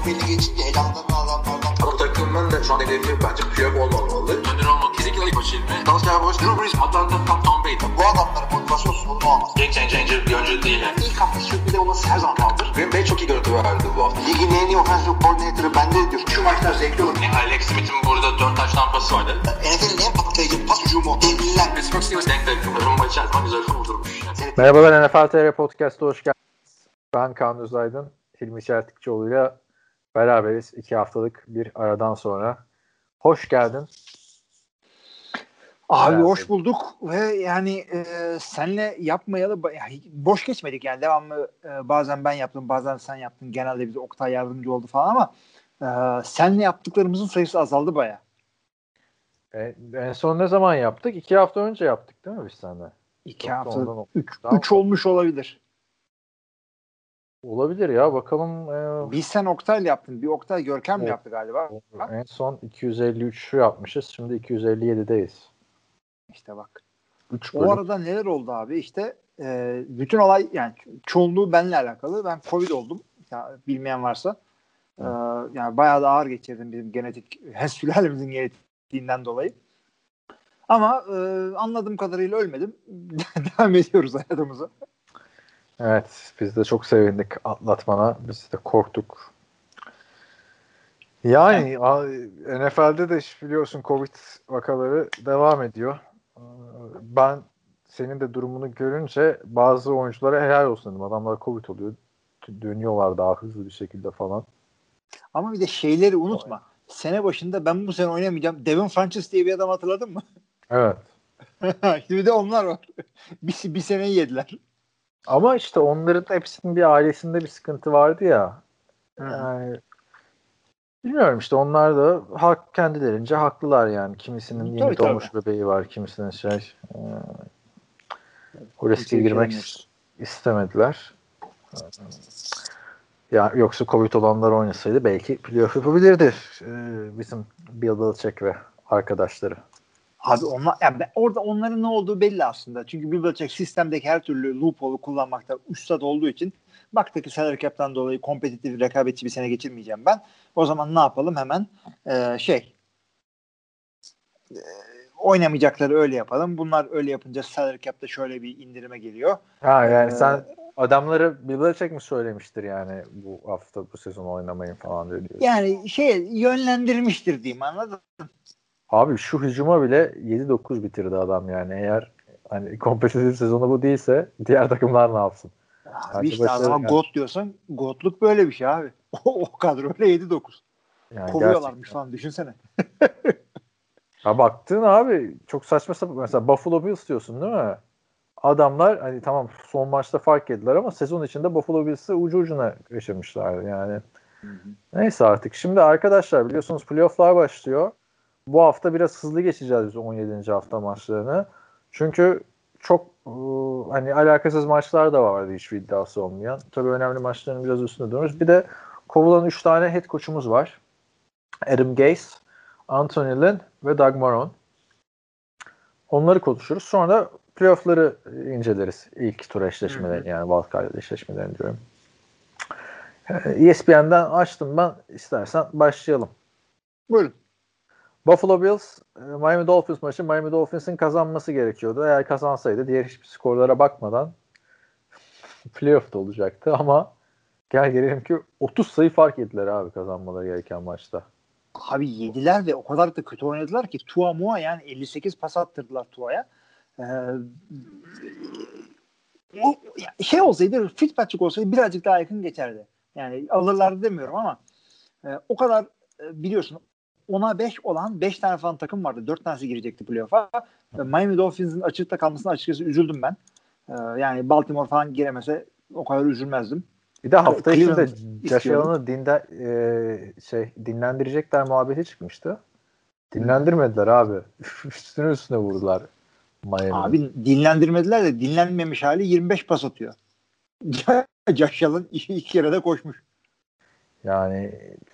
belli geçince elanlarını alanlardan. Ama takımın da şu an hedefi bence Piyok olmamalı. Önder olmalı. Kesinlikle ilk maçı ilmi. Dalsya Boş, Drew Brees, Atlanta, Tom Brady. Bu adamların motivasyon sorunu olmaz. Game changer bir oyuncu değil. Yani. İlk hafta sürpriz olması her zaman kaldır. Green Bay çok iyi görüntü verdi bu hafta. Ligin en iyi offensive coordinator'ı bende diyor. Şu maçlar zevkli olur. Alex Smith'in burada 4 taş tampası vardı. NFL'in en patlayıcı pas hücumu. Devliler. Pittsburgh Steelers denk denk. Rumba içerisinde güzel kurdurmuş. Merhabalar, NFL TR Podcast'a hoş geldiniz. Ben Kaan Özaydın, Hilmi Çeltikçioğlu'yla beraberiz 2 haftalık bir aradan sonra. Hoş geldin. Abi hoş bulduk ve yani senle yapmayalı boş geçmedik yani devamlı bazen ben yaptım bazen sen yaptın, genelde bize Oktay yardımcı oldu falan ama senle yaptıklarımızın sayısı azaldı baya. En son ne zaman yaptık? 2 hafta önce yaptık değil mi biz seninle? 2 hafta 3 olmuş olabilir. Olabilir ya, bakalım. Biz sen Oktay'la yaptın, bir Oktay Görkem'le yaptı galiba. En son 253'ü yapmışız, şimdi 257'deyiz. İşte bak. 3 o arada neler oldu abi? İşte bütün olay, yani çoğunluğu benimle alakalı. Ben Covid oldum. Ya, bilmeyen varsa. Yani bayağı da ağır geçirdim bizim genetik, sülalemizin genetiğinden dolayı. Ama anladığım kadarıyla ölmedim. Devam ediyoruz hayatımıza. Evet, biz de çok sevindik atlatmana. Biz de korktuk. Yani NFL'de de biliyorsun Covid vakaları devam ediyor. Ben senin de durumunu görünce bazı oyunculara helal olsun dedim. Adamlar Covid oluyor. Dönüyorlar daha hızlı bir şekilde falan. Ama bir de şeyleri unutma. Sene başında ben bu sene oynamayacağım. Devin Funchess diye bir adam hatırladın mı? Evet. Bir de onlar var. Bir seneyi yediler. Ama işte onların da hepsinin bir ailesinde bir sıkıntı vardı ya. Yani bilmiyorum, işte onlar da kendilerince haklılar yani. Kimisinin yeni doğmuş bebeği var, kimisinin o riske girmek istemediler. Ya yoksa Covid olanlar oynasaydı belki playoff yapabilirdi bizim Bill Belichick ve arkadaşları. Abi onlar, yani orada onların ne olduğu belli aslında. Çünkü Bill Belichick sistemdeki her türlü loophole'u kullanmakta üstad olduğu için baktı ki salary cap'tan dolayı kompetitif, rekabetçi bir sene geçirmeyeceğim ben. O zaman ne yapalım, hemen oynamayacakları öyle yapalım. Bunlar öyle yapınca salary cap'ta şöyle bir indirime geliyor. Ha yani sen adamları Bill Belichick mi söylemiştir yani bu hafta bu sezon oynamayın falan diyor. Yani yönlendirmiştir diyeyim, anladın mı? Abi şu hücuma bile 7-9 bitirdi adam yani. Eğer hani kompetitif sezonu bu değilse diğer takımlar ne yapsın? Abi işte adama yani. GOAT diyorsan GOAT'luk böyle bir şey abi. O kadro öyle 7-9. Yani kovuyorlarmış falan, düşünsene. Ha baktın abi, çok saçma sapan. Mesela Buffalo Bills diyorsun değil mi? Adamlar hani tamam son maçta fark ettiler ama sezon içinde Buffalo Bills'ı ucu ucuna yaşamışlar yani. Hı-hı. Neyse artık. Şimdi arkadaşlar biliyorsunuz playoff'lar başlıyor. Bu hafta biraz hızlı geçeceğiz biz 17. hafta maçlarını. Çünkü çok hani alakasız maçlar da vardı, hiçbir iddiası olmayan. Tabii önemli maçların biraz üstünde duruyoruz. Bir de kovulan 3 tane head coach'umuz var. Adam Gase, Anthony Lynn ve Doug Marrone. Onları konuşuruz. Sonra playoff'ları inceleriz. İlk tur eşleşmeleri, yani wildcard eşleşmelerini diyorum. ESPN'den açtım ben. İstersen başlayalım. Buyurun. Buffalo Bills, Miami Dolphins maçı. Miami Dolphins'in kazanması gerekiyordu. Eğer kazansaydı diğer hiçbir skorlara bakmadan playoff'ta olacaktı ama gel gelelim ki 30 sayı fark ettiler abi kazanmaları gereken maçta. Abi yediler ve o kadar da kötü oynadılar ki Tua Mua, yani 58 pas attırdılar Tua'ya. Olsaydı, Fitzpatrick olsaydı birazcık daha yakın geçerdi. Yani alırlardı demiyorum ama o kadar biliyorsun 10'a 5 olan 5 tane falan takım vardı. 4 tanesi girecekti playoff'a. Miami Dolphins'in açıkta kalmasına açıkçası üzüldüm ben. Yani Baltimore falan giremese o kadar üzülmezdim. Bir de hafta içinde Josh Allen'ı dinlendirecekler muhabbeti çıkmıştı. Dinlendirmediler abi. üstüne vurdular Miami'nin. Abi dinlendirmediler de dinlenmemiş hali 25 pas atıyor. Josh Allen 2 kere de koşmuş. Yani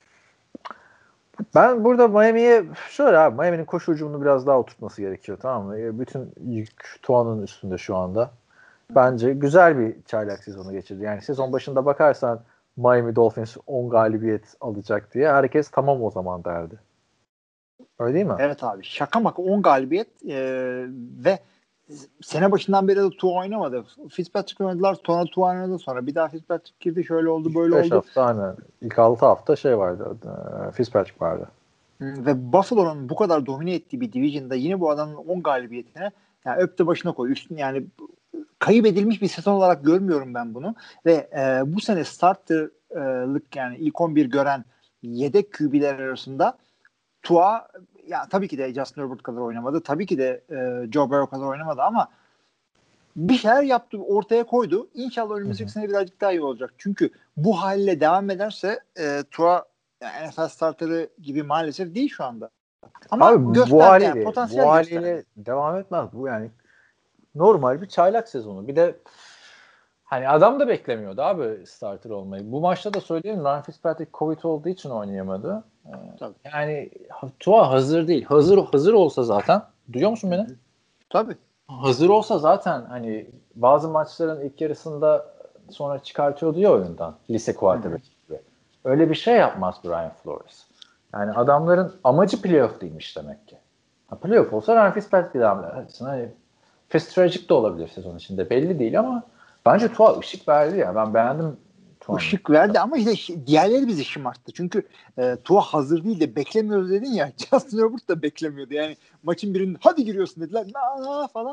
ben burada Miami'ye şöyle abi, Miami'nin koşu hücumunu biraz daha oturtması gerekiyor, tamam mı? Bütün yük Tua'nın üstünde şu anda. Bence güzel bir çaylak sezonu geçirdi. Yani sezon başında bakarsan Miami Dolphins 10 galibiyet alacak diye herkes tamam o zaman derdi. Öyle değil mi? Evet abi. Şaka maka 10 galibiyet ve sene başından beri de Tua oynamadı. Fitzpatrick oynadılar. Sonra Tua oynadı. Sonra bir daha Fitzpatrick girdi. Şöyle oldu, böyle 5 oldu. hafta aynen. İlk 6 hafta şey vardı. Fitzpatrick vardı. Ve Buffalo'nun bu kadar domine ettiği bir division'da yine bu adamın 10 galibiyetine yani öptü başına koy. Üstün yani kaybedilmiş bir sezon olarak görmüyorum ben bunu. Ve bu sene starterlık yani ilk 11 gören yedek QB'ler arasında Tua ya tabii ki de Justin Herbert kadar oynamadı. Tabii ki de Joe Burrow kadar oynamadı ama bir şeyler yaptı, ortaya koydu. İnşallah önümüzdeki sene birazcık daha iyi olacak. Çünkü bu haliyle devam ederse Tua yani NFL starterı gibi maalesef değil şu anda. Ama abi gösterdi yani, potansiyel bu gösterdi. haliyle devam etmez. Bu yani normal bir çaylak sezonu. Bir de hani adam da beklemiyordu abi starter olmayı. Bu maçta da söyleyelim, Ryan Fitzpatrick Covid olduğu için oynayamadı. Tabii. Yani Tua hazır değil. Hazır olsa zaten, duyuyor musun beni? Tabii. Hazır olsa zaten hani bazı maçların ilk yarısında sonra çıkartıyordu ya oyundan. Lise quarterback gibi. Öyle bir şey yapmaz Brian Flores. Yani adamların amacı playoff değilmiş demek ki. Playoff olsa Ryan Fitzpatrick devam edersin. Hani Fitztragic de olabilir sezon içinde. Belli değil ama bence Tua ışık verdi ya. Ben beğendim Tua'nın. Işık verdi ama işte diğerleri bizi şımarttı. Çünkü Tua hazır değil de beklemiyoruz dedin ya. Justin Herbert da beklemiyordu. Yani maçın birinde hadi giriyorsun dediler. Na falan.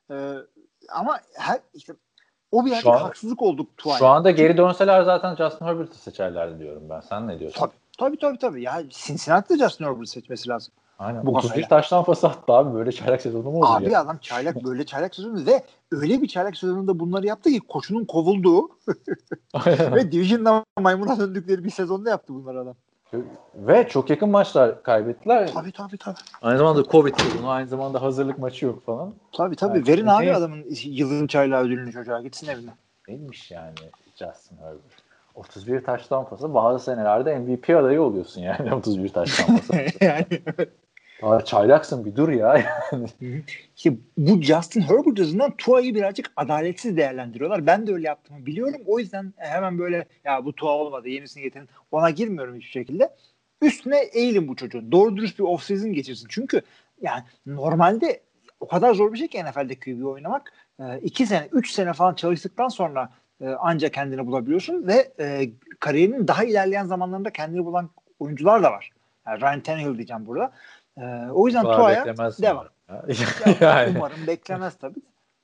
Ama işte o birazcık haksızlık olduk Tua'ya. Şu anda geri dönseler zaten Justin Herbert'ı seçerlerdi diyorum ben. Sen ne diyorsun? Tabii. Ya Cincinnati'de Justin Herbert'ı seçmesi lazım. Aynen. Bu 31 taştan pas attı abi. Böyle çaylak sezonu mu olur abi ya? Adam böyle çaylak sezonu ve öyle bir çaylak sezonunda bunları yaptı ki koçunun kovulduğu ve Division'da maymuna döndükleri bir sezonda yaptı bunlar adam. Ve çok yakın maçlar kaybettiler. Tabii. Aynı zamanda Covid sezonu, aynı zamanda hazırlık maçı yok falan. Tabii. Yani, verin abi adamın yılın çaylağı ödülünü çocuğa, gitsin evine. Neymiş yani Justin Herbert? 31 taştan pası, bazı senelerde MVP adayı oluyorsun yani 31 taştan pası. Yani Abi çaylaksın, bir dur ya. İşte bu Justin Herbert yüzünden Tua'yı birazcık adaletsiz değerlendiriyorlar. Ben de öyle yaptığımı biliyorum. O yüzden hemen böyle ya bu Tua olmadı, yenisini getirin. Ona girmiyorum hiçbir şekilde. Üstüne eğilin bu çocuğun. Doğru dürüst bir off-season geçirsin. Çünkü yani normalde o kadar zor bir şey ki NFL'de QB oynamak. 2 sene, 3 sene falan çalıştıktan sonra ancak kendini bulabiliyorsun ve kariyerinin daha ilerleyen zamanlarında kendini bulan oyuncular da var. Yani Ryan Tannehill diyeceğim burada. O yüzden Tua'ya devam. Yani. Umarım beklemez tabii.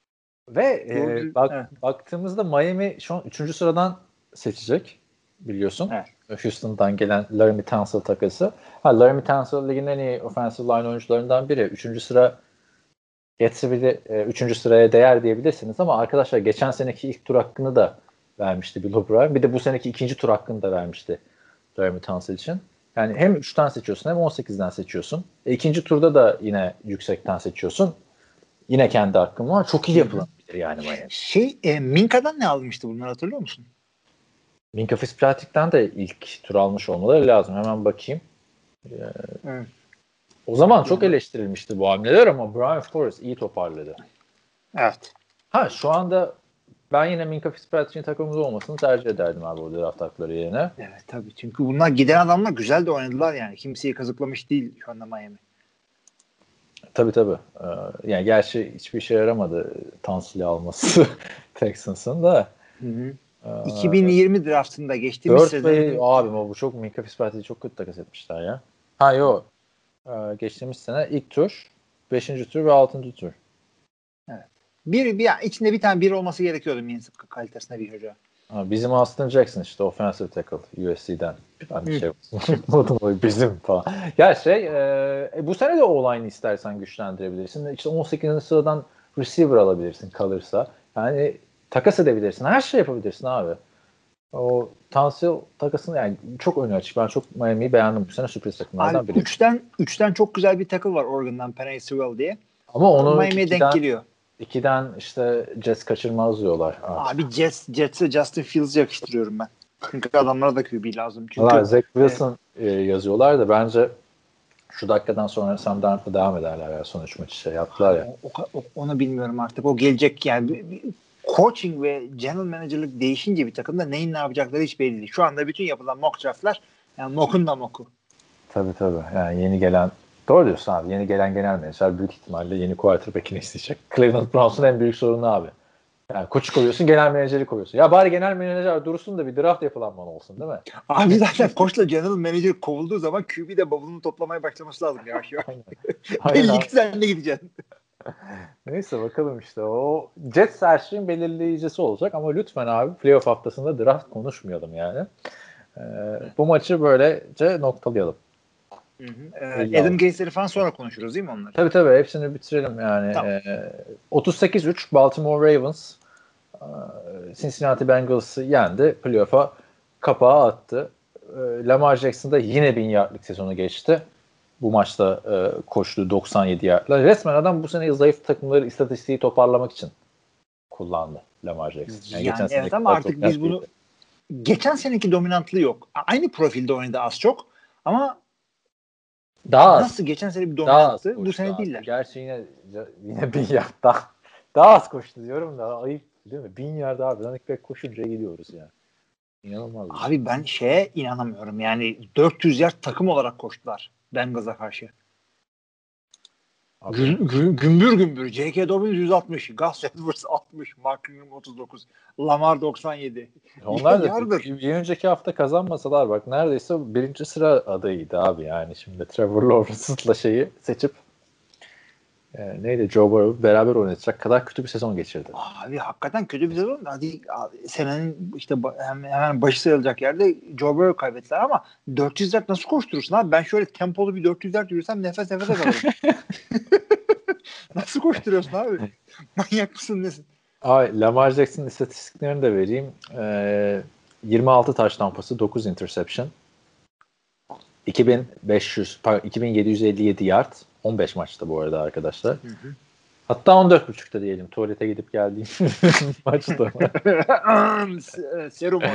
Ve baktığımızda Miami şu an 3. sıradan seçecek biliyorsun. Evet. Houston'dan gelen Laramie Tunsil takası. Laramie Tunsil ligin en iyi offensive line oyuncularından biri. 3. sıra geçse bile 3. sıraya değer diyebilirsiniz ama arkadaşlar geçen seneki ilk tur hakkını da vermişti Bill O'Brien. Bir de bu seneki 2. tur hakkını da vermişti Laramie Tunsil için. Yani hem 3'ten seçiyorsun hem 18'den seçiyorsun. 2. turda da yine yüksekten seçiyorsun. Yine kendi hakkın var. Çok iyi yapılabilir yani Miami. Minka'dan ne almıştı bunları, hatırlıyor musun? Minka Fitzpatrick'ten de ilk tur almış olmaları lazım. Hemen bakayım. Evet. O zaman çok eleştirilmişti bu hamleler ama Brian Flores iyi toparladı. Evet. Şu anda ben yine Minka Fitzpatrick'in takımımızda olmasını tercih ederdim abi o draft hakları yerine. Evet tabii. Çünkü bunlar giden adamlar güzel de oynadılar yani. Kimseyi kazıklamış değil şu anda Miami. Tabii. Yani gerçi hiçbir işe yaramadı Tunsil'i alması Texans'ın da. 2020 draftında geçtiğimiz sezon. Abi bu çok Minka Fitzpatrick'i çok kötü takas etmişler ya. Geçtiğimiz sene ilk tur, 5. tur ve 6. tur. Evet. İçinde bir tane biri olması gerekiyordu Minsk kalitesinde bir çocuğa. Bizim Austin Jackson işte offensive tackle USC'den. Ben bir şey bizim falan. Ya bu sene de o-line'ı istersen güçlendirebilirsin. İşte 18. sıradan receiver alabilirsin kalırsa. Yani takas edebilirsin. Her şey yapabilirsin abi. O Tunsil takasını yani çok önü açık. Ben çok Miami'yi beğendim. Bu sene sürpriz takımlardan biri. 3'ten çok güzel bir tackle var Oregon'dan, Penei Sewell diye. Ama onu Miami'ye denk geliyor. 2'den işte Jets kaçırmaz diyorlar. Abi Jets'e Justin Fields yakıştırıyorum ben. Çünkü adamlara da QB lazım. Çünkü Zach Wilson yazıyorlar da bence şu dakikadan sonra Sam Darnold'la devam ederler ya. Son 3 maçı yaptılar ya. Onu bilmiyorum artık. O gelecek yani. coaching ve general manager'lık değişince bir takımda neyin ne yapacakları hiç belli değil. Şu anda bütün yapılan mock draft'lar yani mock'un da mock'u. Tabii. Yani yeni gelen doğru diyorsun abi. Yeni gelen genel menajer büyük ihtimalle yeni quarterback'ini isteyecek. Cleveland Browns'un en büyük sorunu abi. Yani koçu koyuyorsun, genel menajeri koyuyorsun. Ya bari genel menajer dursun da bir draft yapılanman olsun değil mi? Abi zaten koçla general manager kovulduğu zaman QB de bavulunu toplamaya başlaması lazım yavaş yavaş. Belli ki sen de gideceksin. Neyse bakalım işte. O Jets her şeyin belirleyicisi olacak ama lütfen abi playoff haftasında draft konuşmayalım yani. Bu maçı böylece noktalayalım. Adam Gase'leri falan sonra konuşuruz değil mi onları? Tabii hepsini bitirelim yani. Tamam. 38-3 Baltimore Ravens Cincinnati Bengals'ı yendi. Playoff'a kapağı attı. Lamar Jackson da yine 1000 yardlık sezonu geçti. Bu maçta koştu 97 yardla. Resmen adam bu sene zayıf takımları istatistiği toparlamak için kullandı Lamar Jackson. Yani geçen evet ama artık biz bunu geçen seneki dominantlığı yok. Aynı profilde oynadı az çok ama daha nasıl geçen sene bir dominanttı bu sene değiller. Gerçi yine 1000 yard daha az koştu diyorum da ayıp değil mi? 1000 yard abi. Running back koşunca gidiyoruz yani. İnanılmaz. Abi ben şeye inanamıyorum. Yani 400 yard takım olarak koştular Bengals'a karşı. Gümbür gümbür. J.K. Dobbins 160. Gus Edwards 60. Mark Ingram 39. Lamar 97. Onlar da bir önceki hafta kazanmasalar bak neredeyse birinci sıra adayıydı abi yani şimdi Trevor Lawrence'la şeyi seçip neydi Joe Burrow beraber oynayacak kadar kötü bir sezon geçirdi. Abi hakikaten kötü bir sezon. Hadi senenin işte hemen başı sayılacak yerde Joe Burrow kaybettiler ama 400 yard nasıl koşturursun abi? Ben şöyle tempolu bir 400 yard yürüsem nefese kalırım. Nasıl koşturuyorsun abi? Manyak mısın nesin? Abi Lamar Jackson'ın istatistiklerini de vereyim. 26 taş tampası, 9 interception. 2757 yard. 15 maçta bu arada arkadaşlar. Hı. Hatta 14.5'ta diyelim. Tuvalete gidip geldiğim maçta. Serum.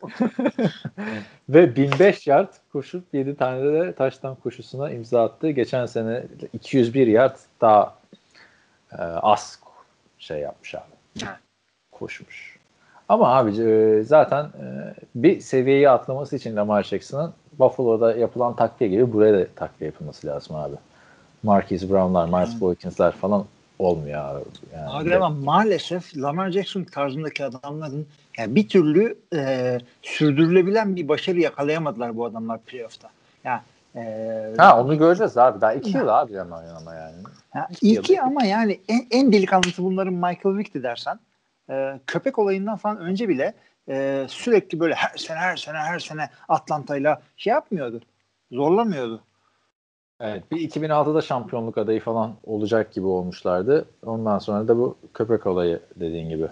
Ve 1005 yard koşup 7 tane de taştan koşusuna imza attı. Geçen sene 201 yard daha az şey yapmış abi. Koşmuş. Ama abi zaten bir seviyeyi atlaması için Lamar Jackson'ın Buffalo'da yapılan takviye gibi buraya da takviye yapılması lazım abi. Marquise Brown'lar, Miles Boykins'ler falan olmuyor abi. Yani abi ama maalesef Lamar Jackson tarzındaki adamların yani bir türlü sürdürülebilen bir başarı yakalayamadılar bu adamlar playoff'ta. Yani onu göreceğiz abi. Daha 2 yıl abi ama yani. İki ama yani en delikanlısı bunların Michael Vick'ti dersen köpek olayından falan önce bile sürekli böyle her sene Atlanta'yla şey yapmıyordu. Zorlamıyordu. Evet. Bir 2006'da şampiyonluk adayı falan olacak gibi olmuşlardı. Ondan sonra da bu köpek olayı dediğin gibi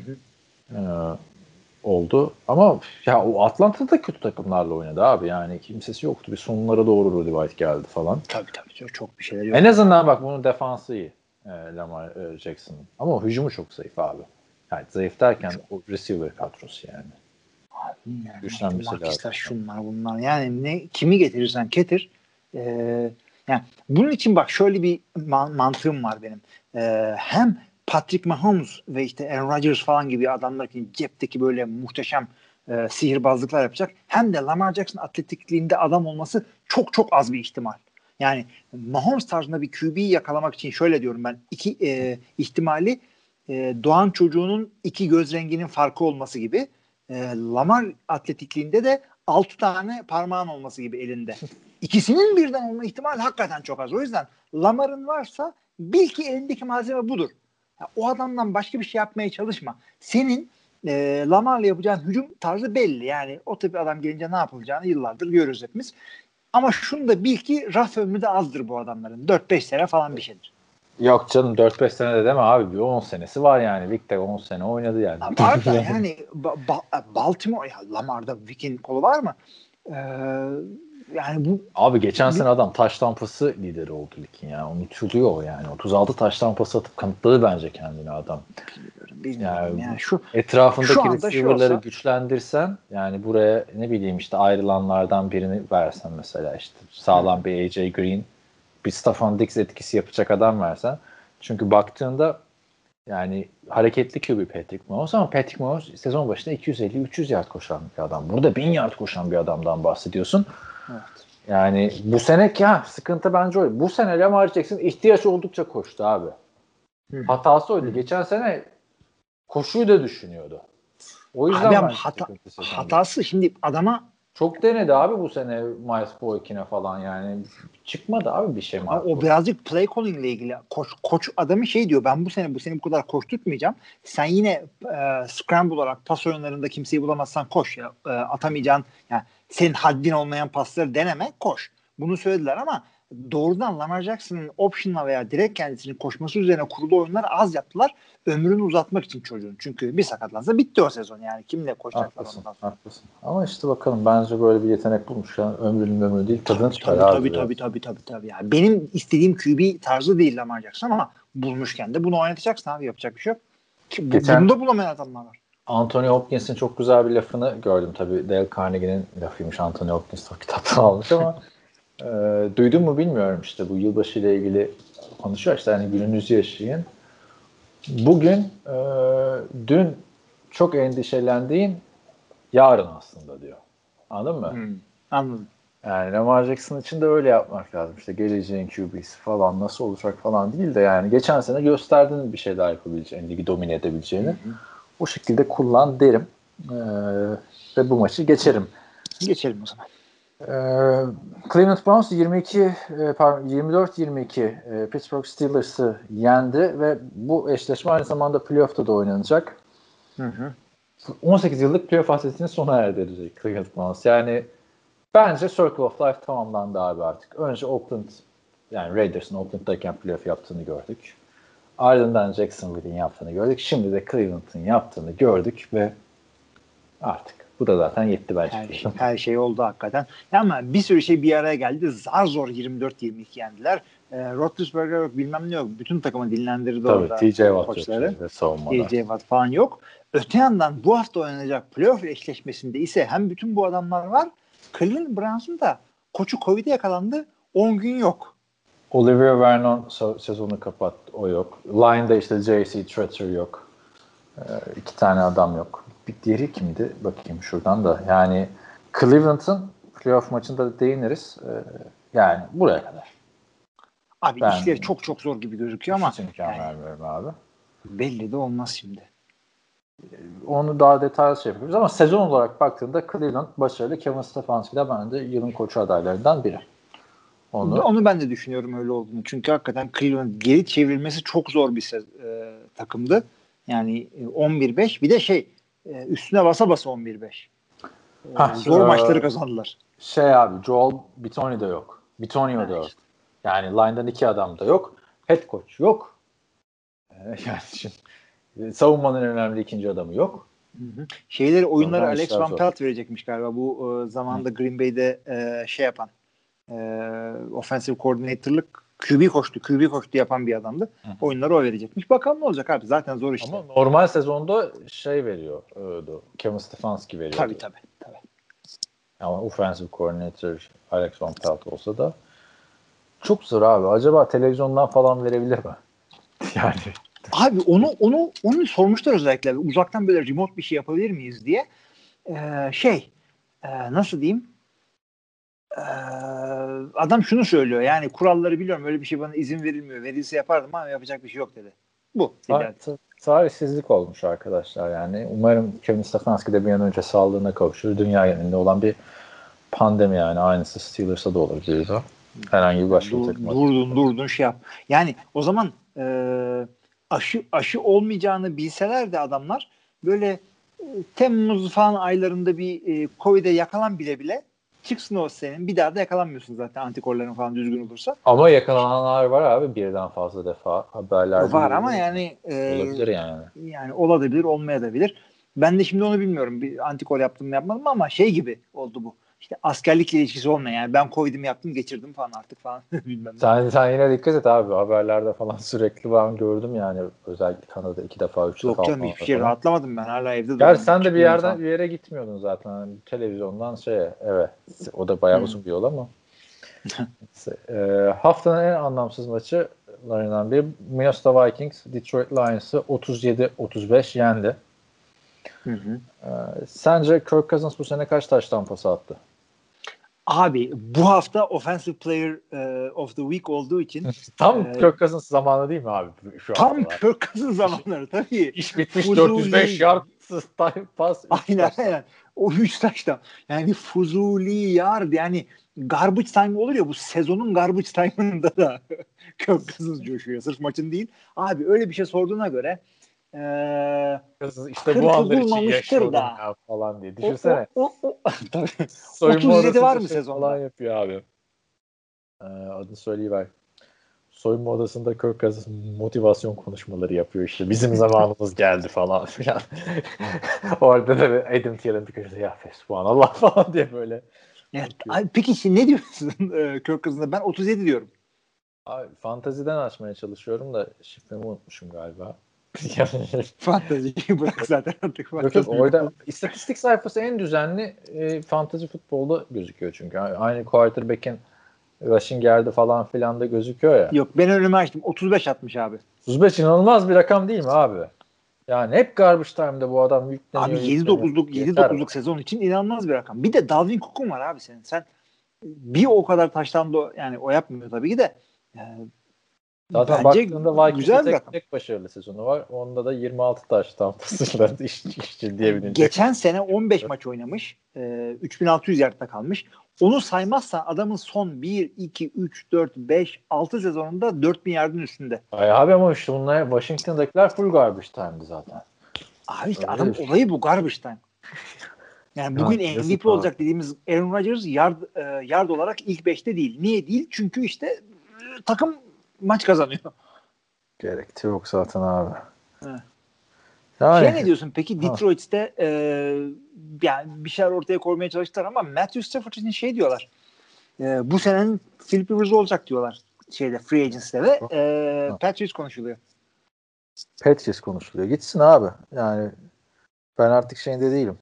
oldu. Ama ya o Atlanta'da kötü takımlarla oynadı abi. Yani kimsesi yoktu. Bir sonlara doğru Rudy White geldi falan. Tabii çok bir şeyler yok. En azından bak bunun defansı iyi. Lamar Jackson'ın. Ama o hücumu çok zayıf abi. Yani zayıf derken o receiver kadrosu yani. Abi yani güçlenmesi şunlar bunlar. Yani kimi getirirsen getir. Yani bunun için bak şöyle bir mantığım var benim. Hem Patrick Mahomes ve işte Aaron Rodgers falan gibi adamlar için cepteki böyle muhteşem sihirbazlıklar yapacak. Hem de Lamar Jackson atletikliğinde adam olması çok çok az bir ihtimal. Yani Mahomes tarzında bir QB'yi yakalamak için şöyle diyorum ben. İki ihtimali doğan çocuğunun iki göz renginin farkı olması gibi. Lamar atletikliğinde de 6 tane parmağın olması gibi elinde. İkisinin birden olma ihtimali hakikaten çok az. O yüzden Lamar'ın varsa bil ki elindeki malzeme budur. Yani o adamdan başka bir şey yapmaya çalışma. Senin Lamar'la yapacağın hücum tarzı belli. Yani o tip adam gelince ne yapılacağını yıllardır görüyoruz hepimiz. Ama şunu da bil ki raf ömrü de azdır bu adamların. 4-5 sene falan bir şeydir. Yok canım 4-5 sene de deme abi. Bir 10 senesi var yani. Vic'te 10 sene oynadı yani. Var da yani Baltimore ya Lamar'da Vic'in kolu var mı? Yani bu abi geçen sene adam taş tampası lideri oldu ligin ya. Unutuluyor yani. 36 taş tampası atıp kanıtladı bence kendini adam. Bilmiyorum. Yani şu etrafındaki receiver'ları güçlendirsen yani buraya ne bileyim işte ayrılanlardan birini versen mesela işte sağlam bir AJ Green bir Stefon Diggs etkisi yapacak adam versen. Çünkü baktığında Yani hareketli QB Patrick Mahomes ama Patrick Mahomes sezon başında 250-300 yard koşan bir adam. Burada 1000 yard koşan bir adamdan bahsediyorsun. Evet. Yani bu sene sıkıntı bence o. Bu sene Lamar Jackson ihtiyaç oldukça koştu abi. Hatası oydu. Geçen sene koşuyu da düşünüyordu. O yüzden abi hatası şimdi adama çok denedi abi bu sene Miles Boykin'e falan yani. Çıkmadı abi bir şey. O birazcık play calling ile ilgili. Koç adamı şey diyor, ben bu sene bu kadar koşturtmayacağım. Sen yine scramble olarak pas oyunlarında kimseyi bulamazsan koş ya. Atamayacağın yani senin haddin olmayan pasları deneme, koş. Bunu söylediler ama doğrudan Lamar Jackson'ın option'la veya direkt kendisinin koşması üzerine kurulu oyunlar az yaptılar. Ömrünü uzatmak için çocuğun. Çünkü bir sakatlansa bitti o sezon yani. Kimle koşacaklar ondan sonra. Haklısın. Ama işte bakalım, bence böyle bir yetenek bulmuş. Yani ömrü değil. Tadını çıkar. Tabii. Yani benim istediğim QB tarzı değil Lamar Jackson ama bulmuşken de bunu oynatacaksın abi. Yapacak bir şey yok. Bunu da bulamayan adamlar var. Anthony Hopkins'in çok güzel bir lafını gördüm tabii. Dale Carnegie'nin lafıymış. Anthony Hopkins o kitaptan almış ama duydun mu bilmiyorum, işte bu yılbaşı ile ilgili konuşuyor. İşte hani gününüzü yaşayın. Bugün dün çok endişelendiğin yarın aslında diyor. Anladın mı? Anladım. Yani Lamar Jackson için de öyle yapmak lazım. İşte geleceğin QB'si falan nasıl olacak falan değil de yani geçen sene gösterdiğin bir şey daha yapabileceğini, ligi domine edebileceğini o şekilde kullan derim. Ve bu maçı geçerim. Geçelim o zaman. Cleveland Browns 24-22 Pittsburgh Steelers'ı yendi ve bu eşleşme aynı zamanda playoff'ta da oynanacak. 18 yıllık playoff hasretini sona erdirecek Cleveland Browns. Yani bence Circle of Life tamamlandı abi artık. Önce Oakland, yani Raiders'ın Oakland'dayken playoff yaptığını gördük. Ardından Jacksonville'in yaptığını gördük. Şimdi de Cleveland'ın yaptığını gördük ve artık bu da zaten yetti bence. Her şey oldu hakikaten. Ama bir sürü şey bir araya geldi. Zar zor 24-22 yendiler. Roethlisberger yok, bilmem ne yok. Bütün takımı dinlendirdi tabii, orada. TJ Watt yok. TJ Watt falan yok. Öte yandan bu hafta oynanacak playoff eşleşmesinde ise hem bütün bu adamlar var. Cleveland Browns'un da koçu Covid'e yakalandı. 10 gün yok. Olivier Vernon sezonu kapattı. O yok. Line'da işte J.C. Tretter yok. 2 tane adam yok. Bir diğeri kimdi? Bakayım şuradan da. Yani Cleveland'ın playoff maçında değiniriz. Yani buraya kadar. Abi işleri çok çok zor gibi gözüküyor ama. Hiç imkan vermiyorum abi. Belli de olmaz şimdi. Onu daha detaylı şey yapıyoruz ama sezon olarak baktığında Cleveland başarılı. Kevin Stefanski de bence yılın koçu adaylarından biri. Onu ben de düşünüyorum öyle olduğunu. Çünkü hakikaten Cleveland geri çevrilmesi çok zor bir takımdı. Yani 11-5 bir de üstüne basa 11-5. Zor maçları kazandılar. Abi Joel Bitonio da yok. Bitonio da yok. Yani line'dan 2 adam da yok. Head coach yok. Yani şimdi savunmanın önemli ikinci adamı yok. Oyunları Alex Van Pelt verecekmiş galiba. Bu zamanında Green Bay'de yapan offensive coordinator'lık QB koştu yapan bir adamdı. Oyunları o verecekmiş. Bakalım ne olacak abi. Zaten zor işte. Ama normal sezonda veriyordu. Kevin Stefanski veriyordu. Tabii. Ama offensive coordinator Alex Van Pelt olsa da çok zor abi. Acaba televizyondan falan verebilir mi? Yani. Abi onu sormuşlar özellikle. Uzaktan böyle remote bir şey yapabilir miyiz diye. Nasıl diyeyim? Adam şunu söylüyor. Yani kuralları biliyorum. Öyle bir şey bana izin verilmiyor. Verilse yapardım ama yapacak bir şey yok dedi. Bu. Tarihsizlik olmuş arkadaşlar yani. Umarım Kevin Stefanski de bir an önce sağlığına kavuşur. Dünya genelinde olan bir pandemi yani. Aynısı Steelers'a da olabilir. Herhangi bir başka bir takım. Durdun yap. Yani o zaman aşı olmayacağını bilseler de adamlar böyle Temmuz falan aylarında bir Covid'e yakalan bile çıksın o senin. Bir daha da yakalanmıyorsun zaten antikorların falan düzgün olursa. Ama yakalananlar var abi birden fazla defa haberlerde. Var ama yani olabilir yani. Yani olabilir, olmayabilir. Ben de şimdi onu bilmiyorum. Bir antikor yaptım mı yapmadım ama gibi oldu bu. İşte askerlikle ilişkisi olmayan yani ben Covid'imi yaptım geçirdim falan artık falan bilmem. Sen yine dikkat et abi haberlerde falan sürekli ben gördüm yani özellikle Kanada 2 defa 3 defa. Yok canım hiçbir şey rahatlamadım ben hala evde. Gerçi sen de bir yere gitmiyordun zaten yani televizyondan evet o da bayağı uzun bir yol ama. Haftanın en anlamsız maçı maçlarından biri. Minnesota Vikings Detroit Lions'ı 37-35 yendi. Sence Kirk Cousins bu sene kaç touchdown pası attı? Abi bu hafta Offensive Player of the Week olduğu için tam Kirk Cousins zamanı değil mi abi? Şu tam haftalar. Kirk Cousins zamanları tabii. İş bitmiş, 405 yard pas. Aynen. O 3 taştan. Yani fuzuli yard, yani garbage time olur ya, bu sezonun garbage time'ında da Kirk Cousins coşuyor. Sırf maçın değil. Abi öyle bir şey sorduğuna göre işte bu anlar için yaşıyordum ya falan diye. Düşünsene. Tabii. Soyunma 37 var mı odasında sezonda? falan yapıyor abi. Adını söyleyiver. Soyunma odasında Kirk Cousins motivasyon konuşmaları yapıyor işte. Bizim zamanımız geldi falan filan. Orada da Adam Thielen bir köşede ya fesubhanallah falan diye böyle. Evet. Peki şimdi ne diyorsun Kirk Cousins'a? Ben 37 diyorum. Abi, fanteziden açmaya çalışıyorum da şifremi unutmuşum galiba. Fanteziyi bırak zaten artık. Yok, orada istatistik sayfası en düzenli fantezi futbolda gözüküyor çünkü. Aynı quarterback'in rushing yard'ı falan filan da gözüküyor ya. Yok, ben önümü açtım. 35 atmış abi. 35 inanılmaz bir rakam değil mi abi? Yani hep garbage time'da bu adam yükleniyor. Abi 7-9'luk sezon için inanılmaz bir rakam. Bir de Dalvin Cook'un var abi senin. Sen bir o kadar taştan da, yani o yapmıyor tabii ki de. Zaten baktığında Vikings'te tek başarılı sezonu var. Onda da 26 taş tampasıyla işçil diyebilecek. Geçen sene 15 maç oynamış. 3600 yardta kalmış. Onu saymazsan adamın son 1, 2, 3, 4, 5, 6 sezonunda 4000 yardın üstünde. Ay abi ama işte bunlar Washington'dakiler full garbage time'dı zaten. Abi işte adam olayı bu, garbage time. Yani bugün MVP olacak dediğimiz Aaron Rodgers yard olarak ilk 5'te değil. Niye değil? Çünkü işte takım maç kazanıyor. Gerekti yok zaten abi. Evet. Yani, ne diyorsun peki? Detroit'te yani bir şeyler ortaya koymaya çalıştılar ama Matthew Stafford için diyorlar. Bu senenin Philip Rivers olacak diyorlar. Free Agency'de ve Patriots konuşuluyor. Patriots konuşuluyor. Gitsin abi. Yani ben artık şeyinde değilim.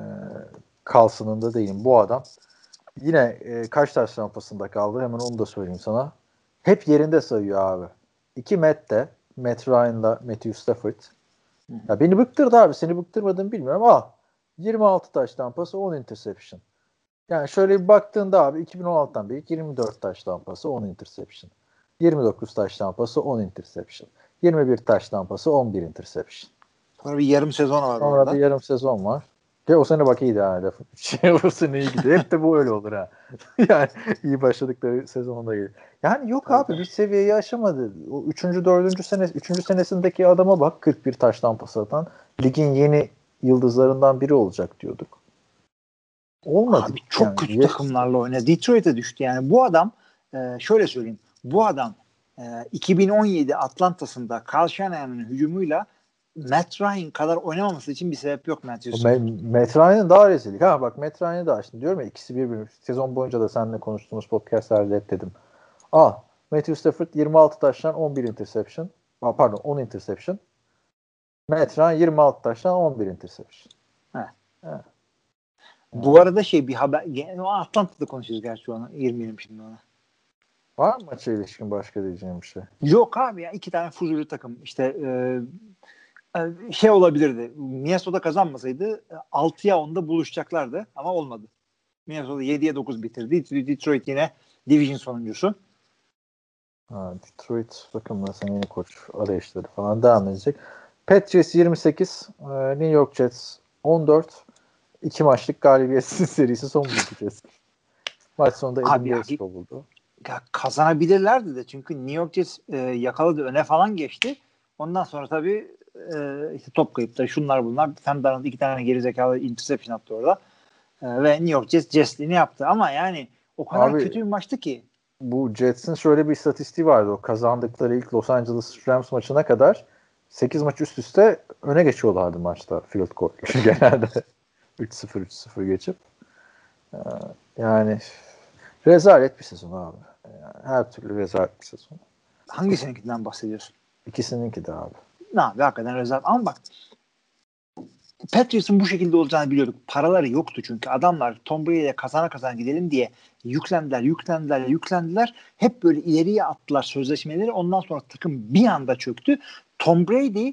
Kalsınında değilim. Bu adam yine kaç taş rampasında kaldı? Hemen onu da söyleyeyim sana. Hep yerinde sayıyor abi. 2 Matt Ryan'la Matthew Stafford. Ya beni bıktırdı abi. Seni bıktırmadığını bilmiyorum ama 26 taş tampası 10 interception. Yani şöyle bir baktığında abi 2016'dan beri 24 taş tampası 10 interception. 29 taş tampası 10 interception. 21 taş tampası 11 interception. Sonra bir yarım sezon var orada. Sonra bir yarım sezon var. Ve o sene bak iyiydi ha. O sene iyi gidiyor. Hep de bu öyle olur ha. Yani iyi başladıkları sezonunda gelir. Yani yok abi bir seviyeyi aşamadı. O 3. 4. sene 3. senesindeki adama bak 41 taştan pas atan ligin yeni yıldızlarından biri olacak diyorduk. Olmadı. Abi çok kötü takımlarla oynadı. Detroit'e düştü. Yani bu adam şöyle söyleyeyim. Bu adam 2017 Atlanta'sında Kyle Shanahan'ın hücumuyla Matt Ryan kadar oynamaması için bir sebep yok Matt Ryan'ın daha rezillik. Bak Matt Ryan'ı da açtım. Diyorum ya ikisi birbirine. Sezon boyunca da seninle konuştuğumuz podcastlerde hep dedim. Matthew Stafford 26 taştan 11 interception. 10 interception. Matt Ryan 26 taştan 11 interception. Bu arada bir haber, Atlanta'da konuşuyoruz gerçi onu. 20 şimdi ona. Var mı maça ilişkin başka diyeceğim bir şey? Yok abi ya, 2 tane fuzuli takım. İşte olabilirdi. Minnesota kazanmasaydı 6'ya 10'da buluşacaklardı ama olmadı. Minnesota 7'ye 9 bitirdi. Detroit yine division sonuncusu. Detroit bakın mesela yeni koç arayışları falan devam edecek. Patriots 28, New York Jets 14. 2 maçlık galibiyetsiz serisi son bulacağız. Maç sonunda Adam Gates kovuldu. Kazanabilirlerdi de çünkü New York Jets yakaladı, öne falan geçti. Ondan sonra tabii işte top kayıpları, şunlar bunlar. Sam Darnold 2 tane gerizekalı interception attı orada. Ve New York Jets Jets'liğini yaptı. Ama yani o kadar kötü bir maçtı ki. Bu Jets'in şöyle bir istatistiği vardı. O kazandıkları ilk Los Angeles Rams maçına kadar 8 maç üst üste öne geçiyorlardı maçta field goal. Genelde 3-0 geçip. Yani rezalet bir sezon abi. Yani her türlü rezalet bir sezon. Hangisininkinden bahsediyorsun? İkisininki de abi. Ne abi, hakikaten rezalet. Ama bak Patriots'ın bu şekilde olacağını biliyorduk. Paraları yoktu çünkü. Adamlar Tom Brady'ye kazana gidelim diye yüklendiler. Hep böyle ileriye attılar sözleşmeleri. Ondan sonra takım bir anda çöktü. Tom Brady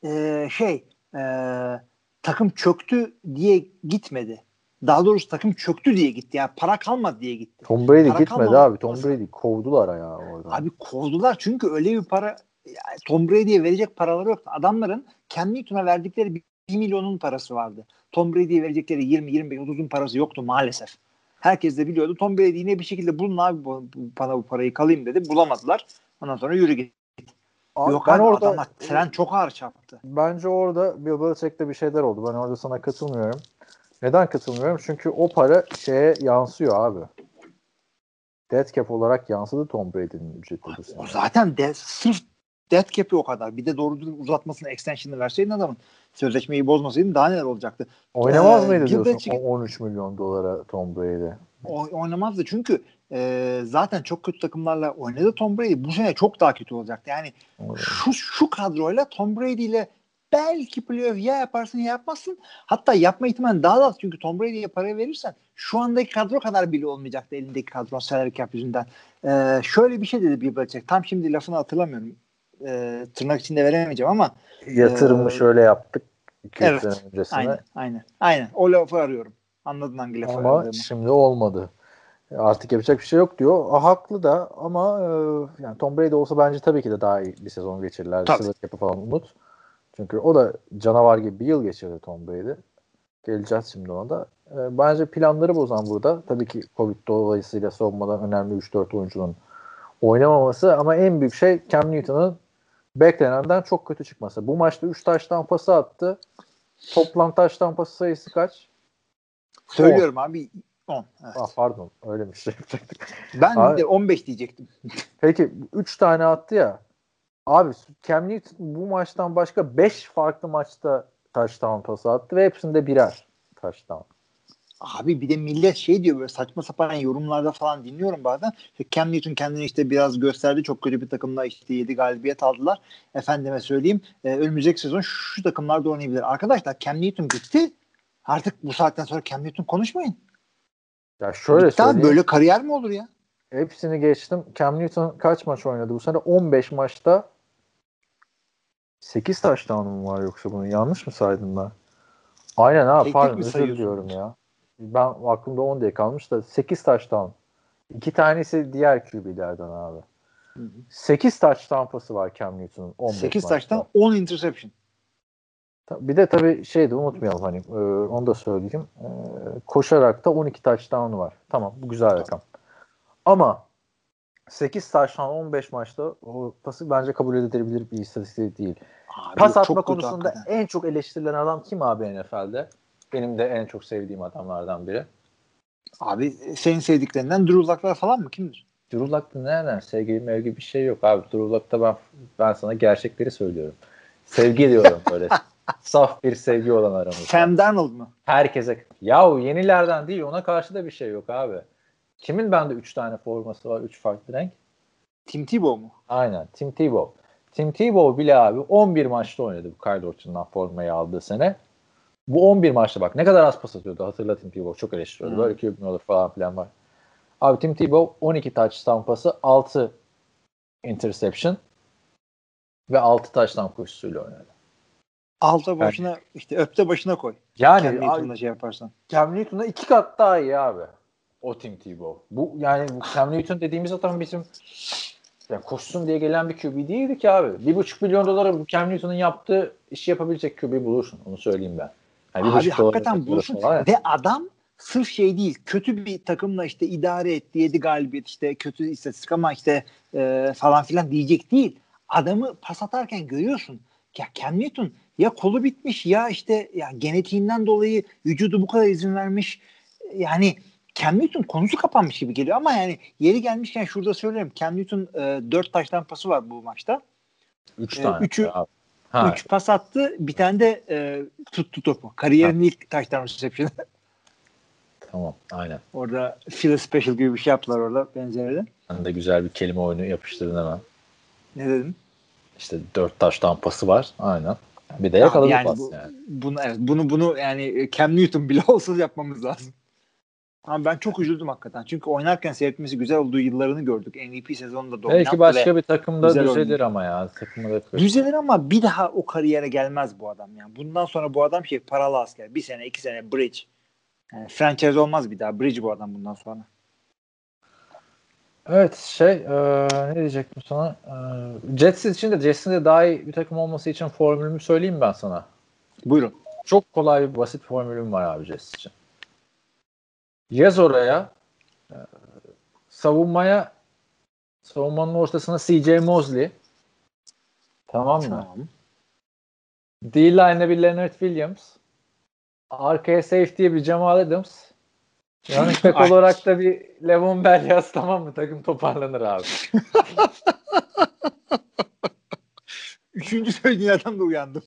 takım çöktü diye gitmedi. Daha doğrusu takım çöktü diye gitti. Yani para kalmadı diye gitti. Tom Brady para gitmedi abi. Tom Brady kovdular ya oradan. Abi kovdular çünkü öyle bir para, yani Tom Brady'ye verecek paraları yoktu. Adamların Cam Newton'a verdikleri 1 milyonun parası vardı. Tom Brady'ye verecekleri 20-25-30'un parası yoktu maalesef. Herkes de biliyordu. Tom Brady yine bir şekilde bulun abi bana bu parayı kalayım dedi. Bulamadılar. Ondan sonra yürü git. Abi, Yok ben abi orada, adamlar tren çok ağır çarptı. bence orada Bill Belichick'te bir şeyler oldu. Ben orada sana katılmıyorum. Neden katılmıyorum? Çünkü o para şeye yansıyor abi. Dead cap olarak yansıdı Tom Brady'nin ücreti bu sene. O zaten sırf dead cap'i o kadar. Bir de doğru düzgün uzatmasını, extension'ı verseydin adamın, sözleşmeyi bozmasaydın daha neler olacaktı? Oynamaz mıydı diyorsun Belichick, 13 milyon dolara Tom Brady? Oynamazdı çünkü zaten çok kötü takımlarla oynadı Tom Brady. Bu sene çok daha kötü olacaktı. Yani şu kadroyla Tom Brady ile belki playoff ya yaparsın ya yapmazsın. Hatta yapma ihtimali daha da az. Çünkü Tom Brady'ye para verirsen şu andaki kadro kadar bile olmayacaktı elindeki kadro salary cap yüzünden. Şöyle bir şey dedi Bill Belichick. Tam şimdi lafını hatırlamıyorum. Tırnak içinde veremeyeceğim ama yatırımı şöyle yaptık 2-3 evet, sene öncesine. Aynen. O lafı arıyorum. Anladın hangi lafı Ama aradığımı. şimdi olmadı. Artık yapacak bir şey yok diyor. Haklı da ama yani Tom Brady olsa bence tabii ki de daha iyi bir sezon geçirirler. Salary cap'ı falan unut. Çünkü o da canavar gibi bir yıl geçirdi Tom Brady. Geleceğiz şimdi ona da. Bence planları bozan burada. Tabii ki Covid dolayısıyla savunmadan önemli 3-4 oyuncunun oynamaması ama en büyük şey Cam Newton'ın beklenenden çok kötü çıkması. Bu maçta 3 touchdown pası attı. Toplam touchdown pası sayısı kaç? Söylüyorum abi 10. Evet. Pardon öyle bir şey yapacaktık. Ben abi, de 15 diyecektim. Peki 3 tane attı ya. Abi Cam Newton bu maçtan başka 5 farklı maçta touchdown pası attı ve hepsinde birer touchdown. Abi bir de millet şey diyor, böyle saçma sapan yorumlarda falan dinliyorum bazen. Cam Newton kendini işte biraz gösterdi. Çok kötü bir takımla işte 7 galibiyet aldılar. Efendime söyleyeyim. Önümüzdeki sezon şu takımlarda oynayabilir. Arkadaşlar Cam Newton bitti. Artık bu saatten sonra Cam Newton konuşmayın. Ya şöyle bitti söyleyeyim. Abi, böyle kariyer mi olur ya? Hepsini geçtim. Cam Newton kaç maç oynadı bu sene? 15 maçta 8 touchdown'um var yoksa bunu yanlış mı saydım ben? Aynen abi, pardon özür diliyorum ya. Ben aklımda 10 diye kalmış da 8 touchdown. 2 tanesi diğer QB'lerden abi. Hı hı. 8 touchdown pası var Cam Newton'un 15 8 maçta. 8 touchdown, 10 interception. Bir de tabii şeydi, unutmayalım hani onu da söyleyeyim. Koşarak da 12 touchdown'u var. Tamam, bu güzel rakam. Ama 8 touchdown 15 maçta o pası bence kabul edilebilir bir istatistik değil. Abi, pas atma konusunda en çok eleştirilen adam kim abi NFL'de? Benim de en çok sevdiğim adamlardan biri. Abi senin sevdiklerinden Drew Luck'lar falan mı? Kimdir? Drew Luck'ta nereden? Sevgi bir şey yok abi. Drew Luck'ta ben sana gerçekleri söylüyorum. Sevgi diyorum böyle. Saf bir sevgi olan aramızda. Sam Darnold mu? Herkese. Yahu yenilerden değil, ona karşı da bir şey yok abi. Kimin bende 3 tane forması var? 3 farklı renk. Tim Tebow mu? Aynen. Tim Tebow. Tim Tebow bile abi 11 maçta oynadı bu Kyle Orton'dan formayı aldığı sene. Bu 11 maçta bak ne kadar az pas atıyordu. Hatırla, Tim Tebow çok eleştiriyordu. Böyle QB olur falan filan var. Abi Tim Tebow 12 touchdown pası, 6 interception ve 6 touchdown koşusuyla oynadı. Alta başına yani, işte öpte başına koy. Yani Cam Newton'la şey yaparsan. Cam Newton'da 2 kat daha iyi abi. O Tim Tebow. Bu yani Cam Newton dediğimiz adam bizim yani koşsun diye gelen bir QB değildi ki abi. $1,5 milyon Cam Newton'un yaptığı işi yapabilecek QB bulursun. Onu söyleyeyim ben. Yani abi hakikaten bulursun. Ve adam sırf şey değil. Kötü bir takımla işte idare etti. 7 galibiyet işte kötü istatistik ama işte falan filan diyecek değil. Adamı pas atarken görüyorsun. Ya Cam Newton ya kolu bitmiş ya işte ya genetiğinden dolayı vücudu bu kadar izin vermiş. Yani Cam Newton konusu kapanmış gibi geliyor ama yani yeri gelmişken şurada söyleyeyim. Cam Newton 4 taştan pası var bu maçta. 3 tane. 3 pas attı. Bir tane de tuttu topu. Kariyerinin ilk taştan reception'ı. Tamam. Aynen. Orada Phil Special gibi bir şey yaptılar orada benzerinde. Ben de güzel bir kelime oyunu yapıştırdın hemen. Ne dedim? İşte 4 taştan pası var. Aynen. Bir de yakaladı yani pas bu, yani. bunu yani Cam Newton bile olsa yapmamız lazım. Ama ben çok üzüldüm hakikaten. Çünkü oynarken seyretmesi güzel olduğu yıllarını gördük. MVP sezonunda dominanttı. Belki başka bir takımda güzel düzelir oynadı. ama ya. Takımda da kötü. Düzelir ama bir daha o kariyere gelmez bu adam. Yani bundan sonra bu adam paralı asker. 1 sene 2 sene bridge. Yani franchise olmaz bir daha. Bridge bu adam bundan sonra. Evet ne diyecektim sana? Jets'in de daha iyi bir takım olması için formülümü söyleyeyim ben sana. Buyurun. Çok kolay bir basit formülüm var abi Jets için. Yaz oraya savunmanın ortasına C.J. Mosley, tamam mı? Tamam. D-line'e bir Leonard Williams, arkaya safety'ye bir Jamal Adams, running back olarak da bir Levon Bell yaz, tamam mı? Takım toparlanır abi. Üçüncü söylediğin adam da uyandım.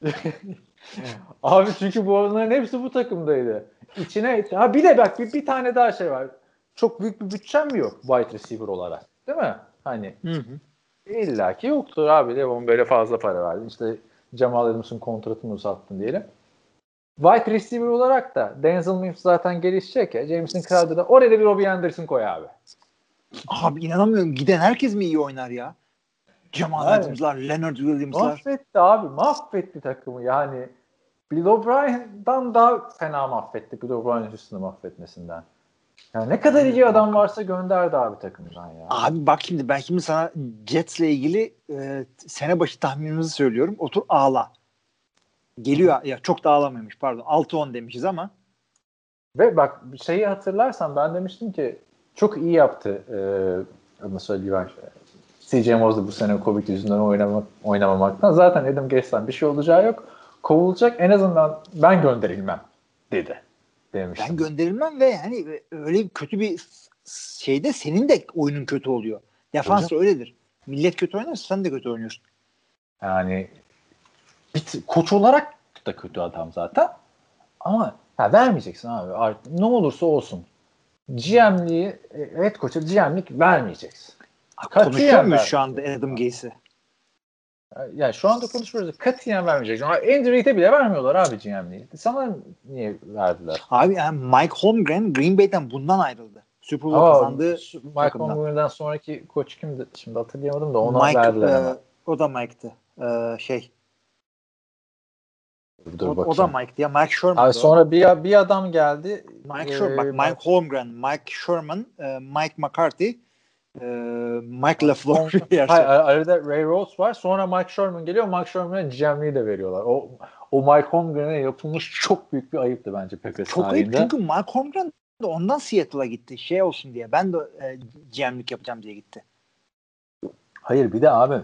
Abi çünkü bunların hepsi bu takımdaydı. Bir de bak bir tane daha şey var. Çok büyük bir bütçem mi yok wide receiver olarak? Değil mi? Hani illa ki yoktur abi. Levon böyle fazla para verdin. İşte Jamal Adams'ın kontratını uzattın diyelim. Wide receiver olarak da Denzel Mims zaten gelişecek ya. Jameson Crowder'da oraya da bir Robbie Anderson koy abi. Abi inanamıyorum. Giden herkes mi iyi oynar ya? Jamal Adams'lar, Leonard Williams'lar. Mahvetti abi. Mahvetti takımı. Yani Bill O'Brien'dan daha fena mahvetti. Bill O'Brien'in üstünü mahvetmesinden. Yani ne kadar iyi adam varsa gönderdi abi takımdan ya. Abi bak ben şimdi sana Jets'le ilgili sene başı tahminimizi söylüyorum. Otur ağla. Geliyor ya, çok da ağlamıyormuş pardon. 6-10 demişiz ama. Ve bak şeyi hatırlarsan ben demiştim ki çok iyi yaptı. Nasıl söyleyeyim, C.J. Mosley bu sene Covid yüzünden oynamamaktan. Zaten Adam Gase'den bir şey olacağı yok. Kovulacak, en azından ben gönderilmem dedi. Demiştim. Ben gönderilmem ve yani öyle kötü bir şeyde senin de oyunun kötü oluyor. Defans öyledir. Millet kötü oynarsa sen de kötü oynuyorsun. Yani koç olarak da kötü adam zaten. Ama vermeyeceksin abi. Artık ne olursa olsun. GM'liği, head coach'a GM'lik vermeyeceksin. Konuşuyor muyuz şu anda Adam Gase'i? Yani şu anda konuşuyoruz. Katiyen vermeyeceksin. Andy Reid'e bile vermiyorlar abi GM'liği. Sana niye verdiler? Abi yani Mike Holmgren Green Bay'den bundan ayrıldı. Super Bowl kazandığı Mike Holmgren'den sonraki koç kimdi? Şimdi hatırlayamadım da ona verdiler. O da Mike'tı. O da Mike'tı ya. Mike Sherman. Abi sonra bir adam geldi. Mike Sherman. Mike Holmgren, Mike Sherman, Mike McCarthy, Mike LaFleur. Hayır, arada Ray Rhodes var. Sonra Mike Sherman geliyor. Mike Sherman'a GM'liği de veriyorlar. O Mike Holmgren'e yapılmış çok büyük bir ayıptı bence Packers çok tarihinde. Ayıp çünkü Mike Holmgren de ondan Seattle'a gitti. Olsun diye. Ben de GM'lik yapacağım diye gitti. Hayır bir de abi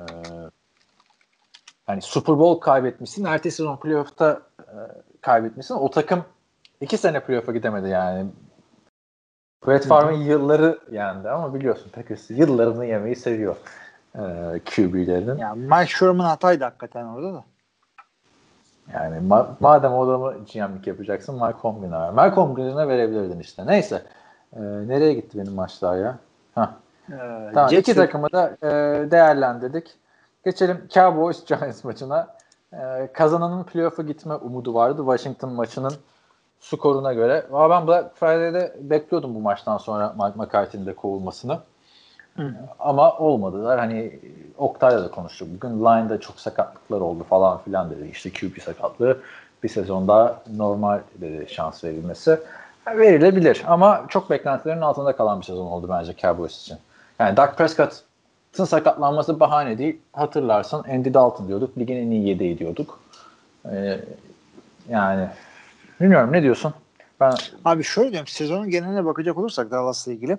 yani Super Bowl kaybetmişsin. Ertesi sezon playoff'ta kaybetmişsin. O takım 2 sene playoff'a gidemedi yani. Brett Favre'ın yılları yendi ama biliyorsun Packers yıllarını yemeyi seviyor QB'lerinin. Yani Mike Sherman hataydı hakikaten orada da. Yani madem o adamı GM'lik yapacaksın Mike Holmgren'e ver. Mike Holmgren'e verebilirdin işte. Neyse. Nereye gitti benim maçlar ya? Tamam, iki takımı da değerlendirdik. Geçelim Cowboys Giants maçına. Kazananın playoff'a gitme umudu vardı. Washington maçının skoruna göre. Ben Black Friday'de bekliyordum bu maçtan sonra Mike McCarthy'nin de kovulmasını. Ama olmadılar. Hani Oktay'la da konuştuk. Bugün line'da çok sakatlıklar oldu falan filan dedi. İşte QB sakatlığı. Bir sezon daha normal dedi şans verilmesi. Verilebilir ama çok beklentilerin altında kalan bir sezon oldu bence Cowboys için. Yani Dak Prescott'ın sakatlanması bahane değil. Hatırlarsın Andy Dalton diyorduk. Ligin en iyi yedeği diyorduk. Yani bilmiyorum, ne diyorsun? Abi şöyle diyorum, sezonun geneline bakacak olursak Dallas'la ilgili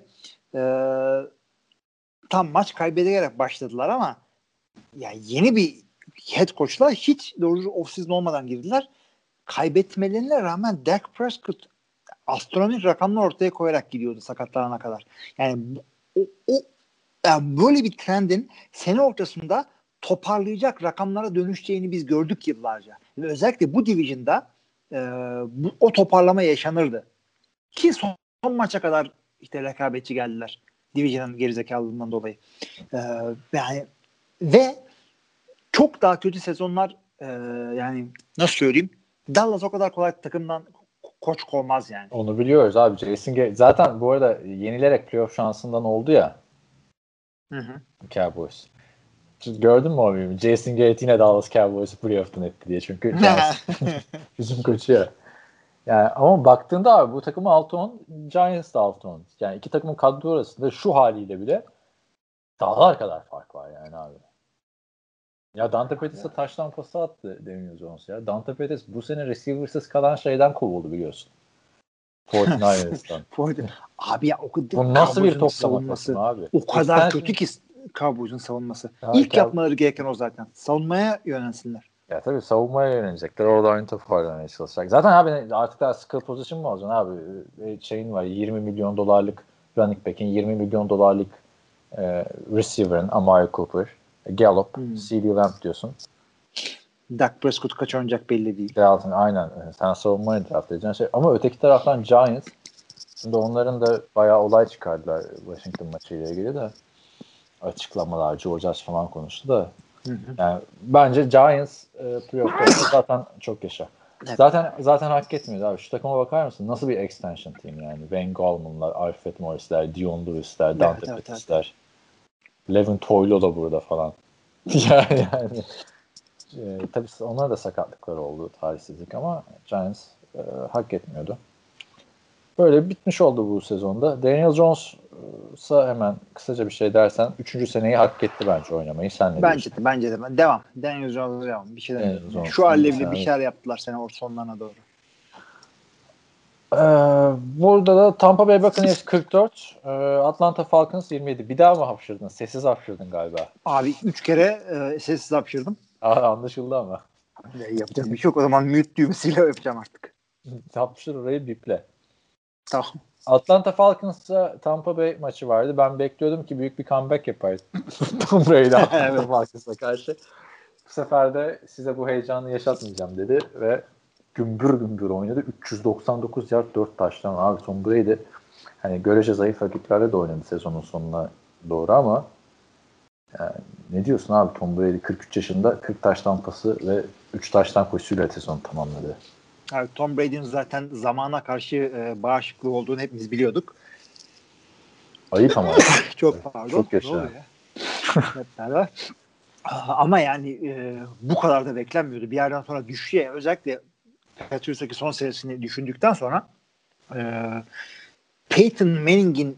tam maç kaybederek başladılar ama yani yeni bir head coach'la hiç doğru off-season olmadan girdiler. Kaybetmelerine rağmen Dak Prescott astronomik rakamlar ortaya koyarak gidiyordu sakatlanana kadar. Yani yani böyle bir trendin sene ortasında toparlayacak rakamlara dönüşeceğini biz gördük yıllarca. Ve özellikle bu division'da o toparlama yaşanırdı. Ki son maça kadar işte rekabetçi geldiler. Division'ın gerizekalılığından dolayı. Yani ve çok daha kötü sezonlar yani nasıl söyleyeyim? Dallas o kadar kolay takımdan koç olmaz yani. Onu biliyoruz abi. Jason zaten bu arada yenilerek playoff şansından oldu ya. Hı. Cowboys. Gördün mü o meme? Jason Garrett yine Dallas Cowboys'u playoff'tan etti diye. Çünkü bizim koçu ya. Yani ama baktığında abi bu takımı 6-10, Giants da 6-10. Yani iki takımın kadro arasında şu haliyle bile dağlar kadar fark var yani abi. Ya Dante Pettis'e taştan pası attı Daniel Jones ya. Dante Pettis bu sene receiver'sız kalan şeyden kovuldu biliyorsun. 49ers'tan. Abi ya o kadar Bu nasıl bir toplama savunması takımı abi? o kadar kötü ki Cowboys'un savunması. İlk yapmaları gereken o zaten. Savunmaya yönelsinler. Ya tabii savunmaya yönelecekler. Orada aynı toparlamaya çalışacak. Zaten abi artık daha skill position mu olacaksın abi? Şeyin var 20 milyon dolarlık running back'in 20 milyon dolarlık receiver'ın Amari Cooper, Gallup, CeeDee Lamb diyorsun. Dak Prescott kaç oynayacak belli değil. Aynen. Sen savunmayı draft edeceksin. Ama öteki taraftan Giants şimdi onların da bayağı olay çıkardılar Washington maçıyla ilgili de açıklamalar, George H. falan konuştu da. Yani bence Giants playoff'ta zaten çok yaşa. Evet. Zaten hak etmiyordu abi. Şu takıma bakar mısın? Nasıl bir extension team yani? Wayne Gallman'lar, Alfred Morris'ler, Dion Lewis'ler, Dante Pettis'ler. Levin Toilo da burada falan. yani tabii onlara da sakatlıkları oldu, talihsizlik ama Giants hak etmiyordu. Böyle bitmiş oldu bu sezonda. Daniel Jones'a hemen kısaca bir şey dersen 3. seneyi hak etti bence oynamayı. Sen ne diyorsun? Bence de. Devam. Daniel Jones'a devam. Bir şey demiyorum. Şu halde bile bir şeyler yaptılar sene sonlarına doğru. Burada da Tampa Bay Buccaneers 44, Atlanta Falcons 27. Bir daha mı hapşırdın? Sessiz hapşırdın galiba. Abi 3 kere sessiz hapşırdım. Anlaşıldı ama. Yapacağım bir şey yok. O zaman mute düğmesiyle yapacağım artık. Hapşır orayı biple. Tamam. Atlanta Falcons'la Tampa Bay maçı vardı. Ben bekliyordum ki büyük bir comeback yapar Tom Brady Atlanta Falcons'a karşı. Bu sefer de size bu heyecanı yaşatmayacağım dedi ve gümbür oynadı. 399 yard 4 taştan. Abi Tom Brady hani görece zayıf rakiplerle de oynadı sezonun sonuna doğru ama yani ne diyorsun abi Tom Brady 43 yaşında 40 taştan pası ve 3 taştan koşusuyla sezonu tamamladı. Evet, Tom Brady'nin zaten zamana karşı bağışıklığı olduğunu hepimiz biliyorduk. Ayıp ama. Çok pardon. Çok yaşa. Ama yani bu kadar da beklenmiyordu. Bir yerden sonra düşüyor. Özellikle Patriots'taki son serisini düşündükten sonra Peyton Manning'in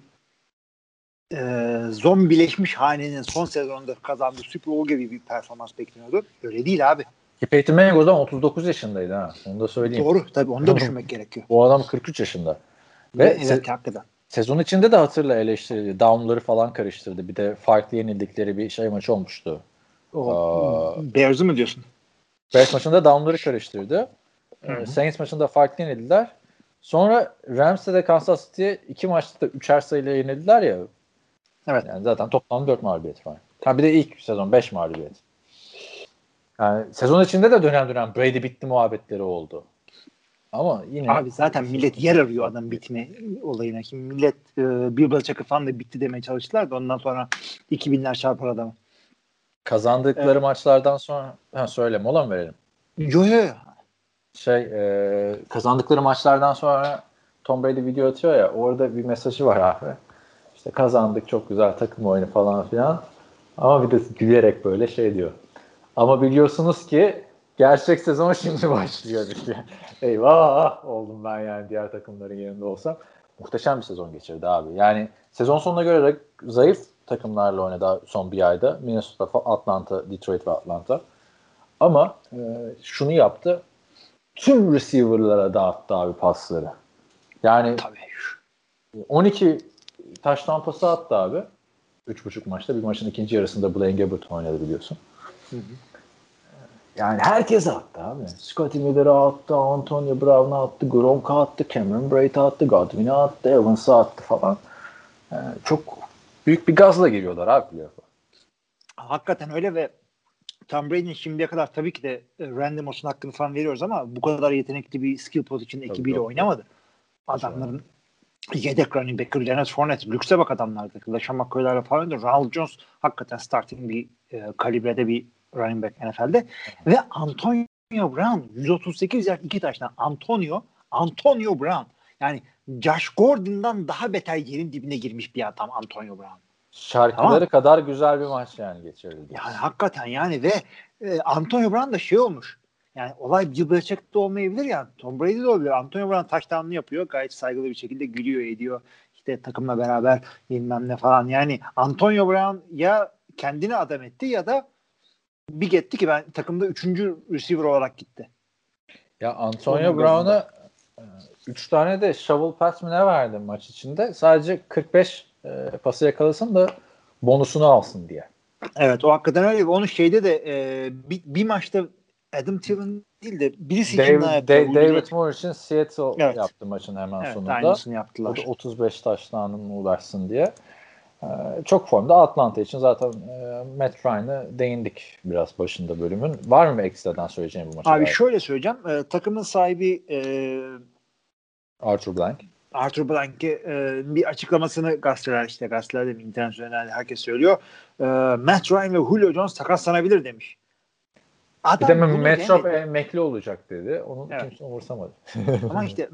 zombileşmiş hanenin son sezonunda kazandığı Super Bowl gibi bir performans bekleniyordu. Öyle değil abi. Ki Peyton Manning o zaman 39 yaşındaydı ha. Onu da söyleyeyim. Doğru. Tabii onu da düşünmek gerekiyor. Bu adam 43 yaşında. Ve evet hakikaten. Sezon içinde de hatırla eleştirildi. Down'ları falan karıştırdı. Bir de farklı yenildikleri bir şey maçı olmuştu. Bears'ı mı diyorsun? Bears maçında down'ları karıştırdı. Saints maçında farklı yenildiler. Sonra Rams'te de Kansas City'ye 2 maçta da 3'er sayıyla yenildiler ya. Evet. Yani zaten toplam 4 mağlubiyet var. Bir de ilk sezon 5 mağlubiyet. Yani sezon içinde de dönem Brady bitti muhabbetleri oldu. Ama yine abi zaten millet yer arıyor adam bitme olayına. Şimdi millet Bill Belichick'ı falan da bitti demeye çalıştılar da ondan sonra 2000'ler çarpar adamı. Kazandıkları maçlardan sonra söyle mola mı verelim? Yo. Kazandıkları maçlardan sonra Tom Brady video atıyor ya orada bir mesajı var abi. İşte kazandık çok güzel takım oyunu falan filan. Ama bir de gülerek böyle şey diyor. Ama biliyorsunuz ki gerçek sezon şimdi başlıyor diye. Eyvah oldum ben yani diğer takımların yerinde olsam. Muhteşem bir sezon geçirdi abi. Yani sezon sonuna göre zayıf takımlarla oynadı son bir ayda. Minnesota, Atlanta, Detroit ve Atlanta. Ama şunu yaptı. Tüm receiver'lara dağıttı abi pasları. Yani tabii. 12 taştan pası attı abi. 3,5 maçta. Bir maçın ikinci yarısında Blaine Gabbert oynadı biliyorsun. Hı. Yani herkes attı abi. Scottie Miller'ı attı, Antonio Brown'u attı, Gronk'u attı, Cameron Brate'ı attı, Godwin'i attı, Evans'ı attı falan. Yani çok büyük bir gazla geliyorlar abi playoff'a. Hakikaten öyle ve Tom Brady'nin şimdiye kadar tabii ki de Randy Moss'un hakkını falan veriyoruz ama bu kadar yetenekli bir skill position ekibiyle oynamadı. Adamların yedek running back'ı Leonard Fournette, lükse bak adamlardı. LaShawn McCoy'larla falan da Ronald Jones hakikaten starting bir kalibrede bir running back NFL'de. Ve Antonio Brown 138 yard 2 taştan Antonio Brown. Yani Josh Gordon'dan daha beter yerin dibine girmiş bir adam Antonio Brown. Şarkıları kadar güzel bir maç yani geçirildi. Yani hakikaten yani ve Antonio Brown da şey olmuş. Yani olay Bill Belichick'te olmayabilir ya. Tom Brady de olabilir. Antonio Brown touchdown'ını yapıyor. Gayet saygılı bir şekilde gülüyor ediyor. İşte takımla beraber bilmem ne falan. Yani Antonio Brown ya kendini adam etti ya da bir gitti ki ben takımda 3. receiver olarak gitti. Ya Antonio Brown'a 3 tane de shovel pass mi ne verdim maç içinde? Sadece 45 pası yakalasın da bonusunu alsın diye. Evet o hakikaten öyle. Onu şeyde de bir maçta Adam Thielen değil de birisi için daha yaptı. David Moore için Seattle yaptı maçın hemen sonunda. Aynısını yaptılar. O da 35 taştanın ulaşsın diye. Çok formda Atlanta için zaten Matt Ryan'a değindik biraz başında bölümün. Var mı ekstradan söyleyeceğim bu maça? Abi şöyle söyleyeceğim. Takımın sahibi Arthur Blank'e bir açıklamasını gazetelerde mi internasyonelde herkes söylüyor. Matt Ryan ve Julio Jones takaslanabilir demiş. Adam bir de Metcalf emekli olacak dedi. Onu kimse umursamadı. Ama işte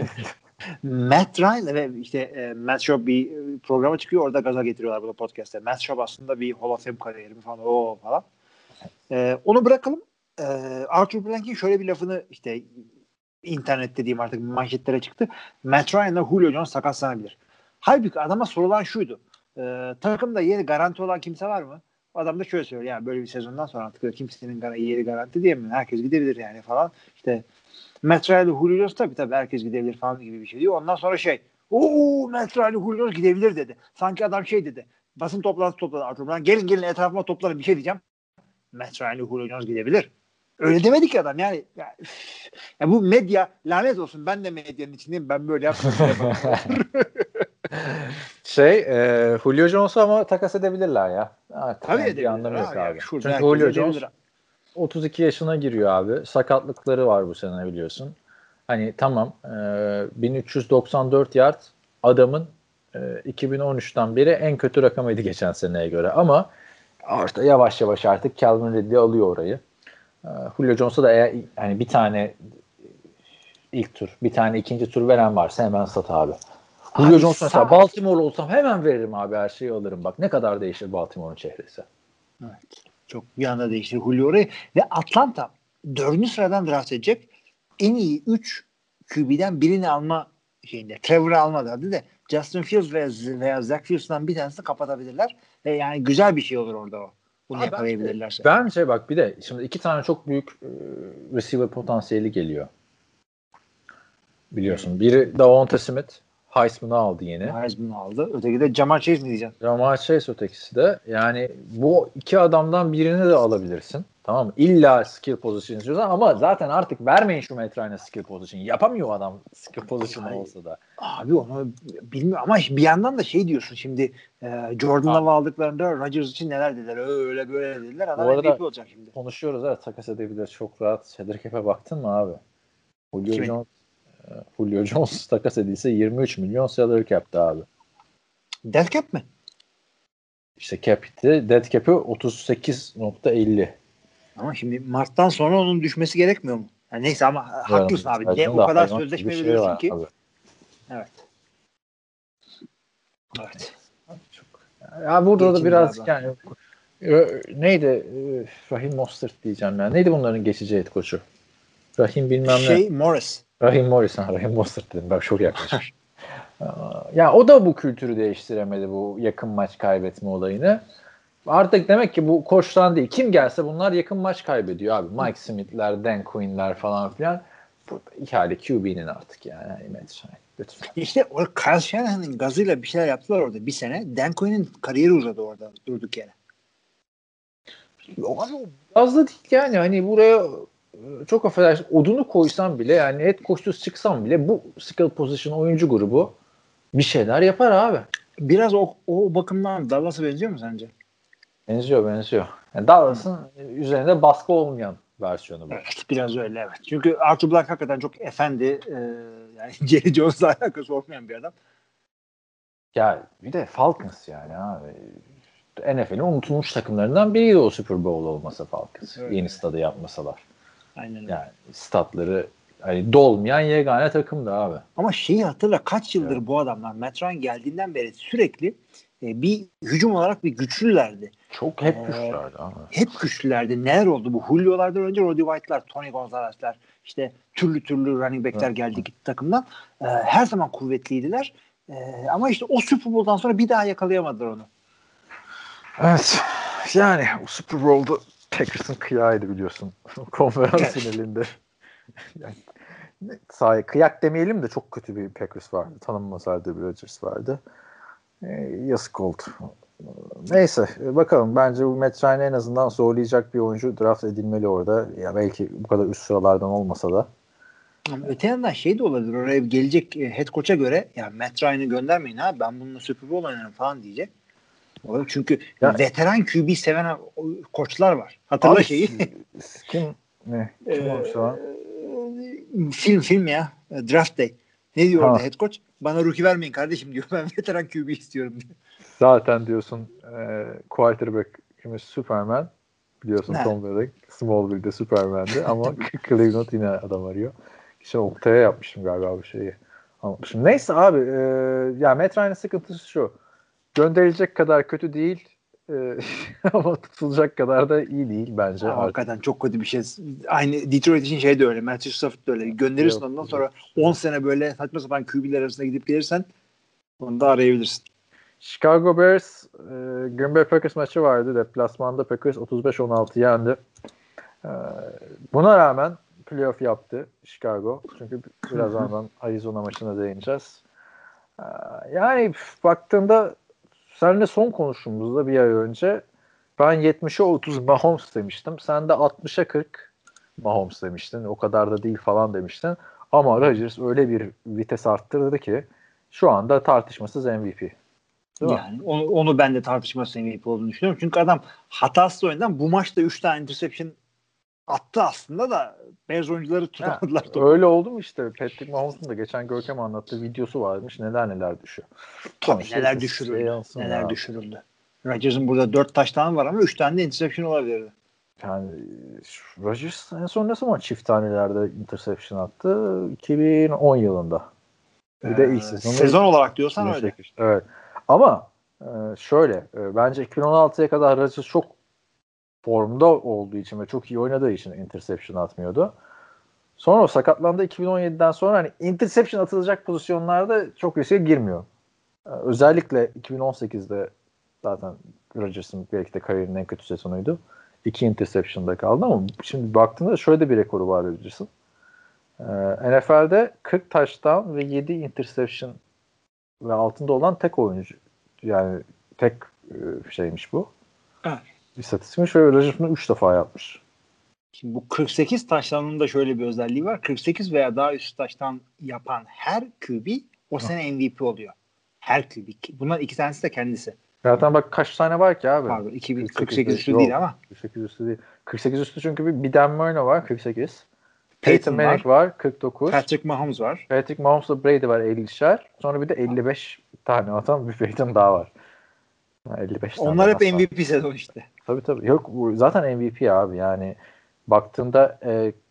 Matt Ryan ve işte Matt Schaub bir programa çıkıyor. Orada gaza getiriyorlar bu podcast'te. Matt Schaub aslında bir Hall of Fame kariyeri mi falan. Onu bırakalım. Arthur Blank'in şöyle bir lafını işte internette diyeyim artık manşetlere çıktı. Matt Ryan'la Julio Jones takaslanabilir. Halbuki adama sorulan şuydu. Takımda yeri garanti olan kimse var mı? Adam da şöyle söylüyor. Yani böyle bir sezondan sonra artık kimsenin yeri garanti diyemiyor. Herkes gidebilir yani falan. İşte Matt Ryan ile Julio Jones tabii herkes gidebilir falan gibi bir şey diyor. Ondan sonra Matt Ryan ile Julio Jones gidebilir dedi. Sanki adam dedi. Basın toplantısı topladı Arthur Blank. Gelin etrafıma toplanın bir şey diyeceğim. Matt Ryan ile Julio Jones gidebilir. Öyle demedi ki adam. Yani bu medya lanet olsun. Ben de medyanın içindeyim. Ben böyle yaptım. Julio Jones'u ama takas edebilirler ya. Tabii bir anlamı yok abi. Çünkü Julio Jones 32 yaşına giriyor abi. Sakatlıkları var bu sene biliyorsun. Hani tamam 1394 yard adamın 2013'ten beri en kötü rakamıydı geçen seneye göre ama yavaş yavaş artık Calvin Ridley alıyor orayı. Julio Jones'a da eğer hani bir tane ilk tur, bir tane ikinci tur veren varsa hemen sat abi. Julio Jones mesela Baltimore olsam hemen veririm abi, her şeyi alırım. Bak ne kadar değişir Baltimore'un çehresi. Evet. Çok bir anda değiştir Julio orayı. Ve Atlanta 4. sıradan draft edecek. En iyi 3 QB'den birini alma şeyinde. Trevor'ı almadı de Justin Fields veya Zach Fields'dan bir tanesini kapatabilirler. Ve yani güzel bir şey olur orada o. Bunu yakalayabilirlerse. Bence bak bir de şimdi 2 tane çok büyük receiver potansiyeli geliyor. Biliyorsun. Biri Davante Smith. Heisman'ı aldı yeni. Heisman'ı aldı. Öteki de Ja'Marr Chase mi diyeceksin? Ja'Marr Chase ötekisi de. Yani bu 2 adamdan birini de alabilirsin. Tamam mı? İlla skill position istiyorsan ama zaten artık vermeyin şu Matt Ryan'a skill position. Yapamıyor adam skill position olsa da. Abi onu bilmiyorum ama bir yandan da diyorsun şimdi Jordan'la aldıklarında Rodgers için neler dediler. Öyle böyle dediler. Adam MVP olacak şimdi. Konuşuyoruz takas edebilir. Çok rahat. Cedric Cap'e baktın mı abi? Julio Jones takas edilse 23 milyon salary cap'ti abi. Dead cap mi? İşte dead cap'i 38.50. Ama şimdi Mart'tan sonra onun düşmesi gerekmiyor mu? Yani neyse ama haklısın abi. O kadar sözleşme veriyorsun ki. Abi. Evet. Ya burada da biraz yani neydi? Raheem Mostert diyeceğim yani. Neydi bunların geçici head koçu? Rahim bilmem ne. Morris. Rahim Mostert dedim. Bak çok yaklaşmış. Ya o da bu kültürü değiştiremedi, bu yakın maç kaybetme olayını. Artık demek ki bu koçtan değil. Kim gelse bunlar yakın maç kaybediyor abi. Mike Smith'ler, Dan Quinn'ler falan filan. Burada ihale QB'nin artık yani. Lütfen. İşte o Kyle Shanahan'ın gazıyla bir şeyler yaptılar orada bir sene. Dan Quinn'in kariyeri uzadı orada durduk yere. Az da değil yani. Hani buraya çok affedersin odunu koysam bile yani head coach'suz çıksam bile bu skill position oyuncu grubu bir şeyler yapar abi. Biraz o bakımdan Dallas'a benziyor mu sence? Benziyor. Yani Dallas'ın üzerinde baskı olmayan versiyonu bu. Evet, biraz öyle evet. Çünkü Arthur Blank hakikaten çok efendi yani Jerry Jones'la alakası olmayan bir adam. Ya bir de Falcons yani abi. NFL'in unutulmuş takımlarından biriydi o Super Bowl olmasa Falcons. Evet. Yeni stadı yapmasalar. Aynen öyle. Yani statları hani dolmayan yegane takımdı abi. Ama şeyi hatırla, kaç yıldır bu adamlar Matt Ryan geldiğinden beri sürekli bir hücum olarak bir güçlülerdi. Çok hep güçlerdi abi. Hep güçlülerdi. Neler oldu bu? Julio'lardan önce Roddy White'lar, Tony Gonzalez'ler, işte türlü running back'ler geldi gitti takımdan. Her zaman kuvvetliydiler. Ama işte o Super Bowl'dan sonra bir daha yakalayamadılar onu. Evet. Yani o Super Bowl'da Packers'ın kıyağıydı biliyorsun. Konferans finalinde. Yani, kıyak demeyelim de çok kötü bir Packers vardı. Tanınmaz halde bir Rodgers vardı. Yazık oldu. Neyse bakalım. Bence bu Matt Ryan'ı en azından zorlayacak bir oyuncu draft edilmeli orada. Ya belki bu kadar üst sıralardan olmasa da. Ama öte yandan şey de olabilir. Oraya gelecek head coach'a göre ya Matt Ryan'ı göndermeyin ha, ben bununla Super Bowl oynarım falan diyecek. Çünkü veteran QB seven koçlar var. Hatırla abi, şeyi. Kim olmuş şu an? Film ya. Draft Day. Ne diyor orada head coach? Bana rookie vermeyin kardeşim diyor. Ben veteran QB istiyorum diyor. Zaten diyorsun quarterback'imiz Superman. Biliyorsun Tom Brady Smallville'de Superman'di ama Cleveland yine adam arıyor. İşte Oktay'a yapmışım galiba bu şeyi. Anlatmışım. Neyse abi yani Matt Ryan'ın sıkıntısı şu. Gönderilecek kadar kötü değil ama tutulacak kadar da iyi değil bence. Hakikaten çok kötü bir şey. Aynı Detroit için şey de öyle. Matthew Stafford da öyle. Gönderirsin ondan sonra 10 sene böyle saçma sapan QB'ler arasında gidip gelirsen onu da arayabilirsin. Chicago Bears Green Bay Packers maçı vardı. Deplasmanda Packers 35-16 yendi. Buna rağmen playoff yaptı Chicago. Çünkü birazdan Arizona maçına değineceğiz. Yani baktığında seninle son konuştuğumuzda bir ay önce ben 70'e 30 Mahomes demiştim. Sen de 60'a 40 Mahomes demiştin. O kadar da değil falan demiştin. Ama Rodgers öyle bir vites arttırdı ki şu anda tartışmasız MVP. Yani onu ben de tartışmasız MVP olduğunu düşünüyorum. Çünkü adam hatasız oyundan bu maçta 3 tane interception attı aslında da Bears oyuncuları tutamadılar. Öyle oldu mu işte? Patrick Mahomes'un da geçen Görkem anlattığı videosu varmış. Neler düşüyor. Tabii neler düşürüldü. Neler düşürüldü. Rodgers'ın burada 4 taştan var ama 3 tane de interception olabilirdi. Yani Rodgers en son ne zaman çift tanelerde interception attı? 2010 yılında. Bir de ilk sezon olarak diyorsan öyle. Evet. Ama şöyle bence 2016'ya kadar Rodgers çok formda olduğu için ve çok iyi oynadığı için interception atmıyordu. Sonra o sakatlandı 2017'den sonra hani interception atılacak pozisyonlarda çok riske girmiyor. Özellikle 2018'de zaten Rodgers'ın belki de kariyerinin en kötü sezonuydu. 2 interception'da kaldı ama şimdi baktığında şöyle de bir rekoru var Rodgers'ın. NFL'de 40 touchdown ve 7 interception ve altında olan tek oyuncu. Yani tek şeymiş bu. Evet. İstatistikmiş ve Rodgers bunu 3 defa yapmış. Şimdi bu 48 taştanın da şöyle bir özelliği var. 48 veya daha üst taştan yapan her QB o sene MVP oluyor. Her QB. Bunlar 2 tanesi de kendisi. Zaten bak kaç tane var ki abi. Pardon 48 üstü değil ama. 48 üstü değil. 48 üstü çünkü bir Dan Marino var 48. Peyton Manning var 49. Patrick Mahomes var. Patrick Mahomes'la Brady var 50'şer. Sonra bir de 55 tane atan bir Peyton daha var. 55 tane. Onlar hep MVP sezon işte. Tabii. Yok zaten MVP abi yani baktığında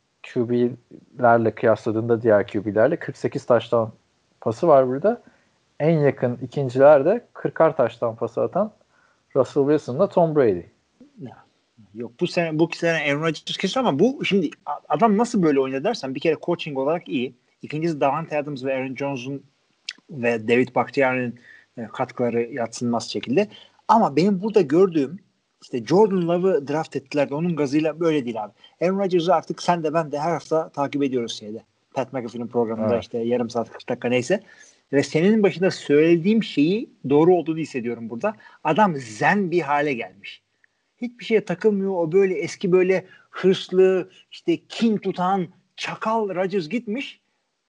QB'lerle kıyasladığında diğer QB'lerle 48 taştan pası var burada. En yakın ikinciler de 40'ar taştan pası atan Russell Wilson'la Tom Brady. Yok bu sene Aaron Rodgers kesin ama bu şimdi adam nasıl böyle oynadı dersen bir kere coaching olarak iyi. İkincisi Davante Adams ve Aaron Jones'un ve David Bakhtiari'nin katkıları yadsınmaz şekilde. Ama benim burada gördüğüm işte Jordan Love'ı draft ettiler de onun gazıyla böyle değil abi. Aaron Rodgers'ı artık sen de ben de her hafta takip ediyoruz şeyde. Pat McAfee'nin programında işte yarım saat 40 dakika neyse. Ve senin başında söylediğim şeyi doğru olduğunu hissediyorum burada. Adam zen bir hale gelmiş. Hiçbir şeye takılmıyor. O böyle eski böyle hırslı, işte kin tutan çakal Rodgers gitmiş.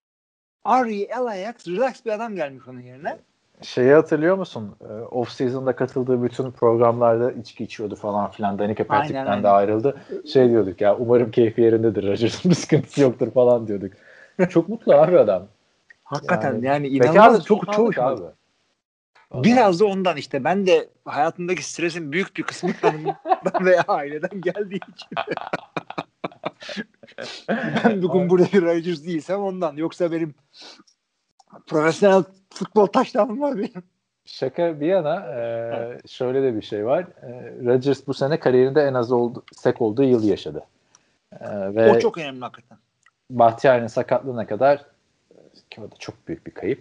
LAX relax bir adam gelmiş onun yerine. Şeyi hatırlıyor musun? Off-season'da katıldığı bütün programlarda içki içiyordu falan filan. Danica Patrick'ten de ayrıldı. Şey diyorduk ya umarım keyfi yerindedir. Rodgers'ın bir sıkıntısı yoktur falan diyorduk. Çok mutlu abi adam. Hakikaten yani inanılmaz çok abi. Biraz da ondan işte. Ben de hayatımdaki stresin büyük bir kısmı hanımdan veya aileden geldiği için. Ben bugün burada bir Rodgers değilsem ondan. Yoksa benim profesyonel futbol taşlamam var benim. Şaka bir yana şöyle de bir şey var. Rodgers bu sene kariyerinde en az sek olduğu yıl yaşadı. Ve o çok önemli hakikaten. Bahtiyar'ın sakatlığına kadar ki o da çok büyük bir kayıp.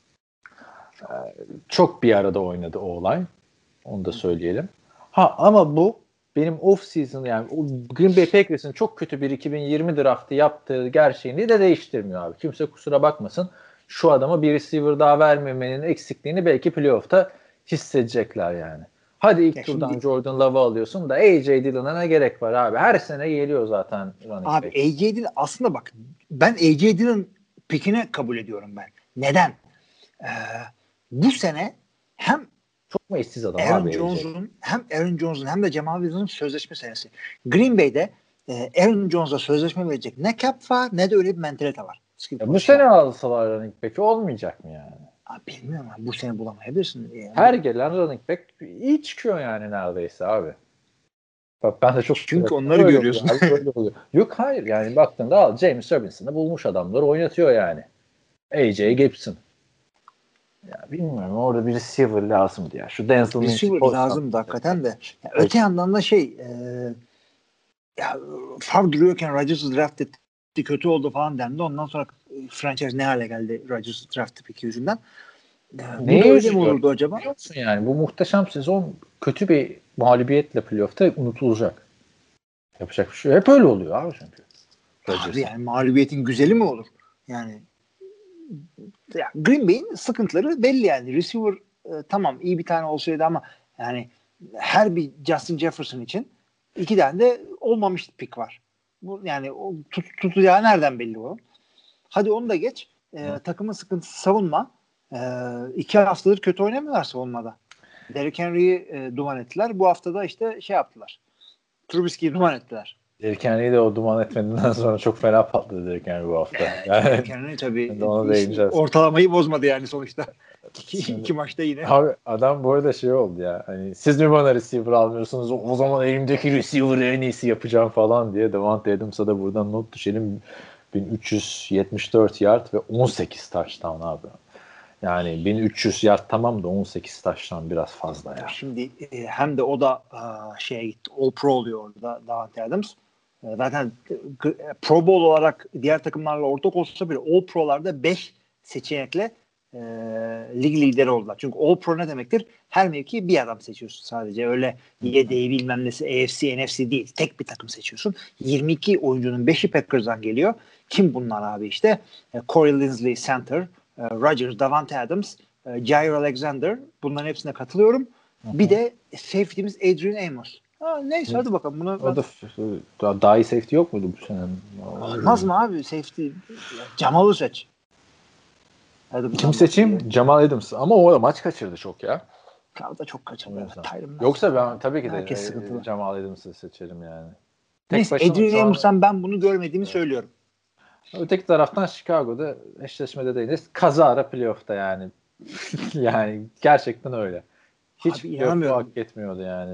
Çok bir arada oynadı o olay. Onu da söyleyelim. Ama bu benim off season yani Green Bay Packers'ın çok kötü bir 2020 draftı yaptığı gerçeğini de değiştirmiyor abi. Kimse kusura bakmasın. Şu adama bir receiver daha vermemenin eksikliğini belki playoff'ta hissedecekler yani. Hadi ilk turdan Jordan Love'ı alıyorsun da AJ Dillon'a ne gerek var abi? Her sene geliyor zaten running back. Abi AJ Dillon aslında bak ben AJ Dillon pikini kabul ediyorum ben. Neden? Bu sene hem çok mu eşsiz adam Aaron abi Jones'un hem Aaron Jones'un hem de Jamal Williams'ın sözleşme senesi. Green Bay'de Aaron Jones'a sözleşme verecek ne cap var ne de öyle bir mentalite var. Bu sene alsalar running back'i olmayacak mı yani? Abi bilmiyorum abi. Bu sene bulamayabilirsin. Yani. Her gelen running back iyi çıkıyor yani neredeyse abi. Bak ben de çok çünkü onları görüyorsun. Oluyor. Yok hayır yani baktığında al James Robinson'ı bulmuş adamları oynatıyor yani. AJ Gibson. Ya bilmiyorum orada bir receiver lazımdı ya. Şu Denzel receiver lazımdı hakikaten de. Ya, öte yandan da Favre duruyorken Rodgers'ı draft etti kötü oldu falan dendi. Ondan sonra franchise ne hale geldi Rodgers'ı draft peki yüzünden. Neye öyle mi olurdu acaba? Biliyor musun yani bu muhteşem sezon kötü bir mağlubiyetle playoff'ta unutulacak. Yapacak bir şey. Hep öyle oluyor abi çünkü. Abi yani mağlubiyetin güzeli mi olur? Yani ya Green Bay'in sıkıntıları belli yani. Receiver tamam iyi bir tane olsaydı ama yani her bir Justin Jefferson için 2 tane de olmamış pick var. Bu yani o tutacağı nereden belli o? Hadi onu da geç. Takımın sıkıntısı savunma. 2 haftadır kötü oynamıyorlar savunmada. Derrick Henry'i duman ettiler. Bu hafta da işte yaptılar. Trubisky'yi duman ettiler. Derrick Henry'i de o duman etmediğinden sonra çok fena patladı Derrick Henry bu hafta. Yani Derrick Henry tabii ortalamayı bozmadı yani sonuçta. İki maçta yine. Abi adam bu arada oldu ya. Hani siz mi bana receiver almıyorsunuz? O zaman elimdeki receiver'ı en iyisi yapacağım falan diye Davante Adams'a da buradan not düşelim. 1374 yard ve 18 touchdown abi. Yani 1300 yard tamam da 18 touchdown biraz fazla ya. Şimdi hem de o da gitti. All Pro oluyor orada Davante Adams. Zaten Pro Bowl olarak diğer takımlarla ortak olsa bile All Pro'larda 5 seçenekle lig lideri oldular. Çünkü All Pro ne demektir? Her mevkiye bir adam seçiyorsun sadece. Öyle yedeği bilmem nesi AFC, NFC değil. Tek bir takım seçiyorsun. 22 oyuncunun 5'i Packers'dan geliyor. Kim bunlar abi işte? Corey Linsley center, Rodgers, Davante Adams, Jair Alexander. Bunların hepsine katılıyorum. Bir de safety'miz Adrian Amos. Neyse hadi bakalım. O da daha iyi safety yok muydu bu sene? Olmaz mı abi? Safety Jamal'ı seç. Kim seçeyim? Jamal Adams. Ama o da maç kaçırdı çok ya. O da çok kaçırdı. Yoksa ben tabii ki de Jamal Adams'ı seçerim yani. Neyse Adrian Amos'tan ben bunu görmediğimi söylüyorum. Öteki taraftan Chicago'da eşleşmede değiliz. Kazara playoff'ta yani. Yani gerçekten öyle. Hiç playoff'u hak etmiyordu yani.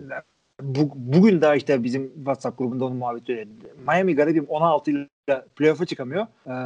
Bugün daha işte bizim WhatsApp grubunda onun muhabbeti öyle. Miami garibim 16 ile playoff'a çıkamıyor.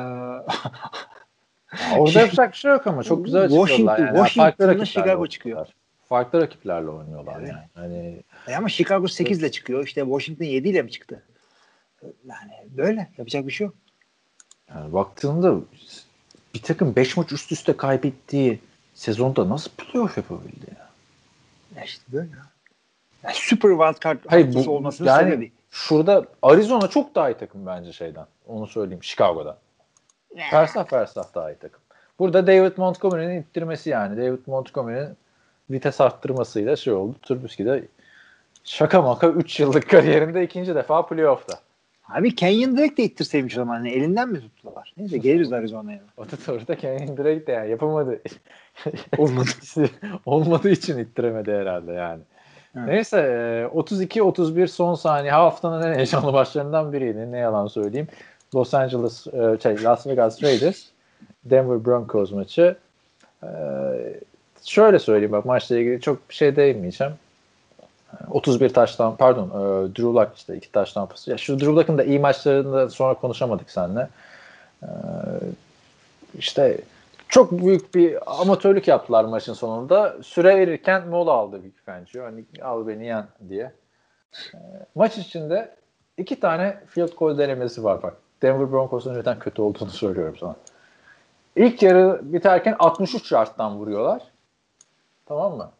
Orada yapacak bir şey yok ama çok güzel çıkıyorlar yani. Washington'la Chicago çıkıyor. Farklı rakiplerle oynuyorlar yani. Ama Chicago 8 ile çıkıyor. İşte Washington 7 ile mi çıktı? Yani böyle. Yapacak bir şey yok. Yani baktığında bir takım 5 maç üst üste kaybettiği sezonda nasıl playoff yapabildi ya? Ya işte böyle. Ya super wildcard haftası olmasının yani sebebi. Şurada Arizona çok daha iyi takım bence şeyden. Onu söyleyeyim. Chicago'dan. Fersah daha iyi takım. Burada David Montgomery'nin ittirmesi yani. David Montgomery'nin vites arttırmasıyla oldu. Trubisky de şaka maka 3 yıllık kariyerinde 2. defa playoff'ta. Abi Kenyon Drake de ittirseymiş o zaman. Yani elinden mi tuttular? Neyse geliriz Arizona'ya. O da orada Kenyon Drake de yani yapamadı. Olmadığı için ittiremedi herhalde yani. Evet. Neyse 32-31 son saniye haftanın en heyecanlı maçlarından biriydi. Ne yalan söyleyeyim. Las Vegas Raiders Denver Broncos maçı. şöyle söyleyeyim bak, maçla ilgili çok bir şey değinmeyeceğim. 31 taştan pardon Drew Luck işte 2 taştan pası. Ya şu Drew Luck'ın da iyi maçlarında sonra konuşamadık seninle. İşte çok büyük bir amatörlük yaptılar maçın sonunda. Süre verirken mola aldı Vic Fangio. Hani al beni yen diye. Maç içinde 2 tane field goal denemesi var bak. Denver Broncos'un neden kötü olduğunu söylüyorum sana. İlk yarı biterken 63 yardtan vuruyorlar. Tamam mı?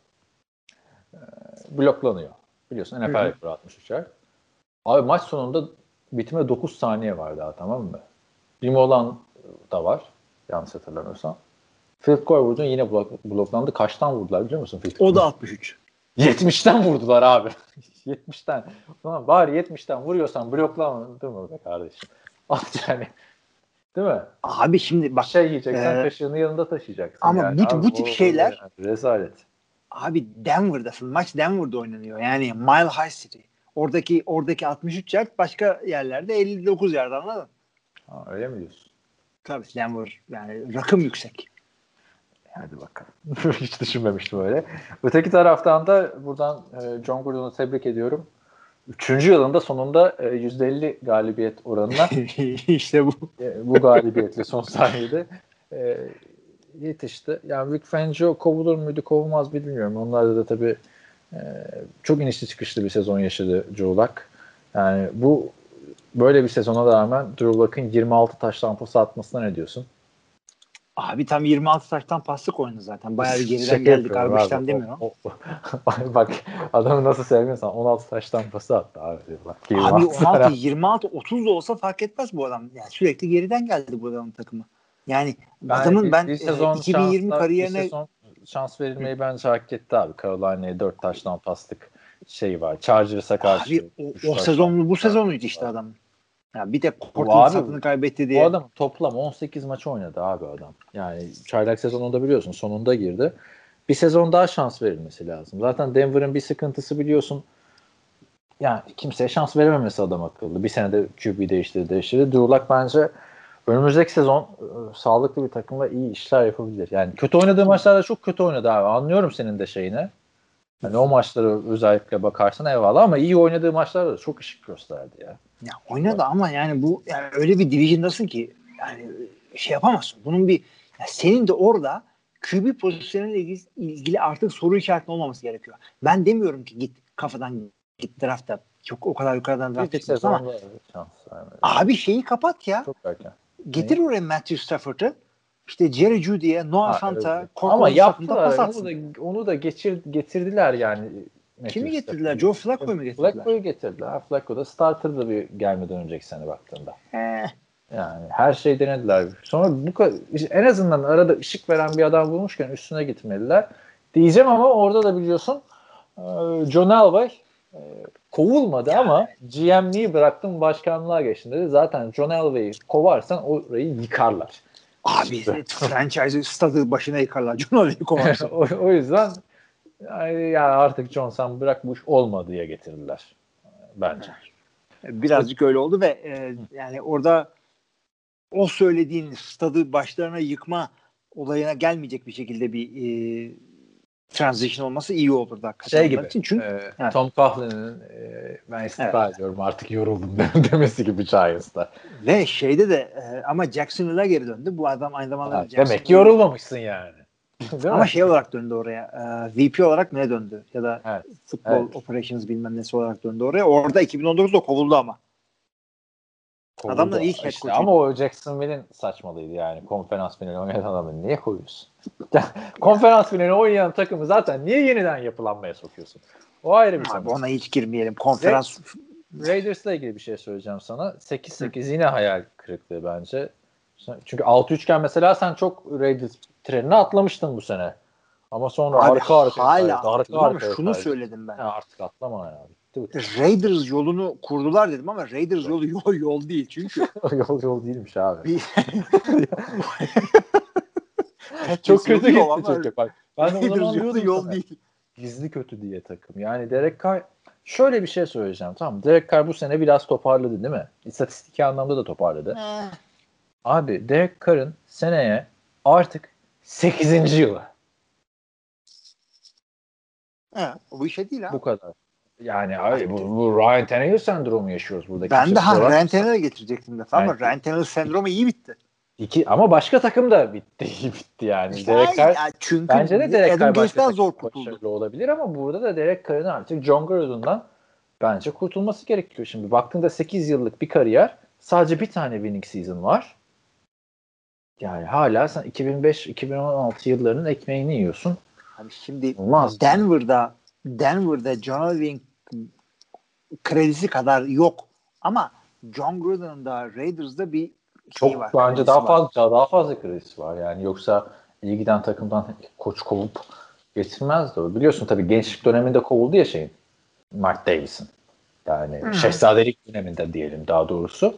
Bloklanıyor. Biliyorsun NFL rekoru 63 yard. Abi maç sonunda bitime 9 saniye var daha, tamam mı? Bir molan da var. Yanlış hatırlamıyorsam. Field goal vurdun, yine bloklandı. Kaçtan vurdular biliyor musun? O da 63. 70'ten vurdular abi. 70'ten. Ulan bari 70'ten vuruyorsan bloklamadın mı be kardeşim? Yani. Değil mi? Abi şimdi bak. Şey yiyeceksen kaşığını yanında taşıyacaksın. Ama yani. bu tip şeyler yani, rezalet. Abi Denver'dasın. Maç Denver'da oynanıyor. Yani Mile High City. Oradaki 63 yard, başka yerlerde 59 yard, anladın? Ha, öyle mi diyorsun? Tabii Denver yani rakım yüksek. Hadi bakalım. Hiç düşünmemiştim öyle. Öteki taraftan da buradan John Gordon'u tebrik ediyorum. 3. yılında sonunda %50 galibiyet oranına işte bu. Bu galibiyetle son saniyede yetişti. Yani Vic Fangio kovulur muydu, kovulmaz bilmiyorum. Onlarda da tabii çok inişli çıkışlı bir sezon yaşadı Drew Luck. Yani bu böyle bir sezona rağmen Drew Luck'ın 26 taş tampası atmasına ne diyorsun? Abi tam 26 taçtan paslık oynadı zaten. Bayağı bir geriden geldi. Garbişten demiyor. Bak adamı nasıl sevmiyorsan 16 taş tampası attı abi. Bak, abi 16, 26, 30 da olsa fark etmez bu adam. Yani sürekli geriden geldi bu adamın takımı. Yani adamın ben 2020 kariyerine bir sezon şans verilmeyi bence hak etti abi. Carolina'ya 4 taştan paslık şey var. Chargers'a karşı. Abi o sezon bu sezonuydu işte adamın. Ya bir de Portland satını kaybetti diye. O adam toplam 18 maç oynadı abi adam. Yani çaylak sezonunda biliyorsun sonunda girdi. Bir sezon daha şans verilmesi lazım. Zaten Denver'ın bir sıkıntısı biliyorsun. Yani kimseye şans verememesi adam akıllı. Bir senede QB değiştirdi. Drew Luck bence önümüzdeki sezon sağlıklı bir takımla iyi işler yapabilir. Yani kötü oynadığı maçlarda çok kötü oynadı abi. Anlıyorum senin de şeyine. Yani o maçlara özellikle bakarsan eyvallah, ama iyi oynadığı maçlarda da çok ışık gösterdi ya. Ya oynadı ama yani bu yani öyle bir division'dasın ki yani şey yapamazsın. Bunun bir senin de orada QB pozisyonuyla ilgili artık soru işaretinin olmaması gerekiyor. Ben demiyorum ki git kafadan git draft'a. Çok o kadar yukarıdan draft etmiyorsun ama abi şeyi kapat ya. Çok erken. Getir oraya Matthew Stafford'ı. İşte Jerry Jeudy'ye, Noah Fant'a, evet. Ama yaptılar. Onu da getirdiler yani. Kimi getirdiler? Joe Flacco'yu mu getirdiler? Flacco'yu getirdiler. Flacco da starter'da bir gelmeden önceki sene baktığında. Yani her şeyi denediler. Sonra bu kadar, en azından arada ışık veren bir adam bulmuşken üstüne gitmediler. Diyeceğim ama orada da biliyorsun John Elway kovulmadı ama GM'liği bıraktım, başkanlığa geçtim dedi. Zaten John Elway'i kovarsan orayı yıkarlar. Abi franchise stadı başına yıkarlar John Elway'i kovarsan. o yüzden yani artık John sen bırak, bu iş olmadı diye getirdiler bence. Birazcık öyle oldu ve yani orada o söylediğin stadı başlarına yıkma olayına gelmeyecek bir şekilde bir transition olması iyi olurdu hakikaten. Şey gibi için. Çünkü, Tom Coughlin'in ben istifa ediyorum artık yoruldum demesi gibi Giants'ta. Ve şeyde de ama Jacksonville'a geri döndü. Bu adam aynı zamanda demek ki yorulmamışsın yani. Ama şey olarak döndü oraya. VP olarak ne döndü? Ya da Football Operations bilmem nesi olarak döndü oraya. Orada 2019'da kovuldu ama. Adamlar ilk head coach'uydu. Ama o Jacksonville'in saçmalıydı yani. Konferans finali oynayan adamı niye koyuyorsun? Konferans finali oynayan takımı zaten niye yeniden yapılanmaya sokuyorsun? O ayrı bir şey. Ona hiç girmeyelim. Konferans Raiders'la ilgili bir şey söyleyeceğim sana. 8-8 yine hayal kırıklığı bence. Çünkü 6-3'ken mesela sen çok Raiders trenine atlamıştın bu sene. Ama sonra arka ama şunu söyledim ben. Artık atlama ya. Raiders yolunu kurdular dedim ama Raiders yolu yol değil çünkü. yol değilmiş abi. Çok kötü gitti çünkü. Bak, ben de o zaman diyordum yol değil. Gizli kötü diye takım. Yani Derek Carr, şöyle bir şey söyleyeceğim. Tamam, Derek Carr bu sene biraz toparladı değil mi? İstatistiki anlamda da toparladı. Abi Derek Carr'ın seneye artık 8. yılı. Bu işe değil ha. Bu kadar. Yani abi bu Ryan Tannehill sendromu yaşıyoruz burada. Ben de Ryan Tannehill'e Tannehill'e getirecektim de. Ama Ryan Tannehill sendromu iyi bitti. Ama başka takım da bitti. İyi bitti yani. İşte Derek Carr, çünkü bence de Derek Adam Carr başka Gates'ten takım zor kurtuldu. başarılı olabilir ama burada da Derek Carr'ın artık John Gruden'dan bence kurtulması gerekiyor. Şimdi baktığında 8 yıllık bir kariyer, sadece bir tane winning season var. Yani hala sen 2005-2016 yıllarının ekmeğini yiyorsun. Hani şimdi Olmaz. Denver'da John Elway'in kredisi kadar yok. Ama John Gruden'ın da Raiders'da bir şey var. Bence daha fazla kredisi var. Yani yoksa iyi giden takımdan koç kovup getirmezdi o. Biliyorsun tabii gençlik döneminde kovuldu ya Mark Davis'in. Yani şehzadelik döneminde diyelim daha doğrusu.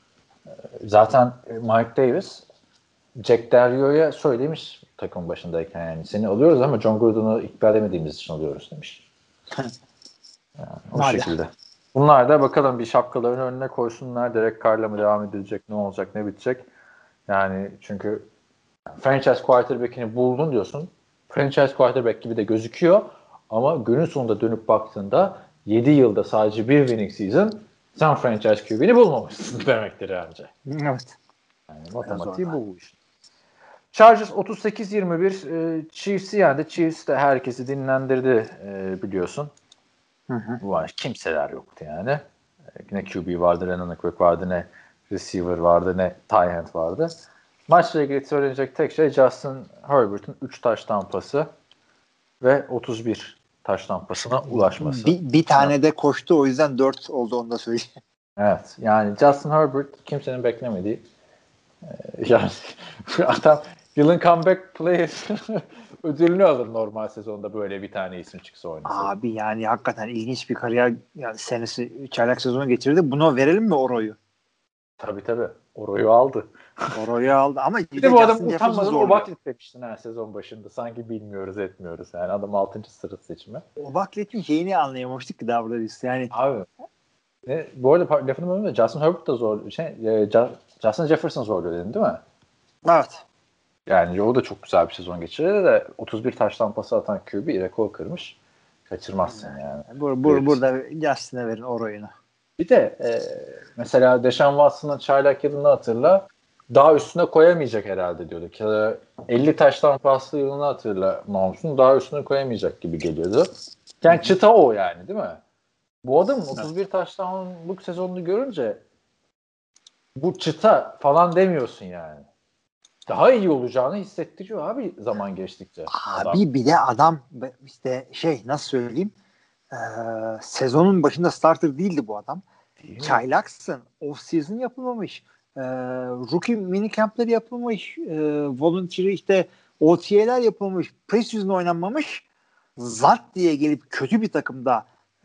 Zaten Mark Davis Jack Del Rio'ya söylemiş takım başındayken, yani seni alıyoruz ama John Gruden'ı ikbal edemediğimiz için alıyoruz demiş. Yani o şekilde. Bunlar da bakalım bir şapkalarını önüne koysunlar. Derek Carr'la mı devam edilecek? Ne olacak? Ne bitecek? Yani çünkü franchise quarterback'ini buldun diyorsun. Franchise quarterback gibi de gözüküyor. Ama günün sonunda dönüp baktığında 7 yılda sadece bir winning season, sen franchise QB'ni bulmamışsın demektir bence. Evet. Yani matematiği bu işin. Chargers 38-21 Chiefs'i yendi. Chiefs de herkesi dinlendirdi biliyorsun. Bu var. Kimseler yoktu yani. Ne QB vardı, ne running back vardı, ne receiver vardı, ne tight end vardı. Maçla ilgili söylenecek tek şey Justin Herbert'ın 3 taş tampası ve 31 taş tampasına ulaşması. Bir tane de koştu, o yüzden 4 oldu, onu da söyleyeyim. Evet. Yani Justin Herbert kimsenin beklemediği yani adam yılın comeback player ödülünü alır normal sezonda böyle bir tane isim çıksa oynasa. Abi yani hakikaten ilginç bir kariyer, yani senesi çaylak sezonu geçirdi. Buna verelim mi Oro'yu? Tabii. Oro'yu aldı. Oro'yu aldı ama bir de bu adam utanmadan Obaklet demiştin sezon başında. Sanki bilmiyoruz etmiyoruz. Yani adam 6. sırası seçimi. Obaklet'in şeyini anlayamamıştık ki davranışta. Yani abi bu arada lafını bölümde Justin Herbert da zor Justin Jefferson zorluyor dedin değil mi? Evet. Yani o da çok güzel bir sezon geçirdi de 31 taş tampası atan QB rekor kırmış. Kaçırmazsın yani. Burada Justin'e verin Oro'yunu. Bir de mesela Deshaun Watson'ın çaylak yılını hatırla. Daha üstüne koyamayacak herhalde diyorduk. Ya da 50 taştan paslı yılını hatırla Mahomes'un, daha üstüne koyamayacak gibi geliyordu. Yani çıta o yani değil mi? Bu adamın 31 taştanlık sezonunu görünce bu çıta falan demiyorsun yani. Daha iyi olacağını hissettiriyor abi zaman geçtikçe. Abi bir de adam işte nasıl söyleyeyim, sezonun başında starter değildi bu adam. Çaylaksın. Off season yapılmamış. Rookie minicamp'leri yapılmış. Volunteer işte OTA'ler yapılmış. Preseason oynanmamış. Zart diye gelip kötü bir takımda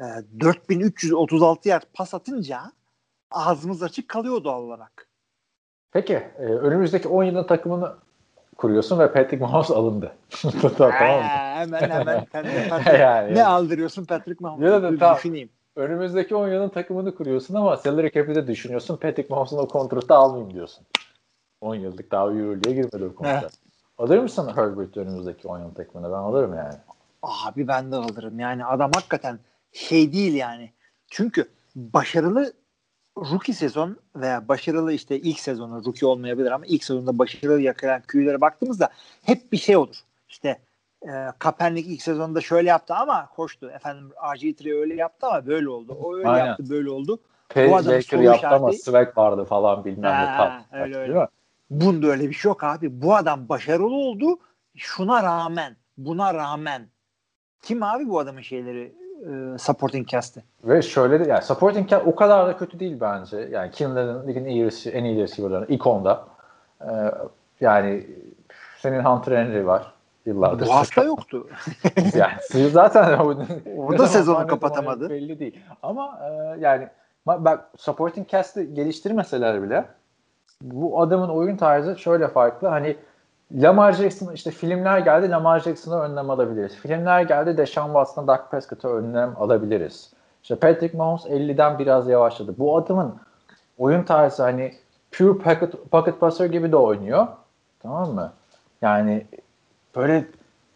4336 yard pas atınca ağzımız açık kalıyor doğal olarak. Peki önümüzdeki 10 yılın takımını kuruyorsun ve Patrick Mahomes alındı. Tamam mı? Hemen yani, ne aldırıyorsun Patrick Mahomes'a? Ya da düşüneyim. Önümüzdeki 10 yılın takımını kuruyorsun ama salary cap'i de düşünüyorsun. Patrick Mahomes'un o kontratı almayayım diyorsun. 10 yıllık daha Euroleague'e girmedi o kontrat. Evet. Alır mısın Herbert önümüzdeki 10 yılın takımını? Ben alırım yani. Abi ben de alırım. Yani adam hakikaten değil yani. Çünkü başarılı rookie sezon veya başarılı işte ilk sezonu rookie olmayabilir ama ilk sezonda başarılı yakalayan QB'lere baktığımızda hep bir şey olur. İşte Kaepernick ilk sezonda şöyle yaptı ama koştu. Efendim RG3 öyle yaptı ama böyle oldu. O öyle yaptı, böyle oldu. Bu adam Baker yaptı ama swag vardı falan bilmem ne. Öyle. Değil mi? Bunda öyle bir şey yok abi. Bu adam başarılı oldu. Buna rağmen. Kim abi bu adamın supporting cast'ı? Ve şöyle de yani supporting cast o kadar da kötü değil bence. Yani kimlerin ligin en iyi receiver'larının ilk onda. Yani senin Hunter Henry var. Yıllardır. Bu hafta yoktu. Yani zaten o da sezonu kapatamadı. Belli değil. Ama yani bak supporting cast'ı geliştirmeseler bile bu adamın oyun tarzı şöyle farklı. Hani Lamar Jackson işte filmler geldi, Lamar Jackson'a önlem alabiliriz. Filmler geldi, Deshaun Watson'a, Dak Prescott'a önlem alabiliriz. İşte Patrick Mahomes 50'den biraz yavaşladı. Bu adamın oyun tarzı hani pure pocket passer gibi de oynuyor. Tamam mı? Yani böyle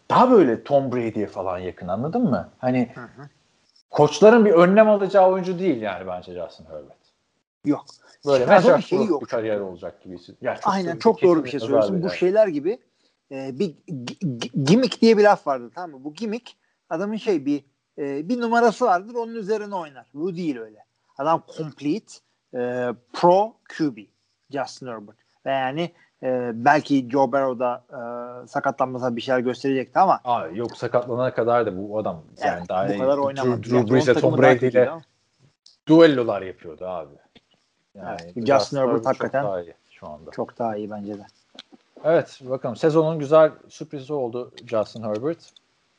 daha böyle Tom Brady'ye falan yakın, anladın mı? Hani koçların bir önlem alacağı oyuncu değil yani bence Justin Herbert. Yok. Böyle Adamın meşhur yok. bir kariyer olacak gibi. Ya Aynen, çok doğru bir şey söylüyorsun. Bu şeyler gibi bir gimmick diye bir laf vardır, tamam mı? Bu gimmick adamın bir numarası vardır, onun üzerine oynar. Bu değil öyle. Adam complete pro QB Justin Herbert. Ve yani belki Joe Burrow da sakatlanmasa bir şeyler gösterecekti ama yok, sakatlanana kadar da bu adam yani evet, daha bu kadar oynamadı. Drew Brees'e Tom Brady ile duellolar yapıyordu abi. Yani evet, Justin Herbert hakikaten çok daha iyi şu anda. Çok daha iyi bence de. Evet, bakalım. Sezonun güzel sürprizi oldu Justin Herbert.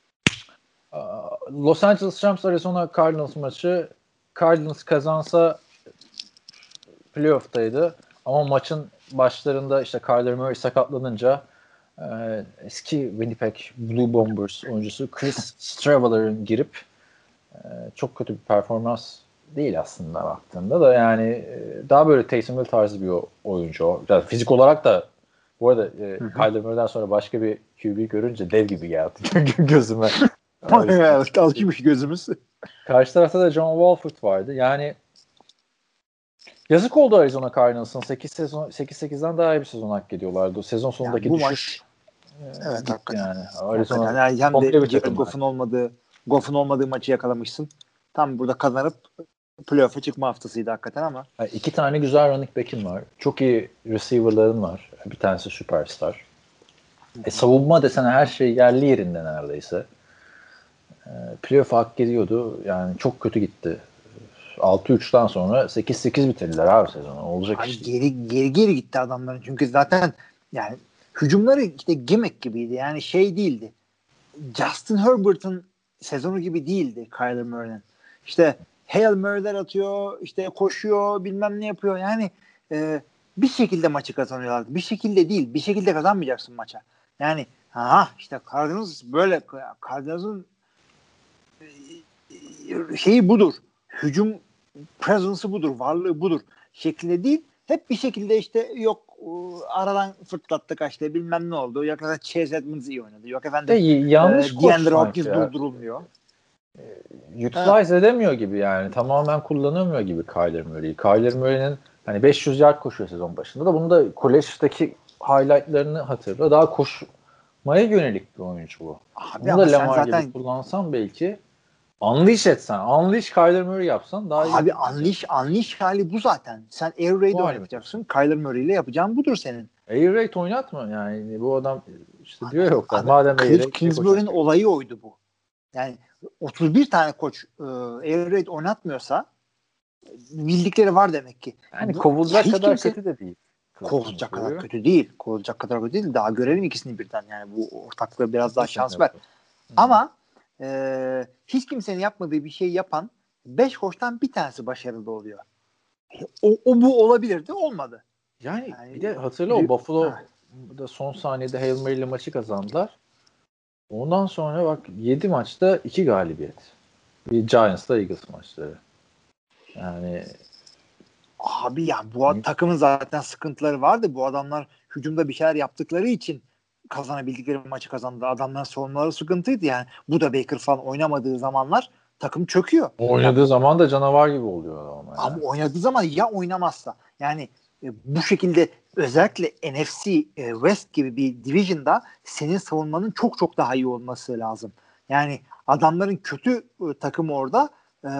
Los Angeles Rams Arizona Cardinals maçı. Cardinals kazansa playoff'taydı. Ama maçın başlarında işte Kyler Murray sakatlanınca eski Winnipeg Blue Bombers oyuncusu Chris Straveler'ın girip çok kötü bir performans değil aslında baktığında da, yani daha böyle Taysom Hill tarzı bir oyuncu o. Yani fizik olarak da bu arada Kyler Murray'den sonra başka bir QB görünce dev gibi geldi gözüme. Evet, alışmış gözümüz. Karşı tarafta da John Wolford vardı. Yani yazık oldu Arizona Cardinals'ın. 8-8'den daha iyi bir sezon hak ediyorlardı. O sezon sonundaki yani bu düşüş. Evet, hakikaten. Yani Arizona yani hem komple de bir Jared Goff'un olmadığı maçı yakalamışsın. Tam burada kazanıp playoff'a çıkma haftasıydı hakikaten ama. Yani 2 tane güzel running back'in var. Çok iyi receiver'ların var. Bir tanesi süperstar. Savunma desen her şey yerli yerinde neredeyse. Playoff hak ediyordu. Yani çok kötü gitti. 6-3'ten sonra 8-8 bitirdiler abi sezonu. Olacak Abi iş geri gitti adamların. Çünkü zaten yani hücumları işte gimmick gibiydi. Yani değildi. Justin Herbert'ın sezonu gibi değildi Kyler Murray'nin. İşte Hail Mary'ler atıyor, işte koşuyor, bilmem ne yapıyor. Yani bir şekilde maçı kazanıyorlardı. Bir şekilde değil. Bir şekilde kazanmayacaksın maça. Yani işte Cardinals'ın budur. Hücum presence'ı budur, varlığı budur şeklinde değil. Hep bir şekilde işte yok aradan fırtlattık işte bilmem ne oldu. Yok efendim Chase Edmonds iyi oynadı. Yok efendim yanlış koç DeAndre Hopkins durdurulmuyor. Utilize edemiyor gibi yani. Tamamen kullanamıyor gibi Kyler Murray'i. Kyler Murray'nin hani 500 yard koşuyor sezon başında da, bunu da kolejdeki highlightlarını hatırla. Daha koşmaya yönelik bir oyuncu bu. Abi bunu da Lamar zaten gibi kullansan belki, unleash etsen, unleash Kyler Murray yapsan daha iyi. Abi unleash hali bu zaten. Sen air raid oynayacaksın. Kyler Murray ile yapacağın budur senin. Air raid oynatma yani. Bu adam işte diyor yok. Madem Cliff Kingsbury'nin olayı oydu bu. Yani 31 tane koç air raid oynatmıyorsa bildikleri var demek ki. Yani kovulacak kadar kötü de değil. Kovulacak kadar kötü değil. Kovulacak kadar kötü değil. Daha görelim ikisini birden. Yani bu ortaklığa biraz daha şans ver. Ama hiç kimsenin yapmadığı bir şey yapan 5 koçtan bir tanesi başarılı oluyor. Bu olabilirdi. Olmadı. Yani bir de hatırla o Buffalo'da son saniyede Hail Mary ile maçı kazandılar. Ondan sonra bak 7 maçta 2 galibiyet. Bir Giants'la Eagles maçları. Yani abi ya bu takımın zaten sıkıntıları vardı. Bu adamlar hücumda bir şeyler yaptıkları için kazanabildikleri maçı kazandı. Adamların savunmaları sıkıntıydı yani. Bu da Baker falan oynamadığı zamanlar takım çöküyor. Oynadığı zaman da canavar gibi oluyor ama. Ama oynadığı zaman ya oynamazsa. Yani bu şekilde özellikle NFC West gibi bir division'da senin savunmanın çok çok daha iyi olması lazım. Yani adamların kötü takımı orada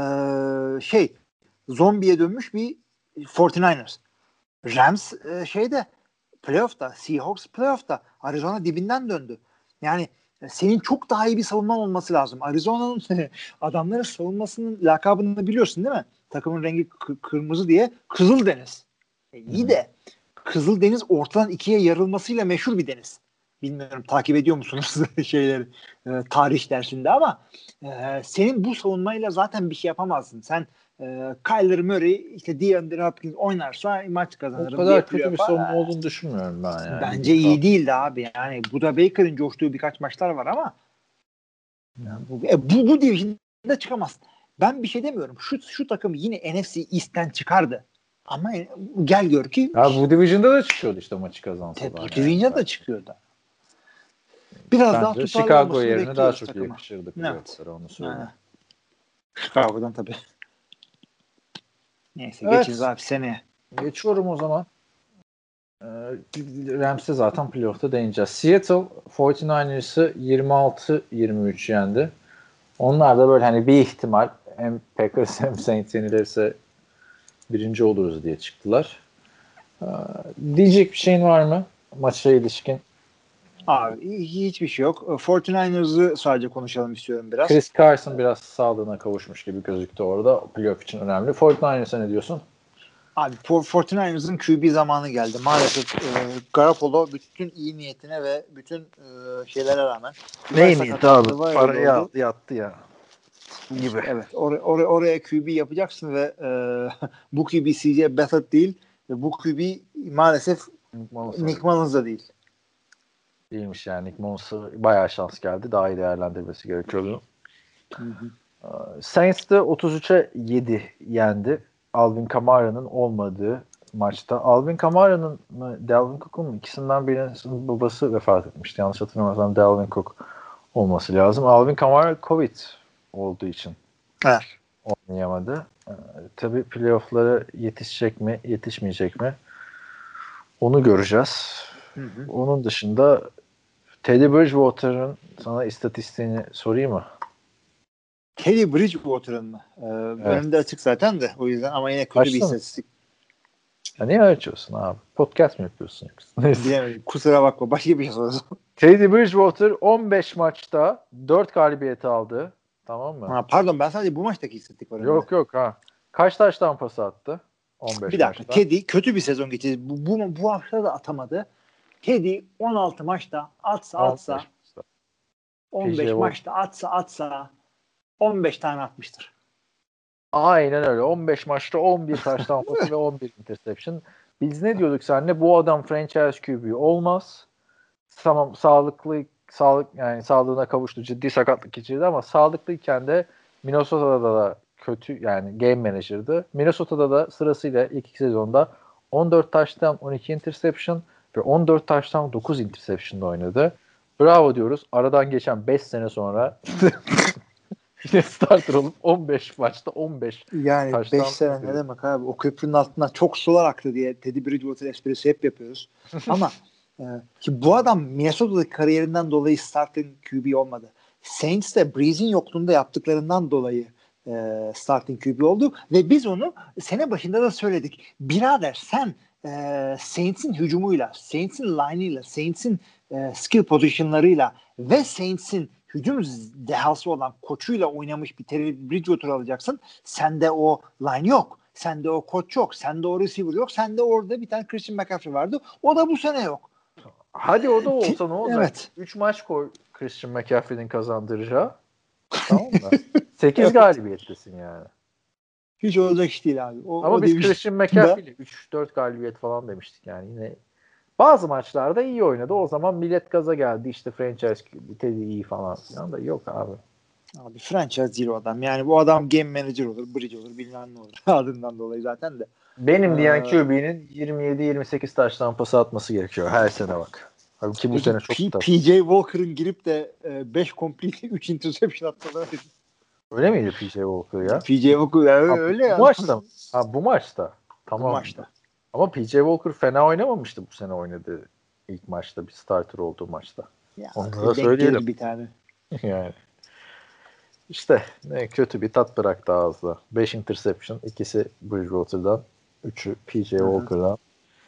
zombiye dönmüş bir 49ers. Rams playoff'ta, Seahawks playoff'ta, Arizona dibinden döndü. Yani senin çok daha iyi bir savunman olması lazım. Arizona'nın adamların savunmasının lakabını biliyorsun değil mi? Takımın rengi kırmızı diye Kızıldeniz. İyi de Kızıldeniz ortadan ikiye yarılmasıyla meşhur bir deniz. Bilmiyorum takip ediyor musunuz tarih dersinde ama senin bu savunmayla zaten bir şey yapamazsın. Sen Kyler Murray işte DeAndre Hopkins oynarsa maç kazanır. O kadar kötü bir savunma olduğunu düşünmüyorum ben yani. Bence iyi değildi abi. Yani bu da Baker'ın coştuğu birkaç maçlar var ama bu division'da çıkamaz. Ben bir şey demiyorum. Şu takım yine NFC East'ten çıkardı. Ama gel gör ki ya bu division'da da çıkıyordu işte maçı kazansa. Bu division'da da çıkıyordu. Biraz daha Bence tutarlı Chicago olmasını yerine daha bekliyoruz çok takıma. yakışırdı Evet. playoff'lara, onu söyleyeyim. Yani. Chicago'dan tabii. Neyse Evet. geçiniz abi seneye. Geçiyorum o zaman. Rams'e zaten playoff'ta değineceğiz. Seattle 49ers'ı 26-23 yendi. Onlar da böyle hani bir ihtimal hem Packers hem Saints yenilirse birinci oluruz diye çıktılar. Diyecek bir şeyin var mı maça ilişkin? Abi hiçbir şey yok. 49ers'ı sadece konuşalım istiyorum biraz. Chris Carson biraz sağlığına kavuşmuş gibi gözüktü orada. Playoff için önemli. 49ers'a ne diyorsun? Abi 49ers'ın QB zamanı geldi. Maalesef Garoppolo bütün iyi niyetine ve bütün şeylere rağmen Neyi niyeti abi? Parayı aldı yattı ya. Gibi. Evet. Oraya QB yapacaksın ve bu QB CJ Beathard değil ve bu QB maalesef Nick Mullins da değil. Değilmiş yani. Nick Mulls'a bayağı şans geldi. Daha iyi değerlendirmesi gerekiyordu. Saints de 33'e 7 yendi. Alvin Kamara'nın olmadığı maçta. Alvin Kamara'nın mı Dalvin Cook'un mu? İkisinden birinin babası vefat etmişti. Yanlış hatırlamıyorsam Dalvin Cook olması lazım. Alvin Kamara Covid olduğu için Evet. oynayamadı. Tabii playoff'lara yetişecek mi, yetişmeyecek mi? Onu göreceğiz. Onun dışında Teddy Bridgewater'ın sana istatistiğini sorayım mı? Teddy Bridgewater'ın mı? Evet. Önümde açık zaten de o yüzden ama yine kötü Açtı bir mı? istatistik. Ya niye açıyorsun abi? Podcast mı yapıyorsun yoksa? Bilemedim. Kusura bakma. Başka bir şey soracağım. Teddy Bridgewater 15 maçta 4 galibiyet aldı. Tamam mı? Ha, pardon ben sadece bu maçtaki istatistik var. Yok ha. Kaç taştan pas attı? 15 bir dakika. maçta. Teddy kötü bir sezon geçirdi. Bu hafta da atamadı. Teddy 16 maçta atsa 15 maçta atsa 15 tane atmıştır. Aynen öyle. 15 maçta 11 taştan pası ve 11 interception. Biz ne diyorduk seninle? Bu adam franchise QB olmaz. Tamam sağlık yani sağlığına kavuştu. Ciddi sakatlık geçirdi ama sağlıklıyken de Minnesota'da da kötü yani game manager'dı. Minnesota'da da sırasıyla ilk iki sezonda 14 touchdown, 12 interception ve 14 touchdown, 9 interception'da oynadı. Bravo diyoruz. Aradan geçen 5 sene sonra yine starter olup 15 maçta 15 yani 5 sene ne demek abi? O köprünün altından çok sular aktı diye Teddy Bridgewater esprisi hep yapıyoruz. Ama ki bu adam Minnesota'daki kariyerinden dolayı starting QB olmadı. Saints de Breeze'in yokluğunda yaptıklarından dolayı starting QB oldu ve biz onu sene başında da söyledik. Birader sen Saints'in hücumuyla, Saints'in line'ıyla, Saints'in skill pozisyonlarıyla ve Saints'in hücum dehası olan koçuyla oynamış bir Teddy Bridgewater alacaksın. Sende o line yok. Sende o koç yok. Sende o receiver yok. Sende orada bir tane Christian McCaffrey vardı. O da bu sene yok. Hadi o da olsa ne olacak? Evet. 3 maç koy Christian McCaffrey'nin kazandıracağı. Tamam mı? 8 galibiyettesin yani. Hiç olacak iş değil abi. Ama biz Christian McCaffrey'le 3-4 galibiyet falan demiştik yani. Yine bazı maçlarda iyi oynadı. O zaman millet gaza geldi. İşte franchise Teddy iyi falan filan da yok abi. Abi franchise zero adam. Yani bu adam game manager olur, bridge olur, bilmem ne olur. Adından dolayı zaten de. Benim diyen QB'nin 27-28 taştan pası atması gerekiyor. Her sene bak. Abi ki bu sene çok tutar. PJ Walker'ın girip de 5 complete 3 interception atmaları. Öyle miydi PJ Walker ya? PJ Walker öyle ya. Bu maçta mı? Ha bu maçta. Tamam. Bu maçta. Ama PJ Walker fena oynamamıştı bu sene oynadığı ilk maçta. Bir starter olduğu maçta. Ya, onu da söyleyelim. Bir tane. Yani. İşte ne kötü bir tat bıraktı ağızda. 5 interception, ikisi Bridgewater'dan, 3'ü PJ Walker'dan.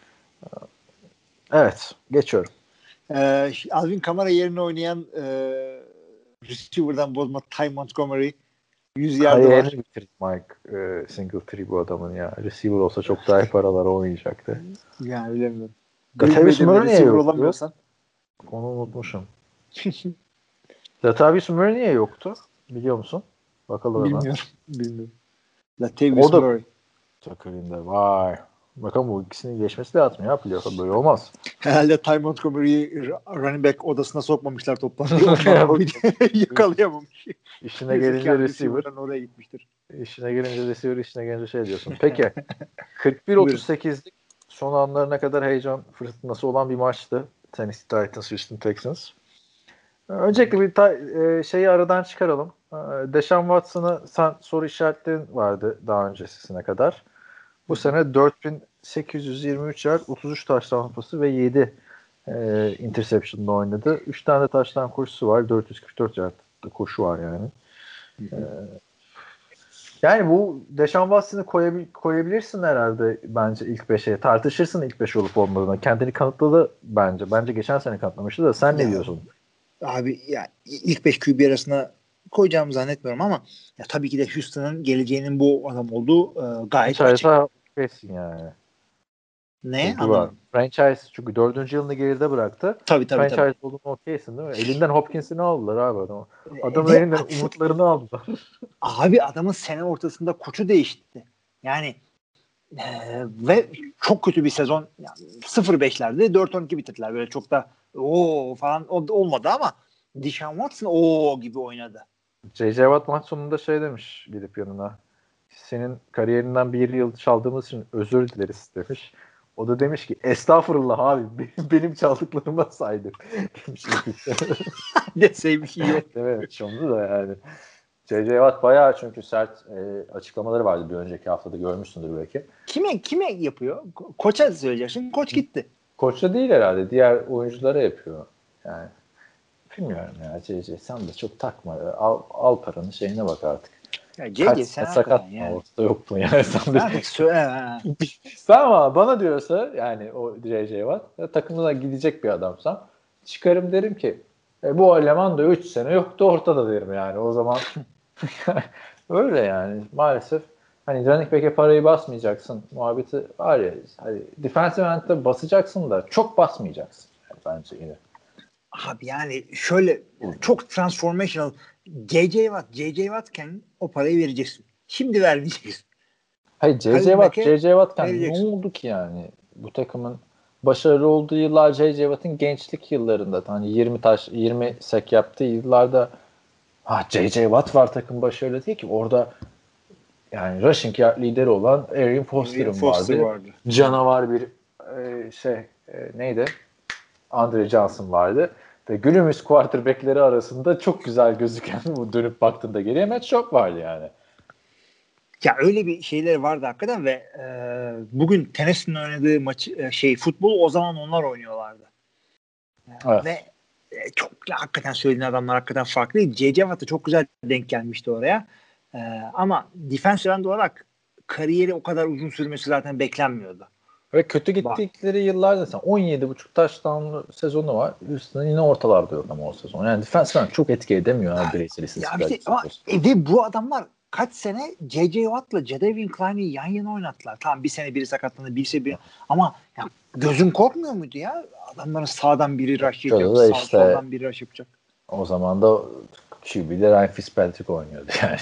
Evet, geçiyorum. Alvin Kamara yerine oynayan receiver'dan bozma Ty Montgomery 100 yardı var. Kariyerini bitirdi Mike Singletary bu adamın ya. Receiver olsa çok daha iyi paralara oynayacaktı. Yani bilemiyorum. Latavius Murray niye yoktu? Olamıyorsan. Onu unutmuşum. Latavius Murray niye yoktu? Biliyor musun? Bakalım hemen. Bilmiyorum. Latavius Murray. Takırında vay. Bakalım bu ikisinin geçmesi lazım ya. Playoff'a böyle olmaz. Herhalde Ty Montgomery'yi running back odasına sokmamışlar toplantıya. Yakalayamamış. İşine gelince receiver. Oraya gitmiştir. İşine gelince receiver, işine gelince şey diyorsun. Peki. 41-38'lik son anlarına kadar heyecan fırtınası olan bir maçtı. Tennessee Titans, Houston Texans. Öncelikle bir şeyi aradan çıkaralım. Deshaun Watson'a sen soru işaretlerin vardı daha öncesine kadar. Bu sene 4823 yard, 33 touchdown pası ve 7 interception'da oynadı. 3 tane de touchdown koşusu var. 444 yard koşu var yani. Yani bu Deshaun Watson'ı koyabilirsin herhalde bence ilk 5'e. Tartışırsın ilk 5 olup olmadığına. Kendini kanıtladı bence. Bence geçen sene kanıtlamıştı da sen ne diyorsun? Abi ya ilk 5 QB arasına koyacağımı zannetmiyorum ama ya tabii ki de Houston'ın geleceğinin bu adam olduğu gayet açık. Kesin yani. Ne? Anladım. Franchise çünkü 4. yılını geride bıraktı. Tabii. Franchise olduğunu okeysin değil mi? Elinden Hopkins'ini aldılar abi adamı. Adamın elinden umutlarını aldılar. Abi adamın sene ortasında koçu değişti. Yani ve çok kötü bir sezon. Yani 0-5'lerde 4-12 bitirdiler. Böyle çok da falan olmadı ama Deshaun Watson gibi oynadı. J.J. Watt maç sonunda şey demiş gidip yanına. Senin kariyerinden bir yıl çaldığımız için özür dileriz demiş. O da demiş ki estağfurullah abi benim çaldıklarıma saydım. Demiş. Deseymiş iyi yok. Evet onu da yani. J.J. Watt bayağı çünkü sert açıklamaları vardı bir önceki haftada görmüşsündür belki. Kime yapıyor? Koça söyleyeceksin. Koç gitti. Koçta değil herhalde. Diğer oyunculara yapıyor. Yani bilmiyorum ya J.J. sen de çok takma. Al paranın şeyine bak artık. Ya J.J. sen sakat yani. Ortada yok mu yani? Sen de sen ama bana diyorsa yani o J.J. Watt takımına gidecek bir adamsam çıkarım derim ki bu eleman da 3 sene yoktu ortada derim yani. O zaman öyle yani maalesef hani running back'e parayı basmayacaksın muhabbeti var ya hani defensive end'de basacaksın da çok basmayacaksın yani bence yine. Abi yani şöyle çok transformational J.J. Watt'ken o parayı vereceksin. Şimdi vermeyeceksin. Hayır J.J. Watt'ken ne oldu ki yani bu takımın başarılı olduğu yıllar J.J. Watt'ın gençlik yıllarında hani 20 sek yaptığı yıllarda J.J. Watt var takım başarılı değil ki orada yani rushing yard lideri olan Arian Foster'ın vardı. Canavar bir neydi? Andre Johnson vardı. Ve günümüz quarterback'leri arasında çok güzel gözüken bu dönüp baktığında geriye Matt Schaub vardı yani. Ya öyle bir şeyler vardı hakikaten ve bugün Tennessee'nin oynadığı futbol o zaman onlar oynuyorlardı. Evet. Ve çok hakikaten söylediğin adamlar hakikaten farklı. J.J. Watt'a çok güzel denk gelmişti oraya. Ama defensive end olarak kariyeri o kadar uzun sürmesi zaten beklenmiyordu. Ve kötü gittikleri yıllarda 17,5 touchdown sezonu var. Üstüne yine ortalarda yok ama o sezon. Yani defensive end çok etki edemiyor abi bireysel istatistikler. Ve bu adamlar kaç sene J.J. Watt'la Jadeveon Clowney'i yan yana oynattılar. Tamam bir sene biri sakatlandı, birisi bir ama ya, gözün korkmuyor muydu ya? Adamların sağdan biri rush yapacak, soldan biri rush yapacak. O zaman da QB'de Ryan Fitzpatrick oynuyordu yani.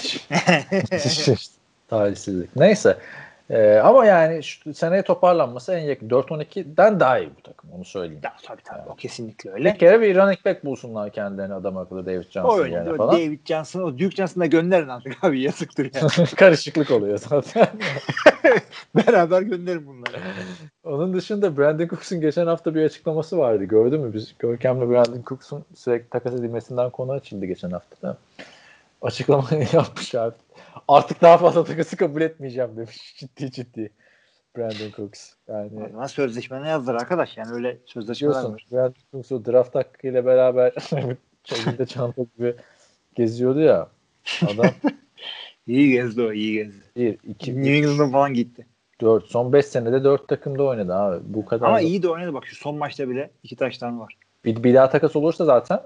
Talihsizlik. Neyse. Ama yani şu seneye toparlanması en yakın 4-12'den daha iyi bu takım. Onu söyleyeyim. Tabii. Yani. O kesinlikle öyle. Bir kere bir running back bulsunlar kendilerine adam akıllı David Johnson yerine falan. David Johnson, o Duke Johnson'ı da gönderin artık abi. Yazıktır yani. Karışıklık oluyor zaten. Beraber gönderin bunları. Onun dışında Brandon Cooks'un geçen hafta bir açıklaması vardı. Gördün mü? Biz Görkem'le Brandon Cooks'un sürekli takas edilmesinden konu açıldı geçen hafta da. Açıklamayı yapmış abi. Artık daha fazla takası kabul etmeyeceğim demiş. Ciddi. Brandon Cooks. Yani nasıl sözleşme ne yazdır arkadaş? Yani öyle sözleşmeler var. Brandon Cooks o draft hakkıyla beraber elinde çanta gibi geziyordu ya. Adam iyi gezdi. 1, 2, New England'a falan gitti. 4. Son 5 senede 4 takımda oynadı abi. Bu kadar. Ama iyi de oynadı bak şu son maçta bile 2 taştan var. Bir daha takas olursa zaten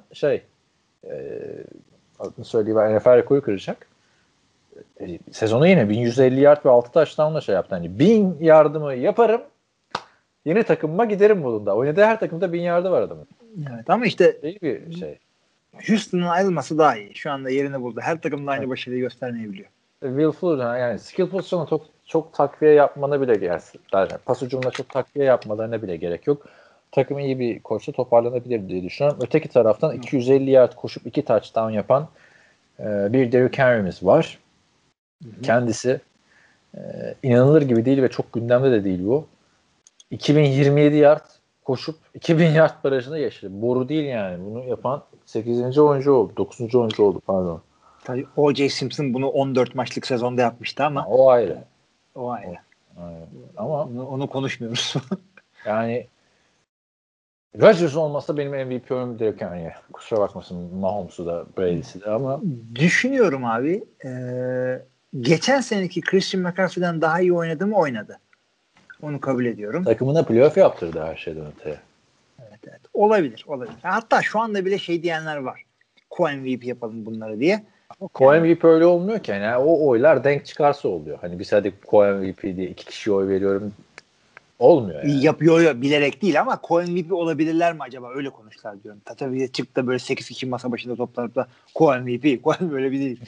adını söyleyeyim NFL rekoru kıracak. Sezonu yine 1150 yard ve 6 taştanla yaptı. Hani 1000 yardımı yaparım. Yeni takımıma giderim bununda. Oynadığı her takımda 1000 yardı var adamın. Evet ama işte iyi bir şey. Houston'ın ayrılması daha iyi. Şu anda yerini buldu. Her takımda aynı başarıyı göstermeyebiliyor. Will Fuller yani skill pozisyonuna çok takviye yapmana bile gelsin. Pas hücumuna çok takviye yapmalarına bile gerek yok. Takım iyi bir koçla toparlanabilir diye düşünüyorum. Öteki taraftan 250 yard koşup 2 touchdown yapan bir Derrick Henry'miz var. Kendisi inanılır gibi değil ve çok gündemde de değil bu. 2027 yard koşup 2000 yard barajına geçti. Boru değil yani. Bunu yapan 8. oyuncu oldu. 9. oyuncu oldu pardon. Tabii O.J. Simpson bunu 14 maçlık sezonda yapmıştı ama. O ayrı. O ayrı. Aynen. Ama onu konuşmuyoruz. yani Rodgers olmasa benim MVP'm direkt yani. Kusura bakmasın Mahomes'u da Brady'si de ama düşünüyorum abi. Geçen seneki Christian McCaffrey'den daha iyi oynadı mı? Oynadı. Onu kabul ediyorum. takımına playoff yaptırdı her şeyden öteye. Evet. Olabilir. Hatta şu anda bile şey diyenler var. Co-MVP yapalım bunları diye. Co-MVP öyle olmuyor ki. Yani o oylar denk çıkarsa oluyor. Hani biz hadi Co-MVP diye 2 kişiye oy veriyorum. Olmuyor yani. Yapıyor bilerek değil ama co-MVP olabilirler mi acaba? Öyle konuştular diyorum. Tabii çıktı da böyle 8 kişi masa başında toplanıp da co-MVP öyle bir değil.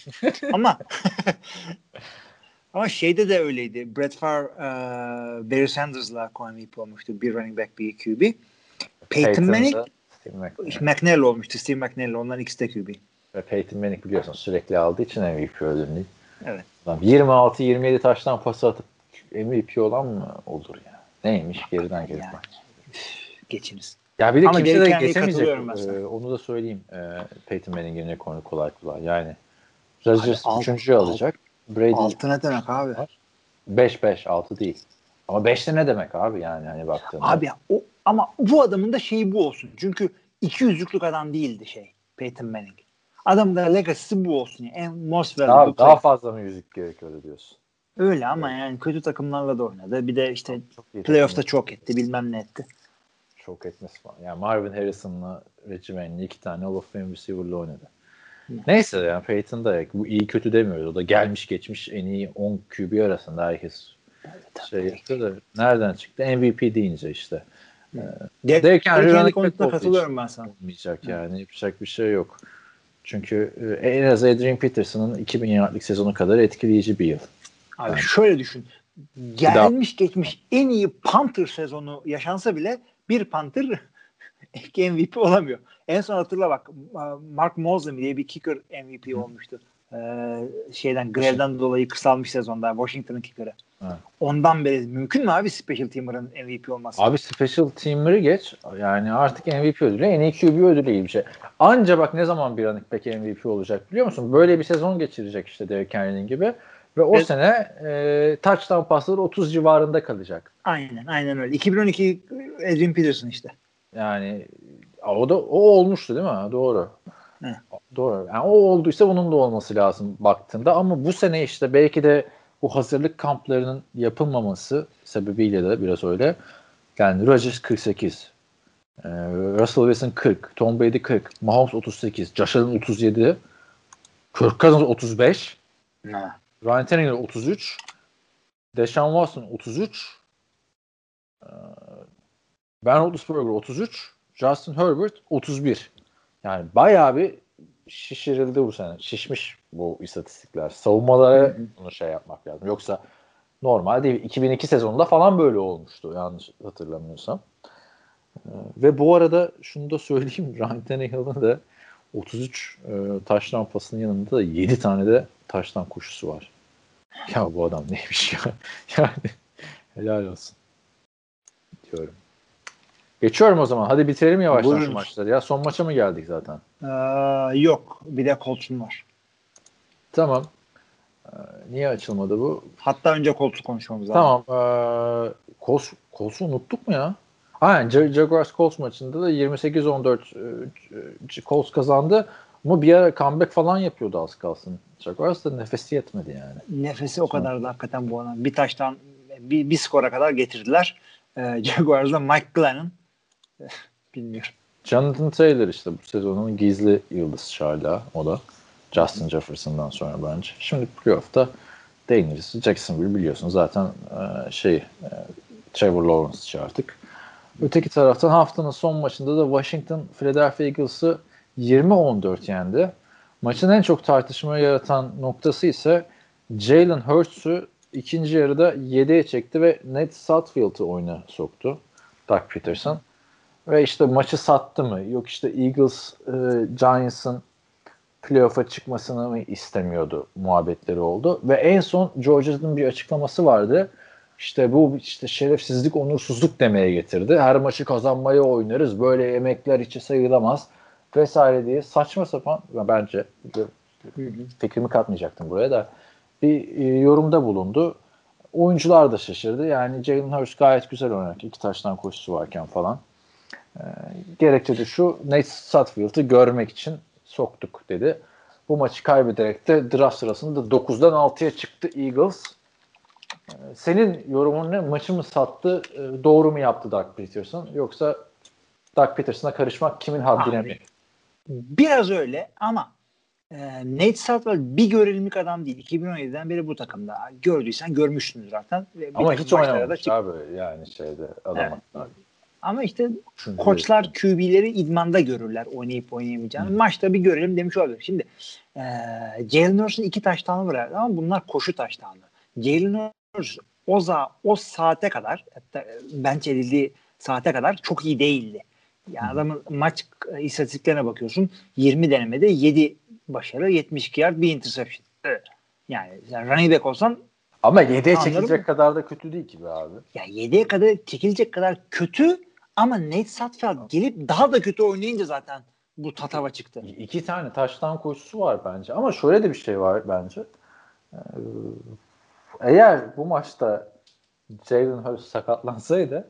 ama şeyde de öyleydi. Brett Favre Barry Sanders'la co-MVP olmuştu. Bir running back, bir QB. Peyton Manning McNair olmuştu. Steve McNair. Onların ikisi de QB. Ve Peyton Manning biliyorsun sürekli aldığı için MVP ödülünü. Evet. 26-27 taştan pası atıp MVP olan mı olur ya? Neymiş geriden gelip bak. Geçiniz. Ya bir de ama kimse de geçemeyecek. Onu da söyleyeyim. Peyton Manning'in rekorunu kolay. Yani Rodgers 3. alacak. Brady 6 ne demek abi? 5 6 değil. Ama 5'te ne demek abi yani hani baktığında. Abi ama bu adamın da şeyi bu olsun. Çünkü 200'lük adam değildi Peyton Manning. Adamın da legacy'si bu olsun. Yani. En most valuable daha fazla mı yüzük gerekiyordu diyorsun? Öyle ama yani kötü takımlarla da oynadı. Bir de işte playoff'ta çok etti. Bilmem ne etti. Çok etmesi falan. Yani Marvin Harrison'la Reggie Mann'le 2 tane Hall of Fame receiver'la oynadı. Neyse yani Peyton da bu iyi kötü demiyoruz. O da gelmiş geçmiş en iyi 10 QB arasında herkes yapıyor da nereden çıktı? MVP deyince işte. Derrick Henry konusunda katılıyorum ben sana. Olmayacak yani. Yapacak bir şey yok. Çünkü en az Adrian Peterson'ın 2000 yardlık sezonu kadar etkileyici bir yıl. Abi yani. Şöyle düşün. Gelmiş geçmiş en iyi punter sezonu yaşansa bile bir punter MVP olamıyor. En son hatırla bak Mark Mosley diye bir kicker MVP olmuştu. Grevden dolayı kısalmış sezonda Washington'ın kicker'ı. Ondan beri mümkün mü abi special teamer'ın MVP olması? Abi special teamer'ı geç. Yani artık MVP ödülü en iyi QB ödülü iyi bir şey. Anca bak ne zaman bir running back MVP olacak biliyor musun? Böyle bir sezon geçirecek işte Derrick Henry'nin gibi. Ve o sene touchdown pasları 30 civarında kalacak. Aynen öyle. 2012 Adrian Peterson işte. Yani o olmuştu değil mi? Doğru. Hı. Doğru. Yani o olduysa bunun da olması lazım baktığında ama bu sene işte belki de bu hazırlık kamplarının yapılmaması sebebiyle de biraz öyle. Yani Rodgers 48, Russell Wilson 40, Tom Brady 40, Mahomes 38, Josh Allen 37, Kirk Cousins 35, Ryan Tannehill 33, Deshaun Watson 33, Ben Roethlisberger 33, Justin Herbert 31. Yani bayağı bir şişirildi bu sene. Şişmiş bu istatistikler. Savunmalara bunu yapmak lazım. Yoksa normal değil. 2002 sezonunda falan böyle olmuştu yanlış hatırlamıyorsam. Ve bu arada şunu da söyleyeyim. Ryan Tannehill'ın da 33 taştan pasının yanında da 7 tane de taştan koşusu var. Ya bu adam neymiş ya. Yani helal olsun diyorum. Geçiyorum o zaman. Hadi bitirelim yavaştan şu maçları. Ya son maça mı geldik zaten? Yok. Bir de Colts'un var. Tamam. Niye açılmadı bu? Hatta önce Colts'u konuşmamız lazım. Tamam. Colts'u unuttuk mu ya? Aynen. Jaguars Colts maçında da 28-14 Colts kazandı. Ama bir ara comeback falan yapıyordu az kalsın. Jaguars da nefesi yetmedi yani. Nefesi o kadar da hakikaten bu ana. Bir taştan bir skora kadar getirdiler. Jaguars'da Mike Glennon bilmiyorum. Jonathan Taylor işte bu sezonun gizli yıldızı hala o da. Justin Jefferson'dan sonra bence. Şimdi playoff'ta değiniriz. Jacksonville biliyorsun zaten Trevor Lawrence artık. Öteki taraftan haftanın son maçında da Washington Philadelphia Eagles'ı 20-14 yendi. Maçın en çok tartışma yaratan noktası ise Jalen Hurts'u ikinci yarıda 7'ye çekti ve Nate Sudfeld'ı oyuna soktu. Doug Peterson. Ve işte maçı sattı mı? Yok işte Eagles Giants'ın playoff'a çıkmasını mı istemiyordu muhabbetleri oldu. Ve en son Georgia'nın bir açıklaması vardı. İşte bu işte şerefsizlik, onursuzluk demeye getirdi. Her maçı kazanmaya oynarız. Böyle emekler içi sayılamaz vesaire diye saçma sapan, bence fikrimi katmayacaktım buraya da, bir yorumda bulundu. Oyuncular da şaşırdı. Yani Jalen Hurts gayet güzel oynadı. 2 taştan koşusu varken falan. Gerekçe de şu: Nate Sudfeld'ı görmek için soktuk dedi. Bu maçı kaybederek de draft sırasında 9'dan 6'ya çıktı Eagles. Senin yorumun ne? Maçı mı sattı? Doğru mu yaptı Doug Peterson? Yoksa Doug Peterson'a karışmak kimin haddine mi? Biraz öyle ama Nate Sudfeld bir görünümlük adam değil. 2017'den beri bu takımda. Gördüysen görmüşsündür zaten. Ama hiç oynamamış abi yani şeyde adamlar. Evet. Ama işte koçlar QB'leri idmanda görürler oynayıp oynayamayacağını. Maçta bir görelim demiş olabilir. Şimdi Jalen Hurts'un 2 taştanı var ama bunlar koşu taştanı. Jalen Hurts o saate kadar, hatta bench edildiği saate kadar çok iyi değildi. Yani adamın maç istatistiklerine bakıyorsun. 20 denemede 7 başarı, 72 yard, bir interception. Yani sen running back olsan ama 7'ye çekilecek kadar da kötü değil ki be abi. Ya 7'ye kadar çekilecek kadar kötü ama Nate Sudfeld gelip daha da kötü oynayınca zaten bu tatava çıktı. 2 tane taştan koşusu var bence. Ama şöyle de bir şey var bence. Eğer bu maçta Jalen Hurts sakatlansaydı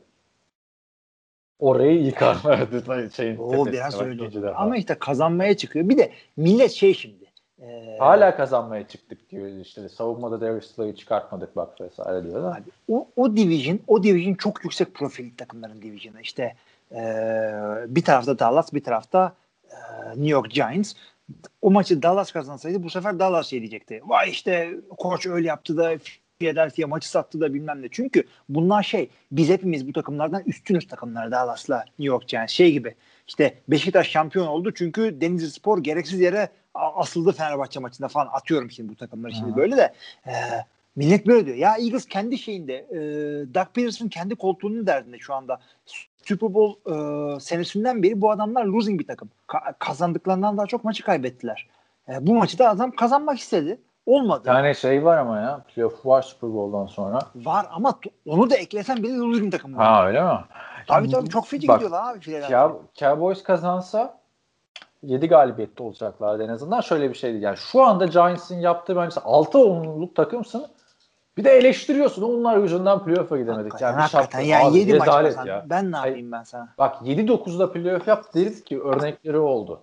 orayı yıkarlardı. O biraz öyle. Ama işte kazanmaya çıkıyor. Bir de millet şimdi. Hala kazanmaya çıktık diyor. İşte savunmada Darius Slay'ı çıkartmadık bak vesaire diyorlar. O division çok yüksek profil takımların division'ı. İşte bir tarafta Dallas, bir tarafta New York Giants. O maçı Dallas kazansaydı bu sefer Dallas diyecekti. Vay işte koç öyle yaptı da Philadelphia maçı sattı da bilmem ne. Çünkü bunlar biz hepimiz bu takımlardan üstünüz takımlar, Dallas'la New York Giants gibi. İşte Beşiktaş şampiyon oldu çünkü Denizlispor gereksiz yere asıldı Fenerbahçe maçında falan, atıyorum şimdi bu takımları şimdi böyle de. Millet böyle diyor. Ya Eagles kendi şeyinde Doug Peterson kendi koltuğunun derdinde şu anda. Super Bowl senesinden beri bu adamlar losing bir takım. Kazandıklarından daha çok maçı kaybettiler. Bu maçı da adam kazanmak istedi. Olmadı. Yani var ama ya. Playoff var Super Bowl'dan sonra. Var ama onu da eklesen bile losing takım. Ha öyle mi? Tabii çok feci gidiyorlar abi. Cowboys kazansa 7 galibiyette olacaklardı en azından. Şöyle bir şeydi. Yani şu anda Giants'ın yaptığı bence 6-10'luk takımsın. Bir de eleştiriyorsun. Onlar yüzünden playoff'a gidemedik. Hakikaten. Yani 7 maç kazandı. Ya. Ben ne yapayım ben sana? Bak 7-9'da playoff yap deriz ki örnekleri oldu.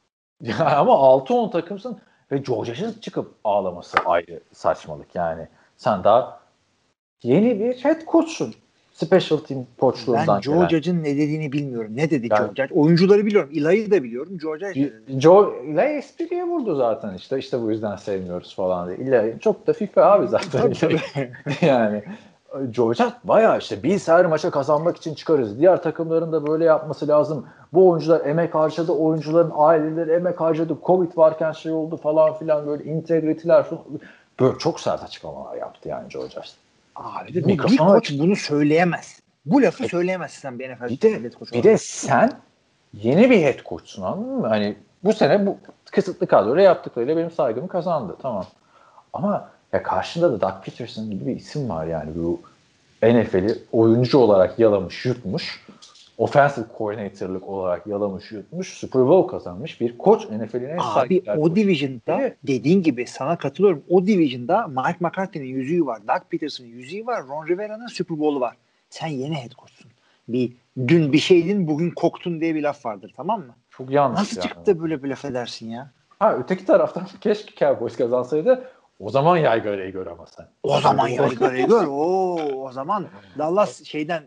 Ama 6-10 takımsın ve Georgia'nın çıkıp ağlaması ayrı saçmalık yani. Sen daha yeni bir head coach'sun. Special team koçluğundan ben Joe Judge'ın ne dediğini bilmiyorum. Ne dedi Joe Judge? Oyuncuları biliyorum. Eli'yi de biliyorum. Joe Judge Eli espriye vurdu zaten işte. İşte bu yüzden sevmiyoruz falan diye. Eli çok da FIFA abi zaten. Yani Joe Judge bayağı işte biz her maça kazanmak için çıkarız. Diğer takımların da böyle yapması lazım. Bu oyuncular emek harcadı. Oyuncuların aileleri emek harcadı. Covid varken oldu falan filan, böyle integrity'ler böyle çok sert açıklamalar yaptı yani Joe Judge. Abi de bir koç bunu söyleyemez. Bu lafı söyleyemezsin sen bir NFL head coach. Bir de sen yeni bir head coach'sun, anladın mı? Hani bu sene bu kısıtlı kadroyla yaptıklarıyla benim saygımı kazandı. Tamam. Ama ya karşında da Doug Peterson gibi bir isim var yani. Bu NFL'i oyuncu olarak yalamış, yutmuş. Offensive coordinator'lık olarak yalamış, yutmuş. Super Bowl kazanmış bir koç. NFL'in en saygı. Abi o division'da dediğin gibi sana katılıyorum. O division'da Mike McCarthy'nin yüzüğü var. Doug Peterson'ın yüzüğü var. Ron Rivera'nın Super Bowl'u var. Sen yeni head coach'sun. Dün bir şeydin, bugün koktun diye bir laf vardır, tamam mı? Çok yanlış. Nasıl çıkıp da böyle bir laf edersin ya? Öteki taraftan keşke Cowboys kazansaydı. O zaman Yaygara'yı gör ama sen. O zaman Yaygara'yı gör. O zaman Dallas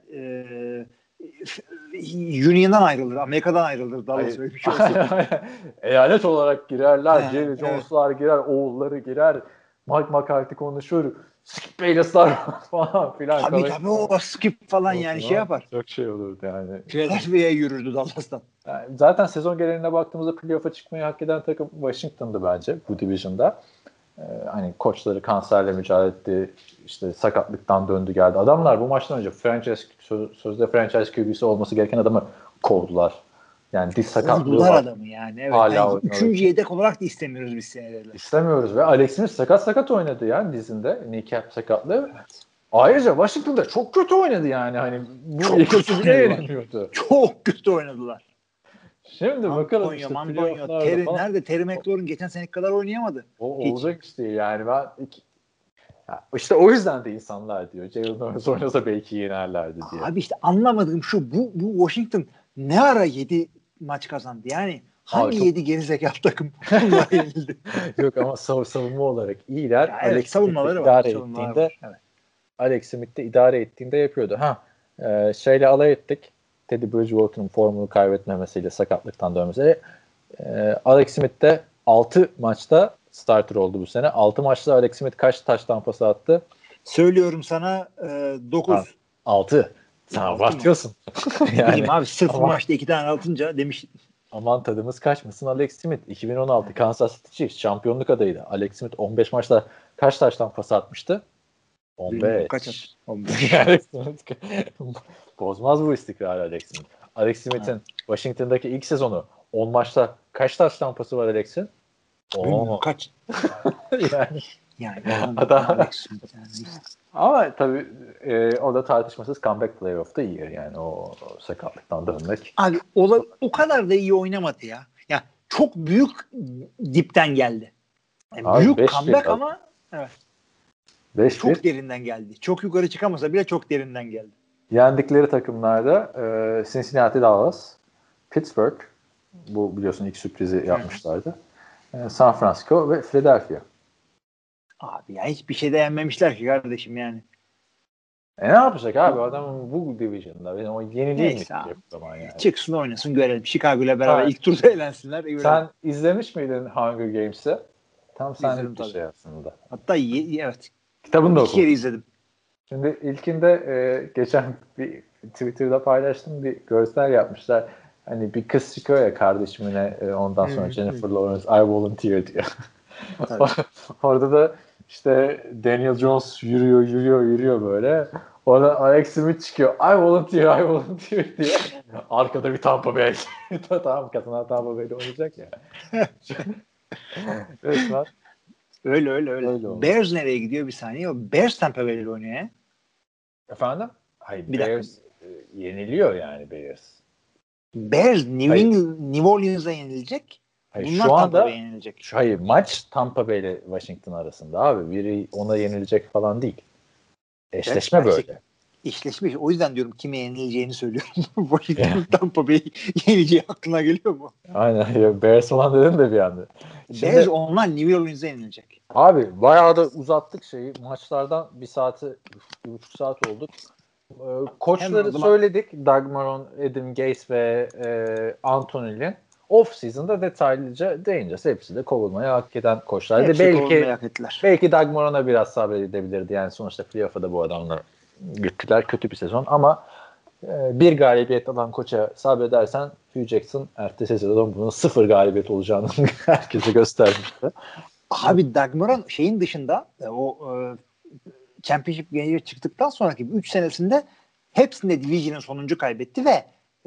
Union'dan ayrılır. Amerika'dan ayrılır. Dallas öyle bir şey olsun. Eyalet olarak girerler. Jerry Jones'lar girer. Oğulları girer. Mike McCarthy konuşur. Skip Bayless'lar falan filan. Tabii o skip falan yani yapar. Çok şey olurdu yani. Philadelphia'ya yürürdü Dallas'tan. Yani zaten sezon geneline baktığımızda playoff'a çıkmayı hak eden takım Washington'dı bence bu division'da. Hani koçları kanserle mücadele etti. İşte sakatlıktan döndü geldi. Adamlar bu maçtan önce sözde franchise QB'si olması gereken adamı kovdular. Yani diz sakatlığı var. Adamı yani. Evet. Hala üçüncü yedek olarak da istemiyoruz biz senelerle. İstemiyoruz ve Alex Smith sakat oynadı yani dizinde. Kneecap sakatlığı. Evet. Ayrıca Washington'da çok kötü oynadı yani. Hani bu Çok ikisi kötü bile oynadılar. yenilmiyordu. Çok kötü oynadılar. Şimdi bakalım Mantonio, işte Mantonio. playoff'larda falan. Nerede? Terry McLaurin geçen seneki kadar oynayamadı. O Hiç. olacak işte yani işte o yüzden de insanlar diyor. Jalen Hurts oynasa belki yenerlerdi diye. Abi işte anlamadığım şu bu Washington ne ara 7 maç kazandı? Yani hangi çok... 7 gerizekalı takım bunlar yenildi? Yok ama savunma olarak iyiler. Ya Alex savunmaları Smith'le var. idare Savunmaları ettiğinde var. Evet. Alex Smith'le idare ettiğinde yapıyordu. Şeyle alay ettik. Teddy Bridgewater'ın formunu kaybetmemesiyle sakatlıktan dönmesi. Alex Smith de 6 maçta starter oldu bu sene. 6 maçta Alex Smith kaç touchdown pası attı? Söylüyorum sana 9. 6. Sen abartıyorsun. Yani, bileyim abi sırf ama, maçta 2 tane atınca demiş. Aman tadımız kaçmasın. Alex Smith 2016 Kansas City Chiefs şampiyonluk adayıydı. Alex Smith 15 maçta kaç touchdown pası atmıştı? 15. Kaç at? 15. Alex Smith bozmaz bu istikrarı Alex Smith. Alex Smith'in Washington'daki ilk sezonu 10 maçta kaç touchdown pası var Alex'in? Kaç? yani adam, Alex Smith yani işte. Ama tabii o da tartışmasız comeback player of the year yani o sakatlıktan dönmek. Abi o kadar da iyi oynamadı ya. Ya çok büyük dipten geldi. Yani Abi, büyük comeback ama evet. 5-1. Çok derinden geldi. Çok yukarı çıkamasa bile çok derinden geldi. Yendikleri takımlarda Cincinnati, Dallas, Pittsburgh, bu biliyorsun ilk sürprizi yapmışlardı. San Francisco ve Philadelphia. Abi ya hiçbir şey de yenmemişler ki kardeşim yani. Ne yapacak abi adamın bu division'da o yeniliği mi zaman yani? Çıksın oynasın görelim. Chicago ile beraber ilk turda eğlensinler. Sen izlemiş miydin Hunger Games'i? Tam senlik bir şey aslında. Hatta evet. Kitabını da okudum. 2 kere izledim. Şimdi ilkinde geçen bir Twitter'da paylaştım bir görsel yapmışlar. Hani bir kız çıkıyor ya kardeşimine ondan sonra Jennifer Lawrence I volunteer diyor. Orada da işte Daniel Jones yürüyor böyle. Orada Alex Smith çıkıyor. I volunteer diye. Arkada bir Tampa Bay. Tamam kazanan Tampa Bay'de oynayacak ya. Resmen. Öyle. Bears nereye gidiyor bir saniye? O Bears Tampa Bay'de oynuyor ya. Efendim? Hayır Bears yeniliyor yani Bears. Bears New Orleans'a yenilecek. Hayır, bunlar şu anda Tampa Bay'e yenilecek. Maç Tampa Bay ile Washington arasında abi. Biri ona yenilecek falan değil. Eşleşme böyle. Eşleşme. O yüzden diyorum kime yenileceğini söylüyorum. Washington Tampa Bay yenileceği aklına geliyor mu? Aynen. Bears falan dedin de bir anda. Bears onlar New Orleans'a yenilecek. Abi bayağı da uzattık şeyi. Maçlardan 1,5 saat olduk. Koçları söyledik. Doug Marrone, Adam Gase ve Anthony Lynn. Off-season'da detaylıca değineceğiz. Hepsi de kovulmayı hak eden koçlardı. Belki Doug Marrone'a biraz sabredebilirdi. Yani sonuçta playoff'a da bu adamlar gittiler. Kötü bir sezon ama bir galibiyet alan koça sabredersen Hugh Jackson ertesi sezon bunun 0 galibiyet olacağını herkese göstermişti. Abi Doug Marrone şeyin dışında o Championship Game'e çıktıktan sonraki 3 senesinde hepsinde Division'ın sonuncu kaybetti ve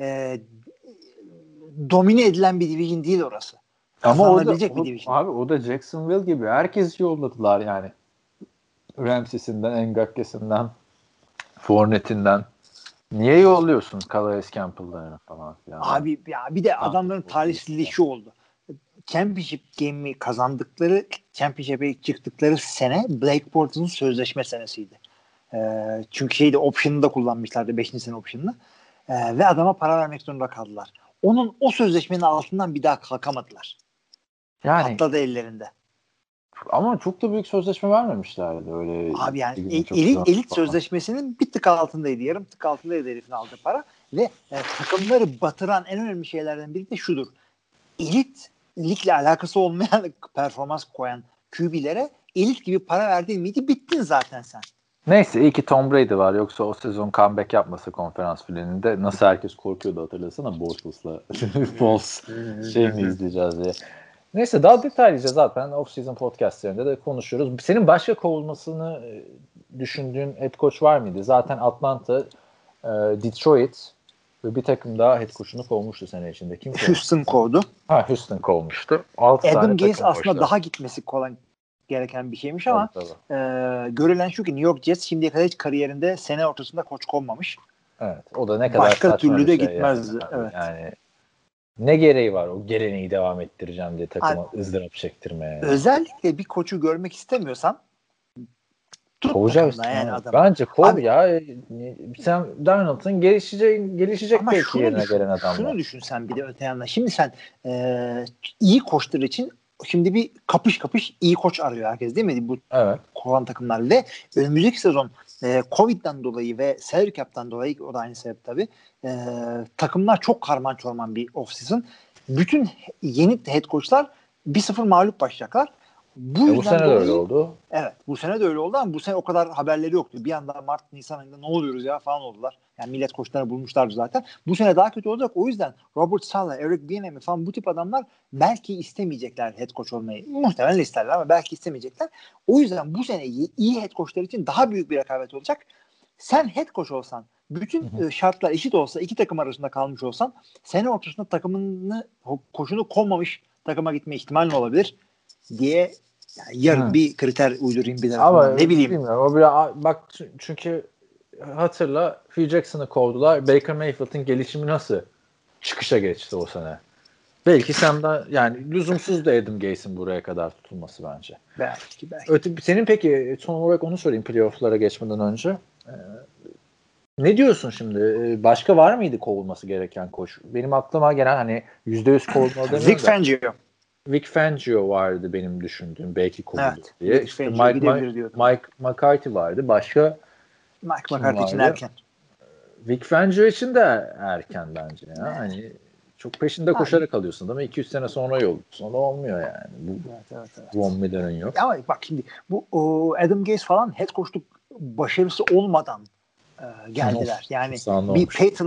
domine edilen bir division değil orası. Ama o da Jacksonville gibi herkesi yolladılar yani. Ramsey'sinden, Ngakke'sinden, Fournette'inden. Niye yolluyorsun Calais Campbell'larını falan filan? Abi ya bir de adamların talihsizliği şu oldu. Championship Game'i kazandıkları, Championship'e çıktıkları sene Blake Bortles'ın sözleşme senesiydi. Çünkü option'ını da kullanmışlardı 5. sene option'ını. Ve adama para vermek zorunda kaldılar. O sözleşmenin altından bir daha kalkamadılar. Yani patladı ellerinde. Ama çok da büyük sözleşme vermemişlerdi öyle. Abi yani elit sözleşmesinin bir tık altındaydı. Yarım tık altındaydı herifin aldığı para. Ve takımları batıran en önemli şeylerden biri de şudur. Elitlikle alakası olmayan performans koyan QB'lere elit gibi para verdiğin miydi bittin zaten sen. Neyse iyi ki Tom Brady var. Yoksa o sezon comeback yapmasa konferans finalinde nasıl herkes korkuyordu hatırlasana Bortles'la Foles mi izleyeceğiz diye. Neyse daha detaylıca zaten off-season podcastlerinde de konuşuyoruz. Senin başka kovulmasını düşündüğün head coach var mıydı? Zaten Atlanta, Detroit ve bir takım daha head coach'unu kovmuştu sene içinde. Kim Houston kovdu. Houston kovmuştu. Adam Gase aslında daha gitmesi kolay gereken bir şeymiş ama tabii. görülen şu ki New York Jets şimdiye kadar hiç kariyerinde sene ortasında koç konmamış. Evet. O da ne kadar Başka saçma türlü bir de şey gitmezdi. yani. Evet. Yani ne gereği var o geleneği devam ettireceğim diye takıma ızdırap çektirmeye. Yani. Özellikle bir koçu görmek istemiyorsan tut Kovacaksın takımda yani abi. adamı. Bence kov Abi, ya. Sam Darnold'un gelişecek ama belki yerine gelen adamlar. şunu düşünsen bir de öte yandan. Şimdi sen iyi koçlar için şimdi bir kapış iyi koç arıyor herkes değil mi? Bu Evet. kovan takımlar ve önümüzdeki sezon Covid'den dolayı ve salary cap'tan dolayı o da aynı sebep tabii. Takımlar çok karman çorman bir off-season. Bütün yeni head coachlar 1-0 mağlup başlayacaklar. Bu sene de öyle oldu. Evet. Bu sene de öyle oldu ama bu sene o kadar haberleri yoktu. Bir anda Mart, Nisan ayında ne oluyoruz ya falan oldular. Yani millet koçlarını bulmuşlardı zaten. Bu sene daha kötü olacak. O yüzden Robert Saleh, Eric Bieniemy falan bu tip adamlar belki istemeyecekler head coach olmayı. Muhtemelen isterler ama belki istemeyecekler. O yüzden bu sene iyi head coachlar için daha büyük bir rekabet olacak. Sen head coach olsan, bütün şartlar eşit olsa, iki takım arasında kalmış olsan sene ortasında takımını, koçunu konmamış takıma gitme ihtimalin olabilir diye yarın bir kriter uydurayım bir tarafından. Ama Ne bileyim. bilmiyorum. O biraz, bak çünkü hatırla Phil Jackson'ı kovdular. Baker Mayfield'ın gelişimi nasıl çıkışa geçti o sene? Belki Sam'da yani lüzumsuz da Adam Gase'in buraya kadar tutulması bence. Belki. Senin peki son olarak onu sorayım playoff'lara geçmeden önce. Ne diyorsun şimdi? Başka var mıydı kovulması gereken koç? Benim aklıma gelen hani %100 kovulmalı demiyorum Vic da. Fangio. Vic Fangio vardı benim düşündüğüm. Belki kovuldu Evet, diye. Vic İşte Fangio gidebilir diyordum. Mike McCarthy vardı. Başka Mike kim McCarthy için vardı? erken. Vic Fangio için de erken bence ya. Hani çok peşinde koşarak alıyorsun değil mi? 2-3 sene sonra yol. Sonra olmuyor yani. Bu evet. Von Miller'ın yok. Ama bak şimdi bu Adam Gase falan head coachluk başarısı olmadan geldiler. Yani bir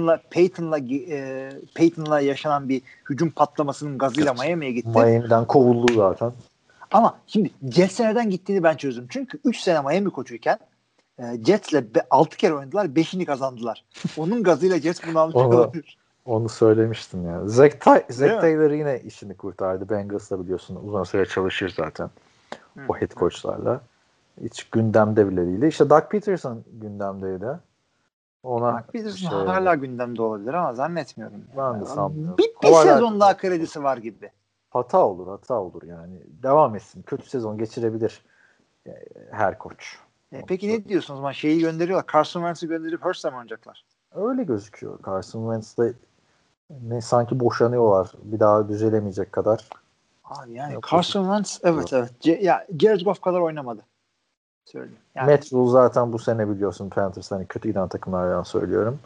Peyton'la yaşanan bir hücum patlamasının gazıyla Miami'ye gitti. Miami'den kovuldu zaten. Ama şimdi Jets'e neden gittiğini ben çözdüm. Çünkü 3 sene Miami koçuyken Jets'le 6 kere oynadılar. 5'ini kazandılar. Onun gazıyla Jets bunu almış olabilir. Onu söylemiştim ya. Zach Taylor yine işini kurtardı. Bengals'la biliyorsun uzun süre çalışır zaten. O head coachlarla. Hiç gündemde bile değil. İşte Doug Peterson gündemdeydi. Doug Peterson hala gündemde olabilir ama zannetmiyorum. Ben de sanmıyorum. Bir sezon daha kredisi var gibi. Hata olur yani. Devam etsin. Kötü sezon geçirebilir her koç. Peki ne diyorsunuz o zaman? Şeyi gönderiyorlar. Carson Wentz'i gönderip Hurst'la mı oynayacaklar? Öyle gözüküyor. Carson Wentz'le sanki boşanıyorlar. Bir daha düzelemeyecek kadar. Abi yani Carson Wentz evet. Jared Goff kadar oynamadı. Söyleyeyim. Yani, Matt Rule zaten bu sene biliyorsun Panthers hani kötü giden takımlardan söylüyorum.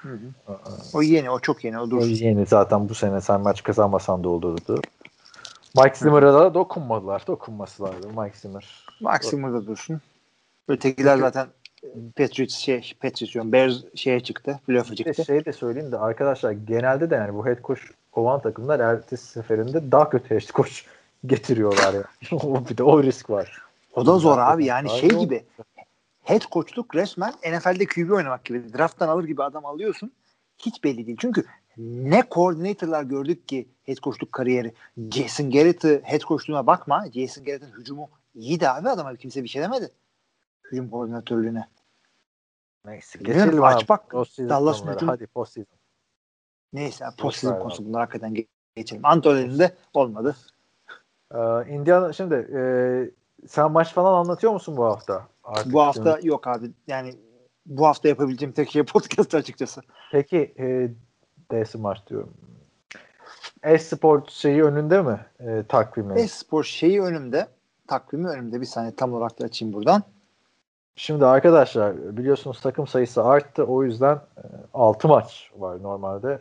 O yeni, o çok yeni. O yeni zaten bu sene sen maç kazanmasan da olurdu. Mike Zimmer'a da dokunması lazım Mike Zimmer. Mike Zimmer'da dursun. Ötekiler zaten Patriots diyorum. Bears çıktı. Playoff'a çıktı. Şey de söyleyeyim de arkadaşlar genelde de yani bu head coach kovan takımlar ertesi seferinde daha kötü head coach getiriyorlar yani. Bir de o risk var. O da zor abi yani gibi. Head coachluk resmen NFL'de QB oynamak gibi. Draft'tan alır gibi adam alıyorsun. Hiç belli değil. Çünkü ne koordinatörler gördük ki head coachluk kariyeri. Jason Garrett'ı head coachluğuna bakma. Jason Garrett'ın hücumu iyiydi abi adama. Kimse bir şey demedi. Hücum koordinatörlüğüne. Neyse. Geçelim aç bak. Dallas hücum. Hadi postseason. Neyse postseason konusu bunlar hakikaten geçelim. Anthony'nin de olmadı. Indiana şimdi sen maç falan anlatıyor musun bu hafta? Bu hafta yok abi. Yani bu hafta yapabileceğim tek şey podcast açıkçası. Peki DS maç diyorum. Esport şeyi önünde mi takvimi? Esport şeyi önümde. Takvimi önümde. Bir saniye tam olarak da açayım buradan. Şimdi arkadaşlar biliyorsunuz takım sayısı arttı. O yüzden 6 maç var normalde.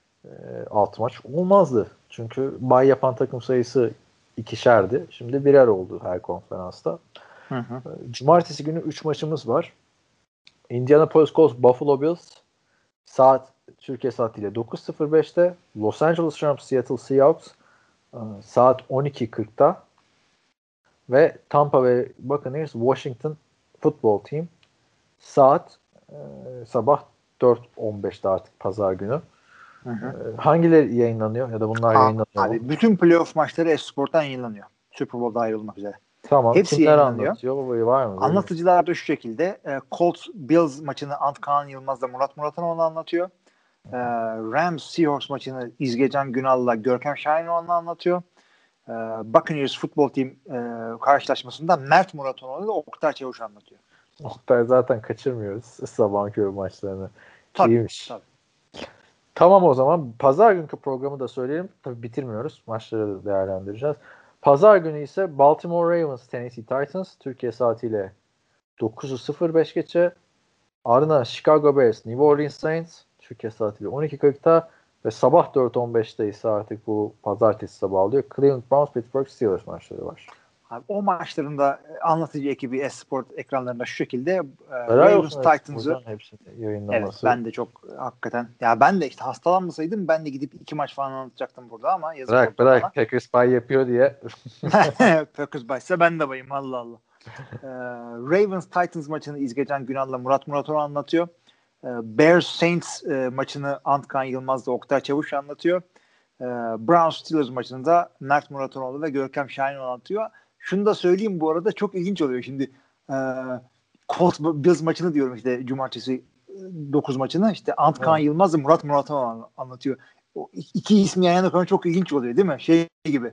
6 maç olmazdı. Çünkü bay yapan takım sayısı 2'şerdi. Şimdi birer oldu her konferansta. Cumartesi günü 3 maçımız var. Indianapolis Colts Buffalo Bills Türkiye saatiyle 9.05'te, Los Angeles Rams Seattle Seahawks saat 12.40'da ve Tampa Bay Buccaneers Washington Football Team saat sabah 4.15'te artık pazar günü. Hangileri yayınlanıyor ya da bunlar yayınlanıyor abi, bütün playoff maçları F-Sport'tan yayınlanıyor. Super Bowl'da ayrılmak üzere. Tamam. Hepsi Kimler yayınlanıyor. anlatıyor? Babayı var mı? Anlatıcılar da şu şekilde. Colts Bills maçını Antkan Yılmaz'la Murat Muratanoğlu anlatıyor. Rams Seahawks maçını İzgecan Günal'la Görkem Şahinoğlu anlatıyor. Buccaneers Football Team karşılaşmasında Mert Muratoğlu ile Oktay Çavuş anlatıyor. Oktay zaten kaçırmıyoruz sabahköy maçlarını. Tabii, İyiymiş. tabii. Tamam o zaman. Pazar günkü programı da söyleyelim. Tabii bitirmiyoruz. Maçları da değerlendireceğiz. Pazar günü ise Baltimore Ravens Tennessee Titans Türkiye saatiyle 9:05 geçe. Ardından Chicago Bears New Orleans Saints Türkiye saatiyle 12:40'ta ve sabah 4:15'te ise artık bu pazartesi sabahı oluyor. Cleveland Browns Pittsburgh Steelers maçları var. Abi, o maçların da anlatıcı ekibi Esport ekranlarında şu şekilde Ravens Titans'ı evet, ben de çok hakikaten ya ben de işte hastalanmasaydım ben de gidip 2 maç falan anlatacaktım burada ama yazık bırak Packers bay yapıyor diye. Packers baysa ben de bayım Allah Allah. Ravens Titans maçını İzgecan Günal'la Murat Muratoğlu anlatıyor. Bears Saints maçını Antkan Yılmaz'la Oktay Çavuş anlatıyor. Browns Steelers maçını da Mert Muratoğlu ve Görkem Şahinoğlu anlatıyor. Şunu da söyleyeyim bu arada çok ilginç oluyor şimdi. Colts Bills maçını diyorum işte cumartesi 9 maçını işte Antkan Yılmaz ve Murat Muratoğlu anlatıyor. O iki ismi yan yana koymak çok ilginç oluyor değil mi? Şey gibi.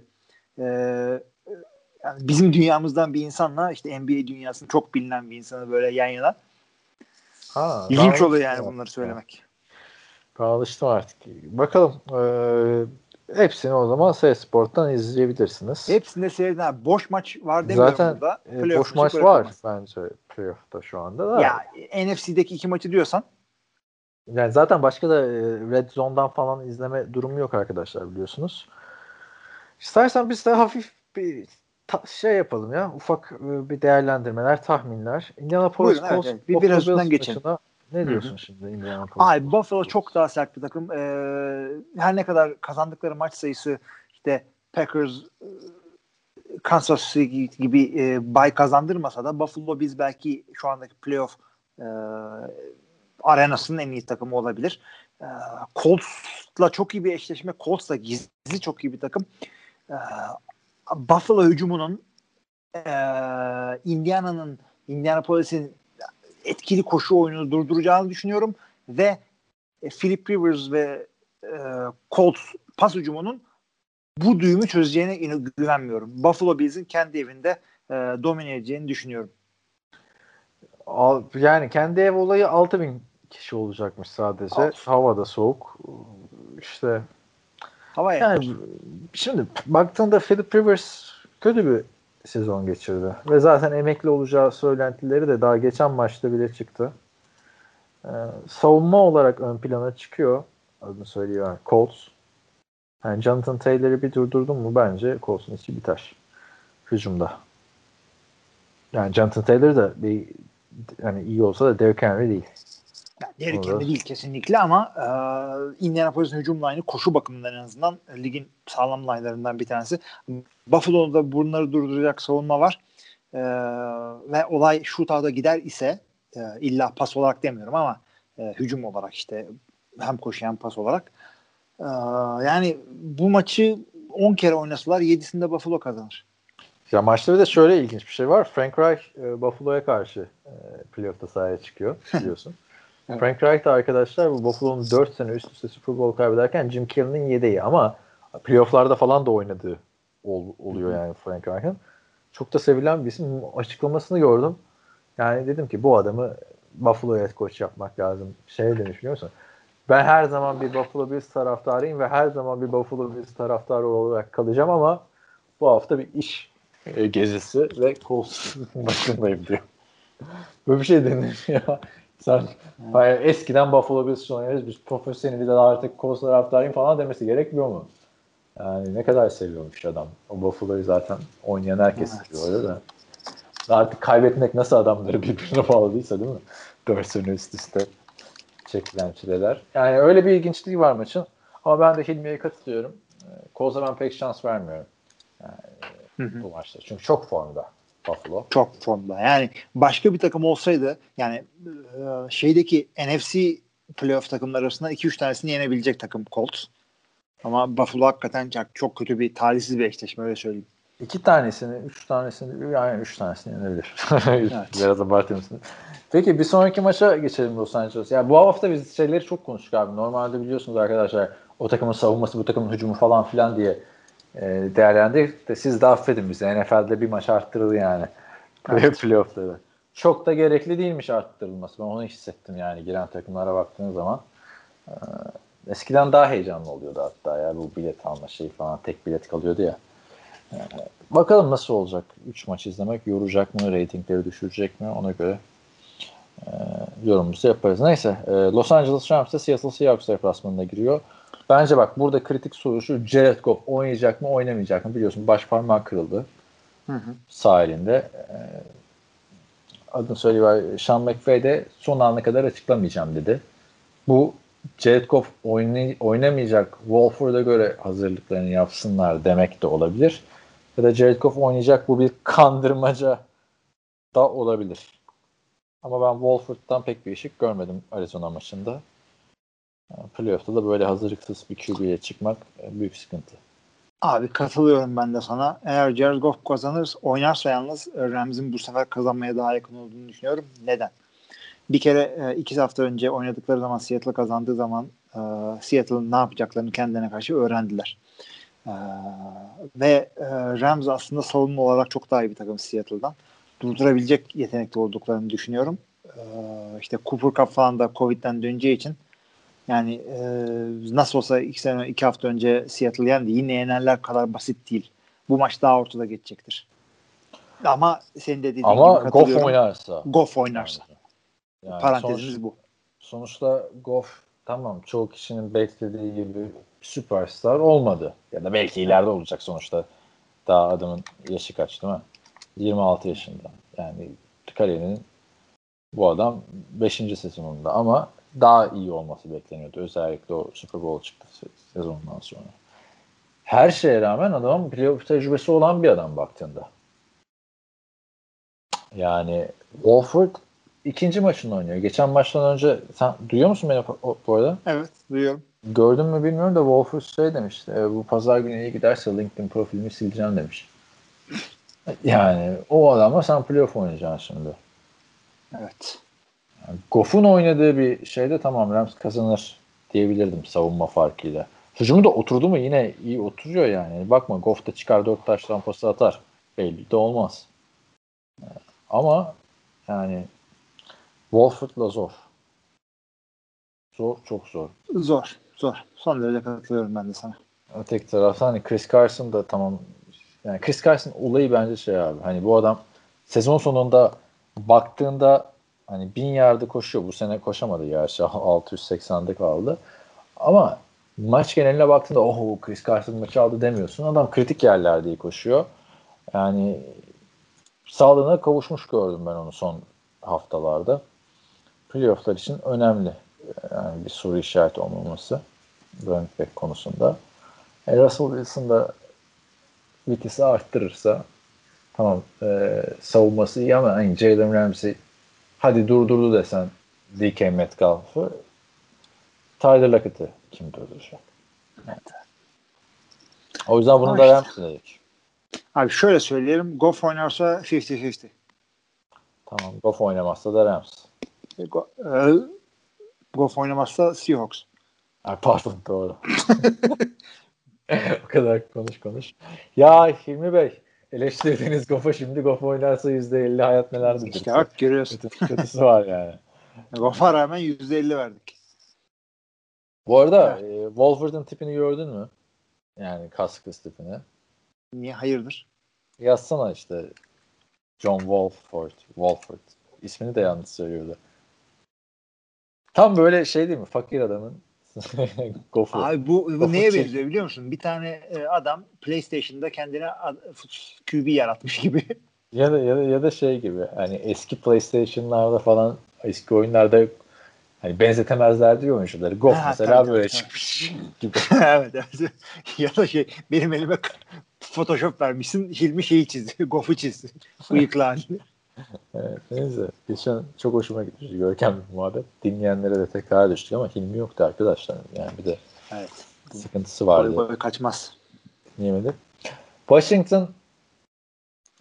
Yani bizim dünyamızdan bir insanla işte NBA dünyasının çok bilinen bir insanı böyle yan yana. İlginç oluyor yani bunları söylemek. Ben alıştım artık. Bakalım. Hepsini o zaman Sport'tan izleyebilirsiniz. Hepsinde seyredin. Boş maç var demiyorum zaten, burada. Zaten boş maç var bence playoff'ta şu anda da. Ya NFC'deki 2 maçı diyorsan. Yani zaten başka da Red Zone'dan falan izleme durumu yok arkadaşlar biliyorsunuz. İstersen biz de hafif bir şey yapalım ya. Ufak bir değerlendirmeler, tahminler. Indianapolis Colts evet. Biraz üstünden geçelim. Ne diyorsun şimdi Indianapolis? Abi Buffalo çok daha sert bir takım. Her ne kadar kazandıkları maç sayısı işte Packers, Kansas City gibi bay kazandırmasa da Buffalo biz belki şu andaki playoff arenasının en iyi takımı olabilir. Colts'la çok iyi bir eşleşme. Colts da gizli çok iyi bir takım. Buffalo hücumunun Indianapolis'in etkili koşu oyununu durduracağını düşünüyorum ve Philip Rivers ve Colts pas hücumunun bu düğümü çözeceğine güvenmiyorum. Buffalo Bills'in kendi evinde domine edeceğini düşünüyorum. Yani kendi ev olayı 6.000 kişi olacakmış sadece. Havada soğuk. İşte hava yani şimdi baktığında Philip Rivers kötü bir sezon geçirdi. Ve zaten emekli olacağı söylentileri de daha geçen maçta bile çıktı. Savunma olarak ön plana çıkıyor. Adını söylüyor Colts. Yani Jonathan Taylor'ı bir durdurdun mu bence Colts'un işi biter. Hücumda. Yani Jonathan Taylor da yani iyi olsa da Derrick Henry değil. Yani Derrick Henry değil kesinlikle ama Indianapolis'in hücum line'ı koşu bakımından en azından ligin sağlam line'larından bir tanesi. Buffalo'da bunları durduracak savunma var. Ve olay shootout'a gider ise illa pas olarak demiyorum ama hücum olarak işte hem koşu hem pas olarak yani bu maçı 10 kere oynasalar 7'sinde Buffalo kazanır. Ya maçta bir de şöyle ilginç bir şey var. Frank Reich Buffalo'ya karşı playoff'ta sahaya çıkıyor biliyorsun. Evet. Frank Reich de arkadaşlar bu Buffalo'nun 4 sene üst üste Super Bowl kaybederken Jim Kelly'nin yedeği ama playoff'larda falan da oynadığı oluyor yani Frank Reich'ın. Çok da sevilen bir isim. Açıklamasını gördüm. Yani dedim ki bu adamı Buffalo'ya head coach yapmak lazım. Şey demiş biliyor musun? Ben her zaman bir Buffalo Bills taraftarıyım ve her zaman bir Buffalo Bills taraftarı olarak kalacağım ama bu hafta bir iş gezisi ve Colts başındayım diyor. Böyle bir şey denir ya. Sen eskiden Buffalo Bills oynuyoruz. Biz profesyonel de artık Colts taraftarıyım falan demesi gerekmiyor mu? Yani ne kadar seviyormuş adam. O Buffalo'yu zaten oynayan herkes seviyor öyle de. Artık kaybetmek nasıl adamları birbirine bağladıysa değil mi? 4 sene üst üste çekilen çileler. Yani öyle bir ilginçliği var maçın. Ama ben de Hilmi'ye katılıyorum. Colts'a ben pek şans vermiyorum. Yani, bu maçta. Çünkü çok formda Buffalo. Çok formda. Yani başka bir takım olsaydı yani şeydeki NFC playoff takımları arasında 2-3 tanesini yenebilecek takım Colts. Ama Buffalo hakikaten çok kötü bir talihsiz bir eşleşme öyle söyleyeyim. 2 tanesini, 3 tanesini, yani 3 tanesini yenebilir. Evet. Biraz abartmışsın. Peki bir sonraki maça geçelim Los Angeles. Ya bu hafta biz şeyleri çok konuştuk abi. Normalde biliyorsunuz arkadaşlar o takımın savunması, bu takımın hücumu falan filan diye değerlendirdik de siz de affedin bizi. NFL'de bir maç arttırıldı yani. Evet. Playoff'ları. Çok da gerekli değilmiş arttırılması. Ben onu hissettim yani giren takımlara baktığınız zaman. Eskiden daha heyecanlı oluyordu hatta ya bu bilet alma şeyi falan. Tek bilet kalıyordu ya. Bakalım nasıl olacak. 3 maç izlemek yoracak mı? Ratingleri düşürecek mi? Ona göre yorumumuzu yaparız. Neyse. Los Angeles Rams da Seattle Seahawks deplasmanına giriyor. Bence bak burada kritik soru şu. Jared Goff oynayacak mı oynamayacak mı? Biliyorsun baş parmağı kırıldı. Sağ elinde. Adını söyleyeyim. Sean McVay de son ana kadar açıklamayacağım dedi. Bu Jared Goff oynamayacak, Wolford'a göre hazırlıklarını yapsınlar demek de olabilir. Ya da Jared Goff oynayacak, bu bir kandırmaca da olabilir. Ama ben Wolford'dan pek bir ışık görmedim Arizona maçında. Playoff'ta da böyle hazırlıksız bir QB'ye çıkmak büyük sıkıntı. Abi katılıyorum ben de sana. Eğer Jared Goff kazanır, oynarsa yalnız Rams'in bu sefer kazanmaya daha yakın olduğunu düşünüyorum. Neden? Bir kere 2 hafta önce oynadıkları zaman Seattle kazandığı zaman Seattle'ın ne yapacaklarını kendilerine karşı öğrendiler. Ve Rams aslında savunma olarak çok daha iyi bir takım Seattle'dan. Durdurabilecek yetenekli olduklarını düşünüyorum. İşte Cooper Kupp falan da Covid'den döneceği için yani nasıl olsa 2 hafta önce Seattle yendi. Yine yenerler kadar basit değil. Bu maç daha ortada geçecektir. Ama senin de dediğin gibi katılıyorum. Goff oynarsa. Yani parantezimiz bu. Sonuçta Goff tamam çoğu kişinin beklediği gibi süperstar olmadı. Ya da belki ileride olacak sonuçta. Daha adamın yaşı kaç değil mi? 26 yaşında. Yani kariyerinin bu adam 5. sezonunda ama daha iyi olması bekleniyordu. Özellikle o Super Bowl çıktı sezonundan sonra. Her şeye rağmen adamın playoff tecrübesi olan bir adam baktığında. Yani Wolford ikinci maçını oynuyor. Geçen maçtan önce sen duyuyor musun beni bu arada? Evet, duyuyorum. Gördün mü bilmiyorum da Wolford şey demişti. Bu pazar günü iyi giderse LinkedIn profilimi sileceğim demiş. Yani o adamla sen playoff oynayacaksın şimdi. Evet. Yani Goff'un oynadığı bir şeyde tamam Rams kazanır diyebilirdim savunma farkıyla. Hücumu da oturdu mu yine iyi oturuyor yani. Bakma Goff da çıkar 4 taş tampası atar. Belli de olmaz. Ama yani Wolford'la zor. Zor, çok zor. Zor. Son derece katılıyorum ben de sana. Öteki taraftan hani Chris Carson da tamam. Yani Chris Carson olayı bence şey abi. Hani bu adam sezon sonunda baktığında hani 1000 yardı koşuyor. Bu sene koşamadı gerçi. 680'de kaldı. Ama maç geneline baktığında Chris Carson maçı aldı demiyorsun. Adam kritik yerlerde iyi koşuyor. Yani sağlığına kavuşmuş gördüm ben onu son haftalarda. Playoff'lar için önemli. Yani bir soru işareti olmaması running back konusunda. Russell Wilson da vitesi arttırırsa tamam savunması iyi ama hani Jalen Ramsey hadi durdurdu desen DK Metcalf'ı Tyler Lockett'ı kim durduracak? Evet. O yüzden bunu da Ramsey dedik. Abi şöyle söyleyelim. Goff oynarsa 50-50. Tamam. Goff oynamazsa da Rams. Goff oynamazsa Seahawks. Ay, pardon doğru. O kadar konuş. Ya Hilmi Bey eleştirdiğiniz Goff'a şimdi Goff oynarsa %50 hayat nelerdir? İşte bak görüyorsun. Kötüsü var yani. Goff'a rağmen %50 verdik. Bu arada Wolford'un tipini gördün mü? Yani kasklı tipini. Niye? Hayırdır? Yazsana işte John Wolford. İsmini de yanlış söylüyordu. Tam böyle şey değil mi? Fakir adamın Goff'u. Abi bu neye benziyor biliyor musun? Bir tane adam PlayStation'da kendine QB yaratmış gibi. ya da şey gibi. Hani eski PlayStation'larda falan eski oyunlarda hani benzetemezler diyor oyuncuları. Goff mesela böyle çıkmış gibi. Evet. Ya da benim elime Photoshop vermişsin. Hilmi şeyi çizdi. Goff'u çizdi. Bıyıklı halini. Evet, neyse. Geçen çok hoşuma gitmiş. Görkem bir muhabbet. Dinleyenlere de tekrar düştük ama Hilmi yoktu arkadaşlar. Yani bir de sıkıntısı vardı. Boy kaçmaz. Dinleyemedik. Washington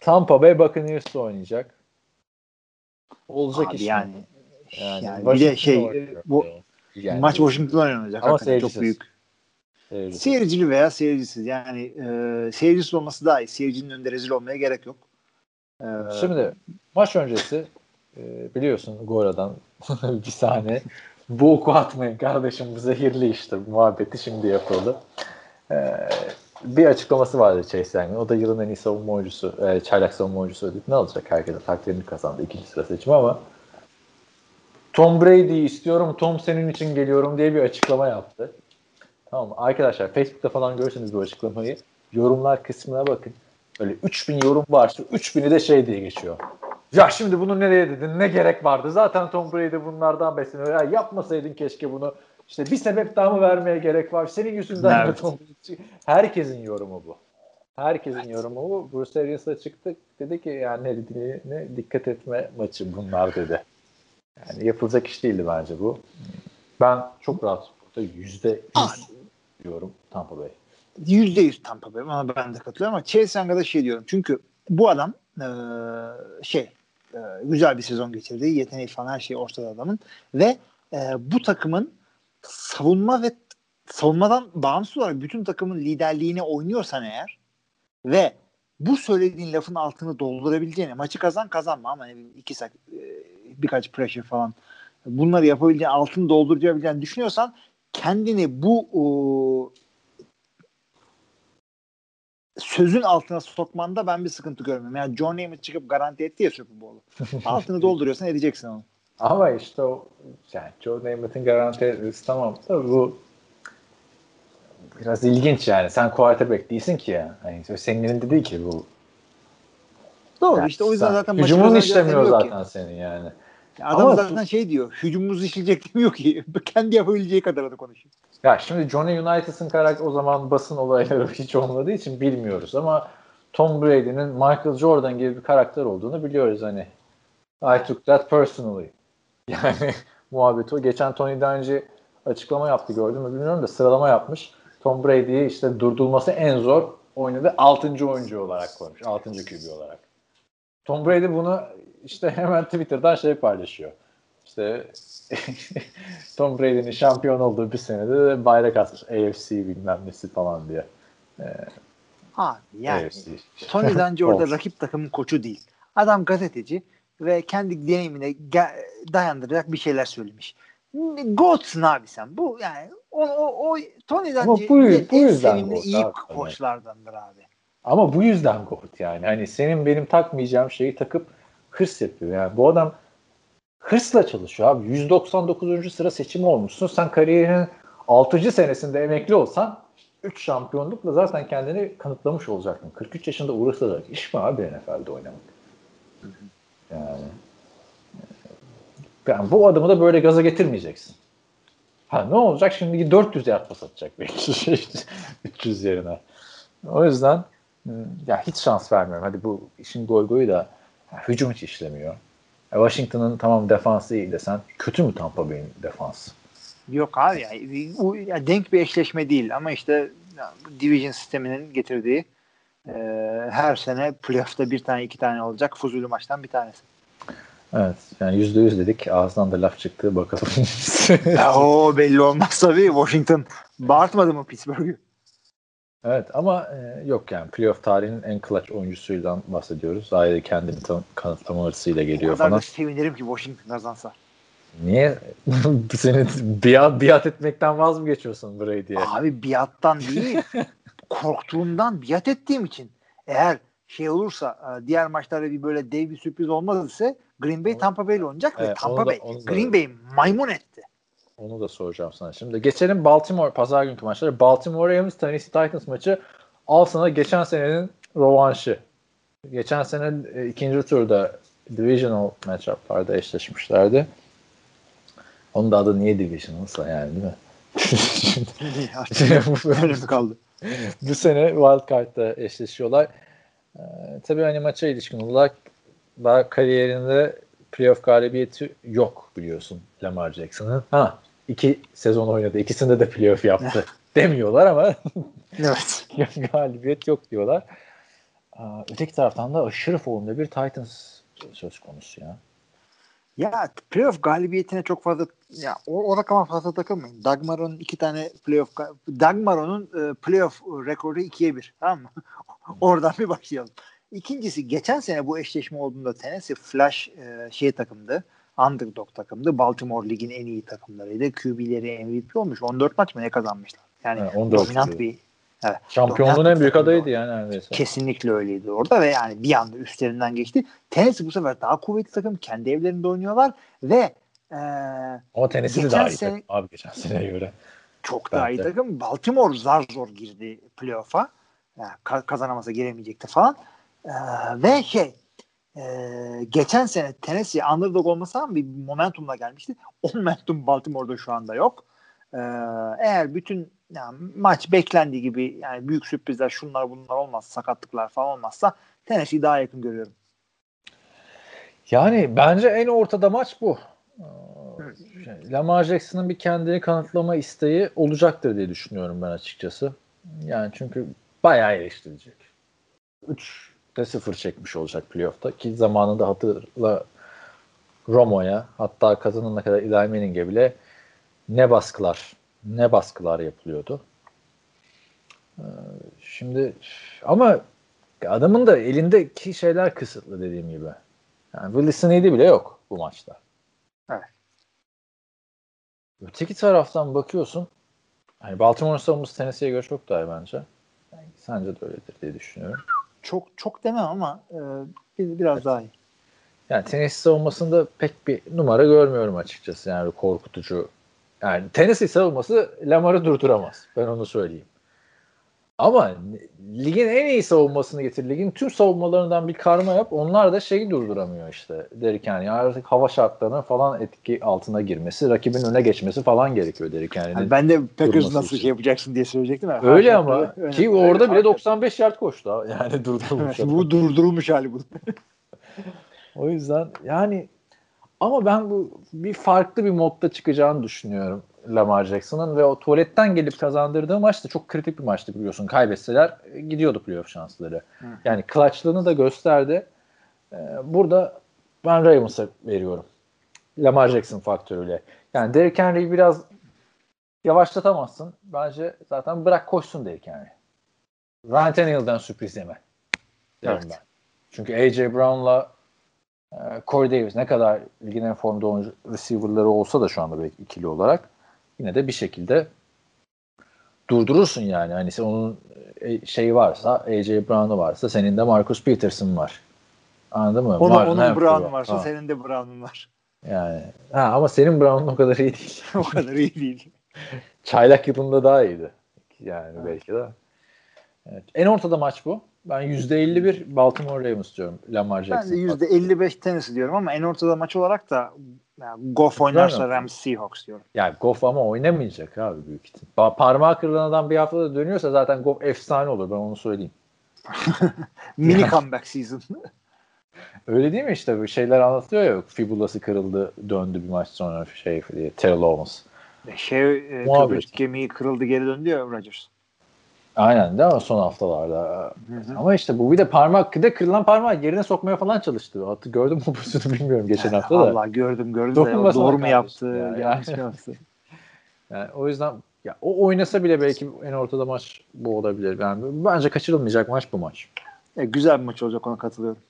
Tampa Bay Buccaneers'la oynayacak. Olacak Abi iş mi? yani bir de bu maç Washington'da oynanacak. Ama Çok büyük. Seyircili veya seyircisiz. Yani seyircisiz olması daha iyi. Seyircinin önünde rezil olmaya gerek yok. Şimdi maç öncesi biliyorsun Gora'dan bir saniye bu oku atmayın kardeşim bu zehirli işte muhabbeti şimdi yapıldı. Bir açıklaması vardı Chase Young'ın. O da yılın en iyi savunma oyuncusu, çaylak savunma oyuncusu ödülünü alacak. Herkese takdirini kazandı. 2. sıra seçimi ama Tom Brady'yi istiyorum, Tom senin için geliyorum diye bir açıklama yaptı. Tamam mı? Arkadaşlar Facebook'ta falan görürseniz bu açıklamayı yorumlar kısmına bakın. Böyle 3000 yorum varsa 3000'i de şey diye geçiyor. Ya şimdi bunu nereye dedin? Ne gerek vardı? Zaten Tom Brady bunlardan besleniyor. Ya yapmasaydın keşke bunu. İşte bir sebep daha mı vermeye gerek var? Senin yüzünden mi Tom Brady? Herkesin yorumu bu. Herkesin yorumu bu. Bruce Arians'a çıktık. Dedi ki yani ne dikkat etme maçı bunlar dedi. Yani yapılacak iş değildi bence bu. Ben çok rahat burada %100 diyorum Tampa Bay. %100 Tampa Bay. Ona ben de katılıyorum ama Chase Young'a da şey diyorum. Çünkü bu adam güzel bir sezon geçirdi. Yeteneği falan her şey ortada adamın. Ve bu takımın savunmadan bağımsız olarak bütün takımın liderliğini oynuyorsan eğer ve bu söylediğin lafın altını doldurabileceğini, maçı kazanma ama birkaç pressure falan bunları yapabileceğini, altını doldurabileceğini düşünüyorsan kendini bu sözün altına sokmanda ben bir sıkıntı görmüyorum. Yani John Namath çıkıp garanti etti ya Super Bowl'u. Altını dolduruyorsan edeceksin onu. Ama işte o yani John Namath'ın garanti etmesi tamam da bu biraz ilginç yani. Sen quarterback değilsin ki ya. Yani senin elinde değil ki bu. Doğru yani işte o yüzden zaten hücumun işlemiyor zaten senin yani. Adam ama zaten şey diyor. Hücumumuz işleyecek demiyor ki. Kendi yapabileceği kadar da konuşuyor. Ya şimdi Johnny United'ın karakteri o zaman basın olayları hiç olmadığı için bilmiyoruz ama Tom Brady'nin Michael Jordan gibi bir karakter olduğunu biliyoruz hani. I took that personally. Yani muhabbeti o. Geçen Tony Dungy açıklama yaptı gördün mü bilmiyorum da sıralama yapmış. Tom Brady'yi işte durdurulması en zor oynadı 6. oyuncu olarak koymuş. 6. QB olarak. Tom Brady bunu işte hemen Twitter'dan paylaşıyor. İşte Tom Brady'nin şampiyon olduğu bir senede de bayrak atmış. AFC bilmem nesi falan diye. Yani AFC. Tony Dungy orada rakip takımın koçu değil. Adam gazeteci ve kendi deneyimine dayandıracak bir şeyler söylemiş. Goat'sun abi sen. Bu yani o Tony Dungy en sevimli iyi koçlardandır abi. Ama bu yüzden Goat yani. Hani senin benim takmayacağım şeyi takıp hırs yapıyor. Yani bu adam hırsla çalışıyor abi. 199. sıra seçimi olmuşsun. Sen kariyerinin 6. senesinde emekli olsan 3 şampiyonlukla zaten kendini kanıtlamış olacaktın. 43 yaşında uğraşacak iş mi abi NFL'de oynamak? Yani bu adamı da böyle gaza getirmeyeceksin. Ne olacak? Şimdi 400 yard pas atacak belki 300 yerine. O yüzden ya hiç şans vermiyorum. Hadi bu işin goygoyu da hücum hiç işlemiyor. Washington'ın tamam defansı iyi desen kötü mü Tampa Bay'in defansı? Yok abi ya denk bir eşleşme değil ama işte division sisteminin getirdiği her sene playoff'ta 1 tane 2 tane olacak fuzuli maçtan bir tanesi. Evet. Yani %100 dedik. Ağzından da laf çıktı. Bakalım. Belli olmaz tabii. Washington bağırtmadı mı Pittsburgh'ü? Evet ama yok yani playoff tarihinin en clutch oyuncusuyla bahsediyoruz. Ayrıca kendini kanıtlama hırsıyla geliyor falan. O kadar da sevinirim ki Washington kazansa. Niye? Senin biat etmekten vaz mı geçiyorsun Brady'ye? Abi biattan değil. Korktuğumdan biat ettiğim için. Eğer olursa diğer maçlarda bir böyle dev bir sürpriz olmaz ise Green Bay Tampa Bay'le oynayacak ve Tampa Bay Green Bay maymun etti. Onu da soracağım sana. Şimdi geçelim Baltimore pazar günkü maçları. Baltimore Ravens Tennessee Titans maçı al sana geçen senenin rövanşı. Geçen sene ikinci turda divisional matchup'larda eşleşmişlerdi. Onun da adı niye divisional'sa yani değil mi? Öyle mi kaldı? Bu sene Wildcard'da eşleşiyorlar. Tabii hani maça ilişkin olarak daha kariyerinde playoff galibiyeti yok biliyorsun Lamar Jackson'ın. 2 sezon oynadı. İkisinde de playoff yaptı. Demiyorlar ama evet. galibiyet yok diyorlar. öteki taraftan da aşırı formda bir Titans söz konusu ya. Ya playoff galibiyetine çok fazla ya o rakama fazla takılmayın. Doug Marrone'un 2 tane Doug Marrone'un playoff rekoru 2-1, tamam mı? Oradan bir başlayalım. İkincisi, geçen sene bu eşleşme olduğunda Tennessee flash takımdı. Underdog takımdı. Baltimore ligin en iyi takımlarıydı. QB'leri MVP olmuş. 14 maç mı ne kazanmışlar? Yani 14 dominant bir şampiyonluğun en büyük adayıydı yani neredeyse. Kesinlikle öyleydi orada ve yani bir anda üstlerinden geçti. Tennessee bu sefer daha kuvvetli takım. Kendi evlerinde oynuyorlar ve ama Tennessee de daha iyi takım abi geçen seneye göre. Çok daha iyi takım. Baltimore zar zor girdi playoff'a. Yani kazanamasa giremeyecekti falan. Ve geçen sene Tennessee underdog olmasa ama bir momentumla gelmişti. O momentum Baltimore'da şu anda yok. Eğer bütün maç beklendiği gibi yani büyük sürprizler şunlar bunlar olmaz, sakatlıklar falan olmazsa Tennessee'yi daha yakın görüyorum. Yani bence en ortada maç bu. Lamar Jackson'ın bir kendini kanıtlama isteği olacaktır diye düşünüyorum ben açıkçası. Yani çünkü bayağı eleştirilecek. 3'te 0 çekmiş olacak playoff'ta ki zamanında hatırla Romo'ya hatta kazanana kadar Eli Manning'e bile ne baskılar yapılıyordu. Şimdi ama adamın da elindeki şeyler kısıtlı dediğim gibi. Yani Wilson Need'i bile yok bu maçta. Evet. Öteki taraftan bakıyorsun hani Baltimore savunması Tennessee'ye göre çok daha iyi bence. Yani sence de öyledir diye düşünüyorum. Çok demem ama biraz daha iyi. Yani Tennessee savunmasında pek bir numara görmüyorum açıkçası. Yani korkutucu. Yani Tennessee savunması Lamar'ı durduramaz. Ben onu söyleyeyim. Ama ligin en iyi savunmasını getir. Ligin tüm savunmalarından bir karma yap. Onlar da şeyi durduramıyor işte. Derrick Henry. Yani artık hava şartlarına falan etki altına girmesi, rakibin öne geçmesi falan gerekiyor Derrick Henry'nin. Yani ben de Packers nasıl için. yapacaksın diye söyleyecektim. Öyle ama ki orada bile 95 yard koştu. Yani durdurulmuş. Bu durdurulmuş hali bu. O yüzden yani ama ben bu bir farklı bir modda çıkacağını düşünüyorum Lamar Jackson'ın ve o tuvaletten gelip kazandırdığı maç da çok kritik bir maçtı biliyorsun. Kaybetseler gidiyordu playoff şansları. Yani clutchlığını da gösterdi. Burada ben Ravens'a veriyorum. Lamar Jackson faktörüyle. Yani Derrick Henry'i biraz yavaşlatamazsın. Bence zaten bırak koşsun Derrick Henry. Ryan Tannehill'den sürpriz yeme. Evet. Ben. Çünkü A.J. Brown'la Corey Davis ne kadar ligin en formda oyuncu receiver'ları olsa da şu anda belki ikili olarak yine de bir şekilde durdurursun yani. Hani onun şeyi varsa A.J. Brown'u varsa senin de Marcus Peterson var. Anladın mı? Onun Brown'u varsa senin de Brown'un var. Yani ama senin Brown'un o kadar iyi değil. O kadar iyi değil. Çaylak yılında daha iyiydi. Yani belki de. Evet. En ortada maç bu. Ben %51 Baltimore Ravens diyorum. Lamar Jackson. Ben de %55 Tennessee diyorum ama en ortada maç olarak da Goff oynarsa Rams Seahawks diyorum. Ya Goff ama oynamayacak abi büyük ihtimal. Parmağı kırılan adam bir haftada dönüyorsa zaten Goff efsane olur. Ben onu söyleyeyim. Mini comeback season. Öyle değil mi işte? Bu şeyler anlatıyor ya. Fibulası kırıldı döndü bir maç sonra diye. Terrell Owens. Kıbrıs kemiği kırıldı geri döndü ya Rodgers. Aynen değil mi? Son haftalarda. Hı-hı. Ama işte bu bir de kırılan parmağı yerine sokmaya falan çalıştı. Gördün mü bu pozisyonu bilmiyorum geçen hafta da. Allah gördüm de doğru mu yaptı? Yanlış mı yaptı? Yani o yüzden ya o oynasa bile belki en ortada maç bu olabilir. Yani bence kaçırılmayacak maç bu maç. Güzel bir maç olacak, ona katılıyorum.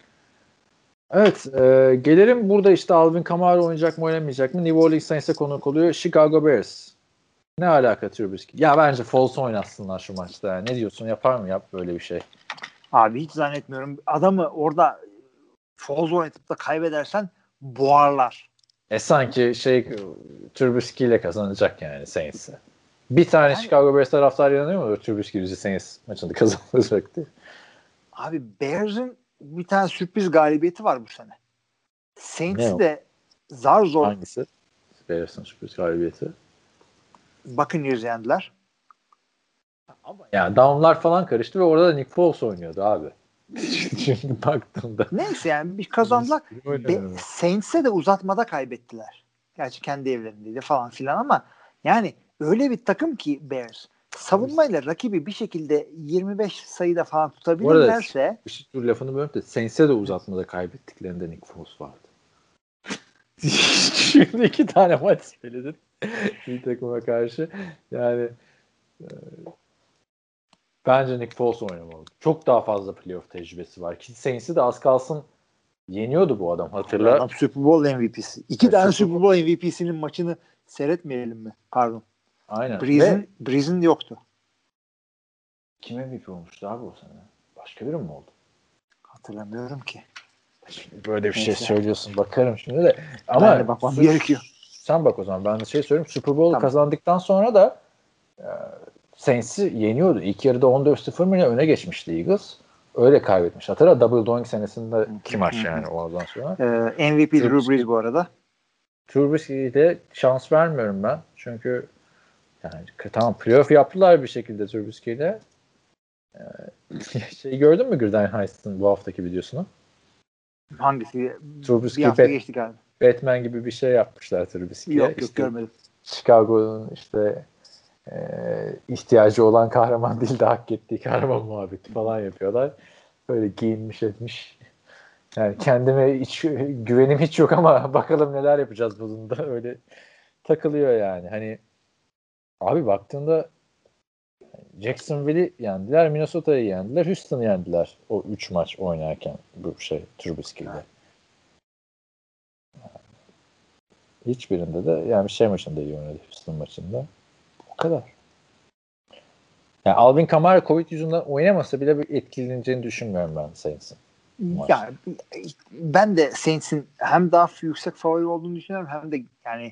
Evet, gelelim burada işte Alvin Kamara oynayacak mı oynamayacak mı? New Orleans Saints'e konuk oluyor. Chicago Bears. Ne alaka Trubisky? Ya bence false oynatsınlar şu maçta. Yani. Ne diyorsun? Yapar mı böyle bir şey? Abi hiç zannetmiyorum. Adamı orada false oynatıp da kaybedersen boğarlar. Sanki Trubisky ile kazanacak yani Saints'e. Bir tane yani, Chicago Bears taraftar inanıyor mu? Trubisky Saints maçında kazanacak diye. Abi Bears'ın bir tane sürpriz galibiyeti var bu sene. Saints'i de zar zor. Hangisi? Bears'ın sürpriz galibiyeti. Buccaneers yendiler. Ama ya down'lar falan karıştı ve orada da Nick Foles oynuyordu abi. Çünkü baktığımda. Neyse yani bir kazandılar. Saints'e de uzatmada kaybettiler. Gerçi kendi evlerindeydi falan filan ama yani öyle bir takım ki Bears. savunmayla rakibi bir şekilde 25 sayıda falan tutabilirlerse bir şey dur lafını bölüp de Saints'e de uzatmada kaybettiklerinde Nick Foles vardı. Şimdi 2 tane maç söyledin. Bir takıma karşı. Yani bence Nick Foles oynamalı. Çok daha fazla playoff tecrübesi var. Ki Saints'i de az kalsın yeniyordu bu adam. Hatırla. adam Super Bowl MVP'si. 2 tane Super Bowl MVP'sinin maçını seyretmeyelim mi? Pardon. Aynen. Breeze'in yoktu. Kim MVP olmuştu abi o sene? Başka biri mi oldu? Hatırlamıyorum ki. Şimdi böyle bir şey söylüyorsun. Bakarım şimdi de. Ama bakmam gerekiyor. Sen bak o zaman. Ben de söyleyeyim. Super Bowl kazandıktan sonra da Saints'i yeniyordu. İlk yarıda 14-0 mı öne geçmişti Eagles. Öyle kaybetmiş. Hatırla Double Doink senesinde iki maç yani oradan sonra. MVP Drew Brees bu arada. Drew Brees'e de şans vermiyorum ben. Çünkü yani tamam playoff yaptılar bir şekilde Drew Brees'e. Gördün mü Gürden Heist'ın bu haftaki videosunu? Hangisi? Bir hafta geçti galiba. Batman gibi bir şey yapmışlar Drew Brees'e. Yok görmedim. Chicago'nun işte ihtiyacı olan kahraman değil de hak ettiği kahraman muhabbeti falan yapıyorlar. Böyle giyinmiş etmiş. Yani kendime güvenim hiç yok ama bakalım neler yapacağız bununla. Öyle takılıyor yani. Hani abi baktığında Jacksonville'i yendiler, Minnesota'yı yendiler, Houston'ı yendiler. O 3 maç oynarken bu Trubisky'yle. Hiçbirinde de yani bir maçında iyi oynadı Houston maçında. O kadar. Yani Alvin Kamara Covid yüzünden oynamasa bile bir etkileneceğini düşünmüyorum ben Saints'in. Yani ben de Saints'in hem daha yüksek favori olduğunu düşünüyorum hem de yani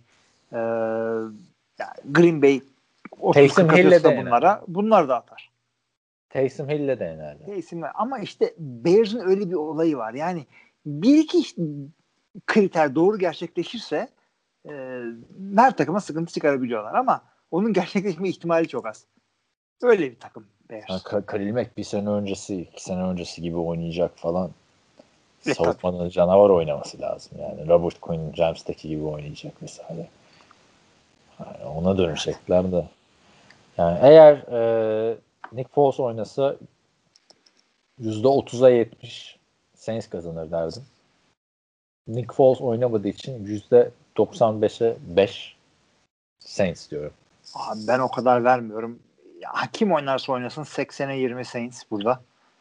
Green Bay Taysom Hill'le de bunlar da atar. Taysom Hill'le de yenerler. Ama işte Bears'ın öyle bir olayı var. Yani bir iki kriter doğru gerçekleşirse her takıma sıkıntı çıkarabiliyorlar ama onun gerçekleşme ihtimali çok az. Öyle bir takım Bears. Khalil Mack 1 sene öncesi, 2 sene öncesi gibi oynayacak falan. Savunmanın canavar oynaması lazım yani. Robert Quinn James'teki gibi oynayacak vesaire. Yani ona dönecekler de. Yani eğer Nick Foles oynasa %30'a 70 Saints kazanır derdim. Nick Foles oynamadığı için %95'e 5 Saints diyorum. Abi ben o kadar vermiyorum. Ya, kim oynarsa oynasın 80'e 20 Saints burada.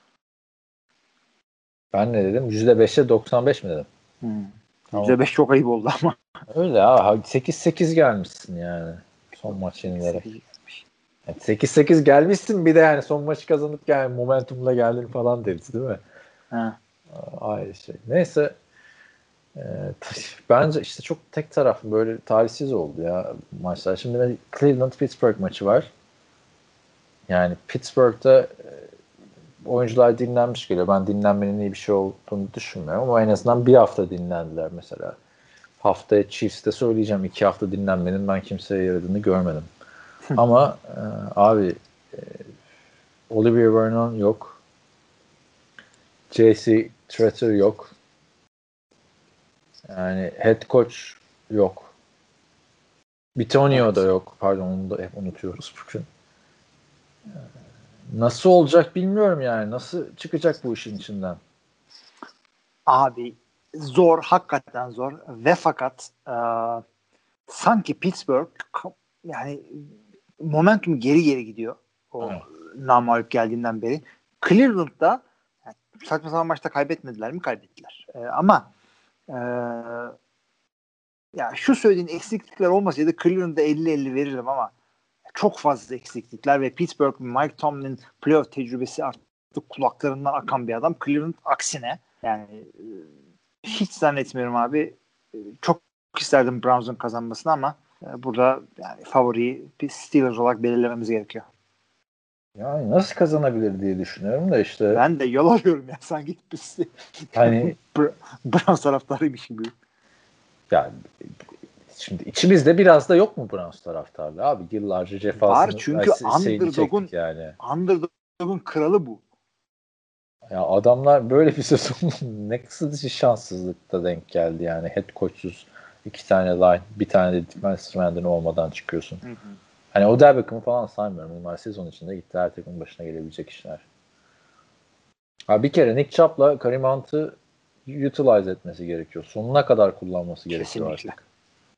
Ben ne dedim? %5'e 95 mi dedim? %5 çok ayıp oldu ama. Öyle ha. 8-8 gelmişsin yani. Son maç yenilere. 8-8 gelmişsin bir de yani son maçı kazanıp yani momentumla geldin falan deriz değil mi? Ha. Aynı şey. Neyse bence işte çok tek taraflı böyle talihsiz oldu ya maçlar. Şimdi Cleveland-Pittsburgh maçı var. Yani Pittsburgh'da oyuncular dinlenmiş geliyor. Ben dinlenmenin iyi bir şey olduğunu düşünmüyorum ama en azından bir hafta dinlendiler mesela. Haftaya Chiefs'te söyleyeceğim 2 hafta dinlenmenin ben kimseye yaradığını görmedim. Ama abi Olivier Vernon yok. J.C. Tretter yok. Yani head coach yok. Bitonio da yok. Pardon onu da hep unutuyoruz bugün. Nasıl olacak bilmiyorum yani. Nasıl çıkacak bu işin içinden? Abi zor. Hakikaten zor. Ve fakat sanki Pittsburgh yani momentum geri gidiyor. O namağlup geldiğinden beri. Cleveland'da yani, saçma sapan maçta kaybetmediler mi? Kaybettiler. Ama ya şu söylediğin eksiklikler olmasaydı Cleveland'da 50-50 verirdim ama çok fazla eksiklikler ve Pittsburgh, Mike Tomlin playoff tecrübesi artık kulaklarından akan bir adam. Cleveland aksine yani hiç zannetmiyorum abi. Çok isterdim Browns'un kazanmasını ama burada yani favoriyi Steelers olarak belirlememiz gerekiyor. Yani nasıl kazanabilir diye düşünüyorum da işte. Ben de yol arıyorum ya sanki hani Browns taraftarıymış gibi. Yani şimdi içimizde biraz da yok mu Browns taraftarı abi? Yıllarca cefasını var çünkü underdog'un kralı bu. Ya adamlar böyle bir sezon nasıl şanssızlıkta denk geldi yani. Head coach'suz 2 tane line, bir tane de defensive end'in olmadan çıkıyorsun. Hani Odell Beckham'ı falan saymıyorum. Bunlar sezon içinde gitti her takımın başına gelebilecek işler. Ha bir kere Nick Chubb'la Kareem Hunt'ı utilize etmesi gerekiyor. Sonuna kadar kullanması gerekiyor Kesinlikle. artık.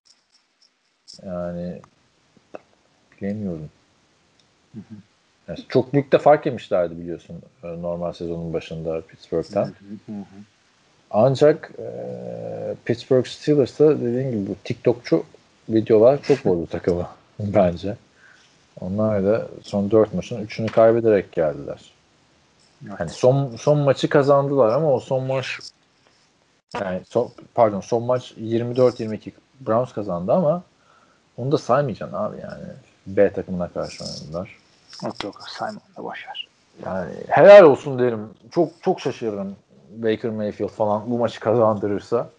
Yani bilemiyorum. Yani çok büyük de fark yemişlerdi biliyorsun normal sezonun başında Pittsburgh'ten. Ancak Pittsburgh Steelers'ta dediğim gibi bu TikTokçu videolar çok bozdu takımı bence. Onlar da son 4 maçın 3'ünü kaybederek geldiler. Evet. Hani son maçı kazandılar ama o son maç yani son maç 24-22 Browns kazandı ama onu da saymayacaksın abi yani. B takımına karşı oynadılar. Yok sayma onu da boşver. Yani helal olsun derim. Çok çok şaşırırım Baker Mayfield falan bu maçı kazandırırsa.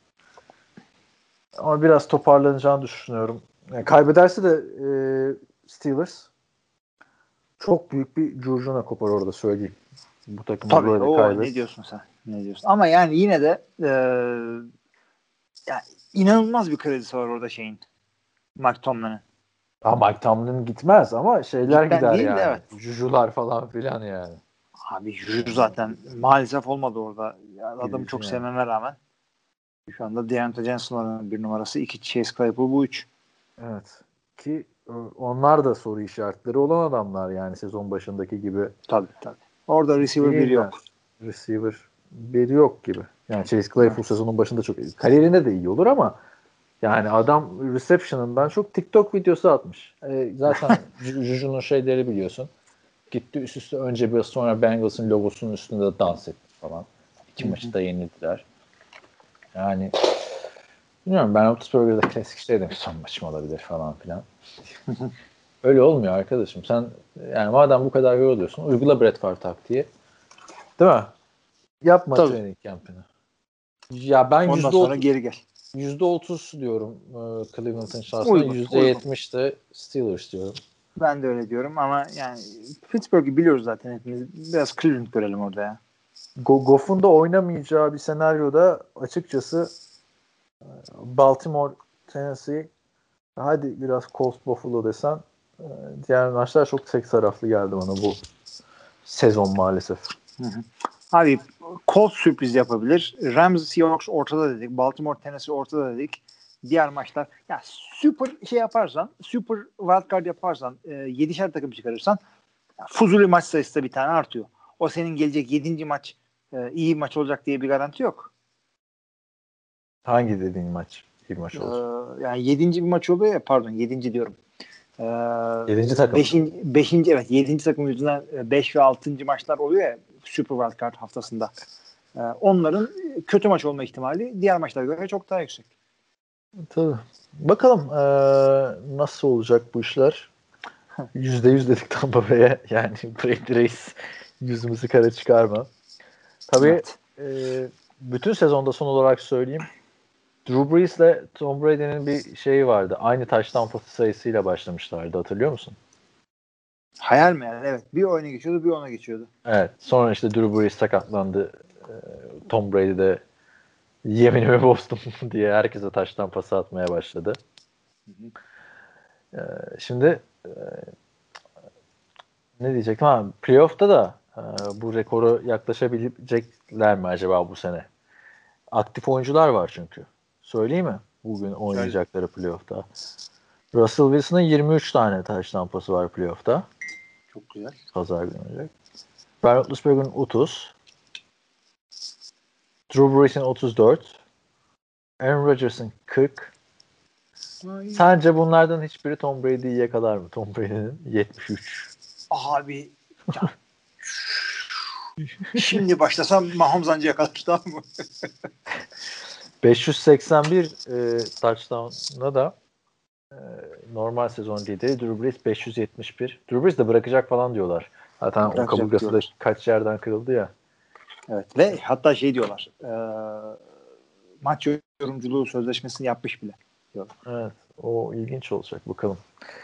Ama biraz toparlanacağını düşünüyorum. Yani kaybederse de Steelers çok büyük bir curcuna kopar orada söyleyeyim. Bu takımı Tabii böyle o ne diyorsun sen? Ne diyorsun? Ama yani yine de yani inanılmaz bir kredisi var orada şeyin. Mike Tomlin'in. Ha, Mike Tomlin gitmez ama şeyler Gitmen gider değil de yani. evet. Jujular falan filan yani. Abi Juju zaten maalesef olmadı orada. Yani adamı çok Yani. sevmeme rağmen. Şu anda Deontay Johnson var bir numarası. 2 Chase Claypool bu 3. Evet. Ki onlar da soru işaretleri olan adamlar yani sezon başındaki gibi. Tabii. Orada receiver biri Değiller. yok. Receiver biri yok gibi. Yani Chase Claypool sezonun başında çok iyi. Kariyerinde de iyi olur ama yani adam reception'ından çok TikTok videosu atmış. Zaten Juju'nun şeyleri biliyorsun. Gitti üst üste önce bir sonra Bengals'ın logosunun üstünde de dans etti falan. 2 maçı da yenildiler. Yani bilmiyorum ben Pittsburgh'da klasik şey demiş son maçım olabilir falan filan. Öyle olmuyor arkadaşım. Sen yani madem bu kadar yoruluyorsun uygula Brett Favre taktiği. Değil mi? Yapma Tabii. training camp'ini. Ya ben Ondan sonra geri gel. %30 diyorum Cleveland'ın şansına. Uygun. %70 de Steelers diyorum. Ben de öyle diyorum ama yani Pittsburgh'ı biliyoruz zaten hepimiz. Biraz Cleveland görelim orada ya. Goff'un da oynamayacağı bir senaryoda açıkçası Baltimore, Tennessee hadi biraz Colts Buffalo desen diğer maçlar çok tek taraflı geldi bana bu sezon maalesef. Abi Colts sürpriz yapabilir. Rams Seahawks ortada dedik. Baltimore Tennessee ortada dedik. Diğer maçlar ya süper şey yaparsan, süper wildcard yaparsan, 7'şer takım çıkarırsan fuzuli maç sayısı da bir tane artıyor. O senin gelecek 7. maç iyi maç olacak diye bir garanti yok. Hangi dediğin maç? Bir maç olacak. Yani 7. bir maç oluyor ya, pardon 7. diyorum. 7. takım. 5. evet 7. takım yüzünden 5 ve 6. maçlar oluyor ya Super Wildcard haftasında. Onların kötü maç olma ihtimali diğer maçlara göre çok daha yüksek. Tabii. Bakalım nasıl olacak bu işler. %100 dedik Tampa Bay'e. Yani Brady Reis yüzümüzü kara çıkarma. Tabii bütün sezonda son olarak söyleyeyim. Drew Brees'le Tom Brady'nin bir şeyi vardı. Aynı touchdown pası sayısıyla başlamışlardı. Hatırlıyor musun? Hayal mi yani? Evet. Bir oyuna geçiyordu, bir ona geçiyordu. Evet. Sonra işte Drew Brees sakatlandı. Tom Brady de yeminimi bozdum diye herkese touchdown pası atmaya başladı. Şimdi ne diyecektim? Playoff'ta da bu rekoru yaklaşabilecekler mi acaba bu sene? Aktif oyuncular var çünkü. Söyleyeyim mi? Bugün oynayacakları playoff'ta. Russell Wilson'ın 23 tane touchdown pası var playoff'ta. Çok güzel. Pazar günü olacak. Ben Roethlisberger'ın 30. Drew Brees'in 34. Aaron Rodgers'ın 40. Sence bunlardan hiçbiri Tom Brady'yi yakalar mı? Tom Brady'nin 73. Abi ya. Şimdi başlasam Mahomes anca yakalar, tamam mı? 581 touchdown'la da normal sezon lideri Drew Brees 571. Drew Brees de bırakacak falan diyorlar. Zaten o kaburgası da kaç yerden kırıldı ya. Evet ve hatta şey diyorlar. Maç yorumculuğu sözleşmesini yapmış bile diyorlar. Evet. O ilginç olacak. Bakalım.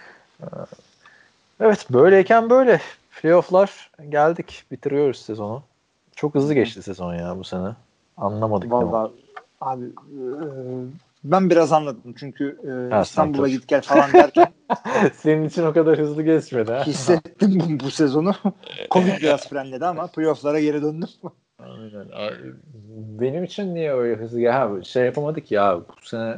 Evet. Böyleyken böyle. Playoff'lar geldik. Bitiriyoruz sezonu. Çok hızlı geçti sezon ya bu sene. Anlamadık. Vallahi abi Ben biraz anladım çünkü Ha, İstanbul'a git gel falan derken senin için o kadar hızlı geçmedi ha. hissettim bu sezonu. Covid biraz frenledi ama playoff'lara geri döndüm. Aynen. Benim için niye öyle hızlı ya şey yapamadık ya bu sene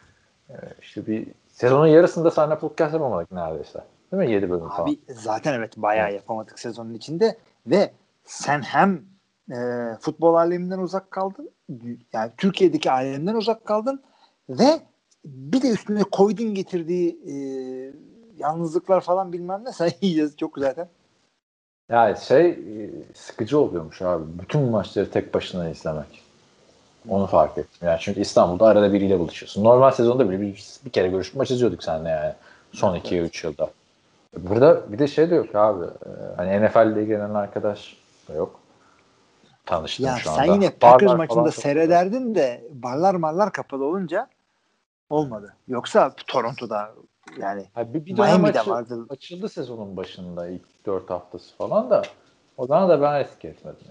işte bir sezonun yarısında sahne podcast yapamadık neredeyse. Değil mi? 7 bölüm falan. Abi zaten evet bayağı yapamadık sezonun içinde ve sen hem futbol aleminden uzak kaldın, yani Türkiye'deki alemden uzak kaldın ve bir de üstüne Covid'in getirdiği yalnızlıklar falan bilmem ne sen yiyeceğiz çok zaten. Yani sıkıcı oluyormuş abi. Bütün maçları tek başına izlemek. Onu fark ettim. Yani çünkü İstanbul'da arada biriyle buluşuyorsun. Normal sezonda bile bir kere görüşüp maç izliyorduk seninle yani. Son 2-3 yılda. Burada bir de şey de yok abi. Hani NFL'de ilgilenen arkadaş da yok. Tanıştım Ya şu anda. sen yine Packers Barlar maçında falan seyrederdin de barlar kapalı olunca olmadı. Yoksa Toronto'da yani bir dönem Miami'de vardı. açıldı sezonun başında ilk 4 haftası falan da o zaman da ben risk etmedim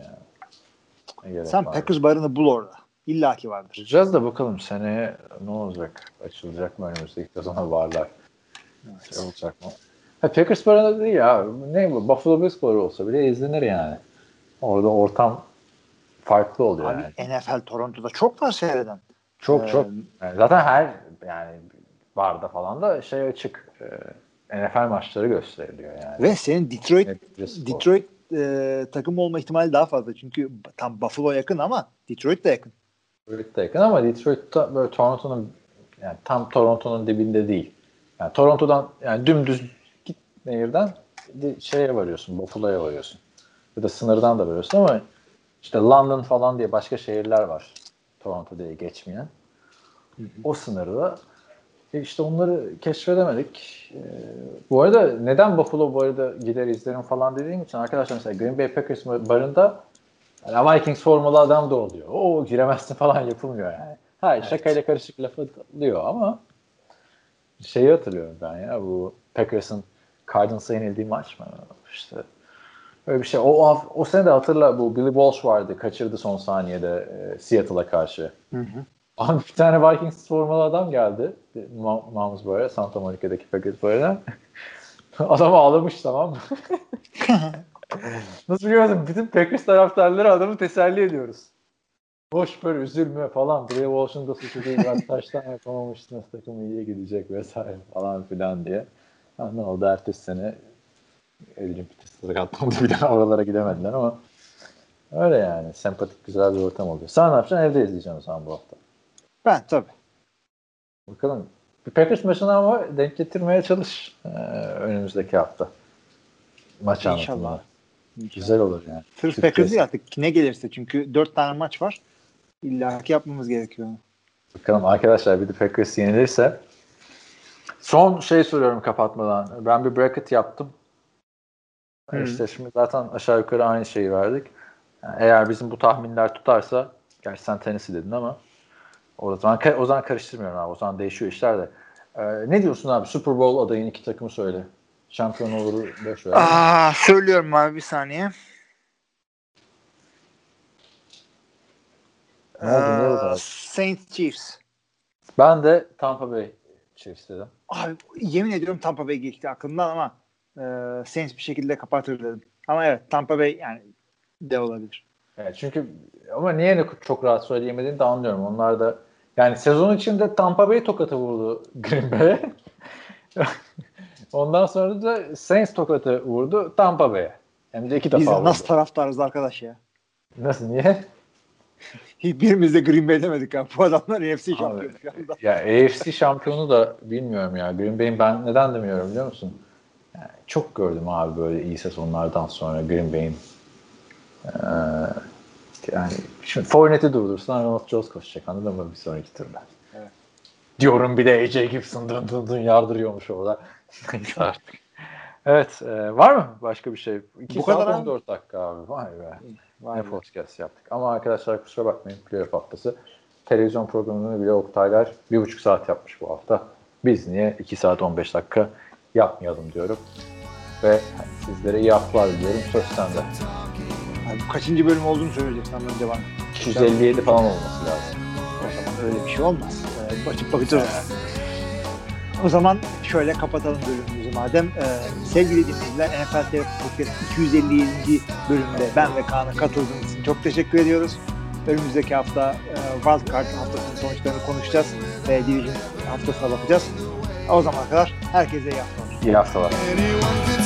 yani. Sen Packers barını bul orada. İlla ki vardır. Bulacağız da bakalım seneye ne olacak? Açılacak mı önümüzdeki sezona barlar? Evet. Şey olacak mı? Packers barında değil ya. Ne bu? Buffalo Bills barı olsa bile izlenir yani. Orada ortam farklı oluyor abi, yani. NFL Toronto'da çok var seyreden. Çok. Yani zaten her yani barda falan da açık. NFL maçları gösteriliyor yani. Ve senin Detroit takım olma ihtimali daha fazla. Çünkü tam Buffalo yakın ama Detroit de yakın. Detroit de yakın ama Detroit'ta böyle Toronto'nun yani tam Toronto'nun dibinde değil. Yani Toronto'dan yani dümdüz git nehirden varıyorsun. Buffalo'ya varıyorsun. Ya da sınırdan da varıyorsun ama işte London falan diye başka şehirler var. Toronto diye geçmeyen. O sınırda işte onları keşfedemedik. Bu arada neden Buffalo bu arada gider izlerim falan dediğim için arkadaşlar mesela Green Bay Packers barında yani Vikings formalı adam da oluyor. O giremezsin falan yapılmıyor yani. Evet. Şakayla karışık laf atılıyor ama hatırlıyorum ben ya bu Packers'ın Cardinals'a yenildiği maç mı? İşte öyle bir şey. O sene de hatırla bu Billy Walsh vardı. Kaçırdı son saniyede Seattle'a karşı. Hı. Abi bir tane Vikings formalı adam geldi. Mounsborough, Santa Monica'daki Packers böyle. Adam ağlamış tamam mı? Nasıl biliyorsun? Bütün Packers taraftarları adamı teselli ediyoruz. Boş böyle üzülme falan. Billy Walsh'un da suçu değil. Ben taştan yapamamıştınız. Takım iyiye gidecek vesaire falan filan diye. Ne oldu? Ertesi sene Adrian Peterson'a katlandı bile. Oralara gidemediler ama öyle yani. Sempatik güzel bir ortam oluyor. Sen ne yapacaksın? Evde izleyeceksin o zaman bu hafta. Ben tabii. Bakalım. Bir Packers maçına ama denk getirmeye çalış önümüzdeki hafta. Maç anlatımı. Güzel olur yani. Sırf Packers değil artık ne gelirse çünkü 4 tane maç var. İlla ki yapmamız gerekiyor. Bakalım arkadaşlar bir de Packers yenilirse. Son soruyorum kapatmadan. Ben bir bracket yaptım. İşte şimdi zaten aşağı yukarı aynı şeyi verdik. Yani eğer bizim bu tahminler tutarsa gerçi sen Tennessee dedin ama o zaman karıştırmıyorum abi. O zaman değişiyor işler de. Ne diyorsun abi? Super Bowl adayın 2 takımı söyle. Şampiyon olur boş ver. Söylüyorum abi bir saniye. Saints Chiefs. Ben de Tampa Bay Chiefs dedim. Abi yemin ediyorum Tampa Bay geçti aklımdan ama Saints bir şekilde kapatır dedim. Ama evet Tampa Bay yani de olabilir. Evet, çünkü ama niye çok rahat söyleyemediğini de anlıyorum. Onlar da yani sezon içinde Tampa Bay tokatı vurdu Green Bay'e. Ondan sonra da Saints tokatı vurdu Tampa Bay'e. Hem de 2 defa vurdu. Biz nasıl taraftarız arkadaş ya? Nasıl? Niye? Hiçbirimiz de Green Bay demedik ya. Bu adamlar AFC şampiyonu şu anda. Ya AFC şampiyonu da bilmiyorum ya. Green Bay'in ben neden demiyorum biliyor musun? Yani çok gördüm abi böyle iyi sezonlardan sonra Green Bay'in yani şimdi Fournette'i durdursan Ronald Jones koşacak anladın mı bir sonraki turda? Evet. Diyorum bir de AJ Gibson dın yardırıyormuş orada. Neyse artık. Evet. Var mı başka bir şey? 2 bu saat 14 dakika abi. Vay be. Ne podcast yaptık. Ama arkadaşlar kusura bakmayın. Playoff haftası. Televizyon programını bile Oktaylar 1,5 saat yapmış bu hafta. Biz niye 2 saat 15 dakika yapmayalım diyorum. Ve sizlere iyi haftalar diliyorum. Söz sende. Abi, kaçıncı bölüm olduğunu söyleyeceksin önce bana. 257 falan olması lazım. O zaman öyle bir şey olmaz. açıp bakacağız. O zaman şöyle kapatalım bölümümüzü madem. Sevgili dinleyiciler, NFL TV Podcast 257. bölümde ben ve Kaan'a katıldığınız için çok teşekkür ediyoruz. Önümüzdeki hafta Wildcard haftasının sonuçlarını konuşacağız ve Division haftasına bakacağız. O zamana kadar herkese iyi haftalar. İyi haftalar.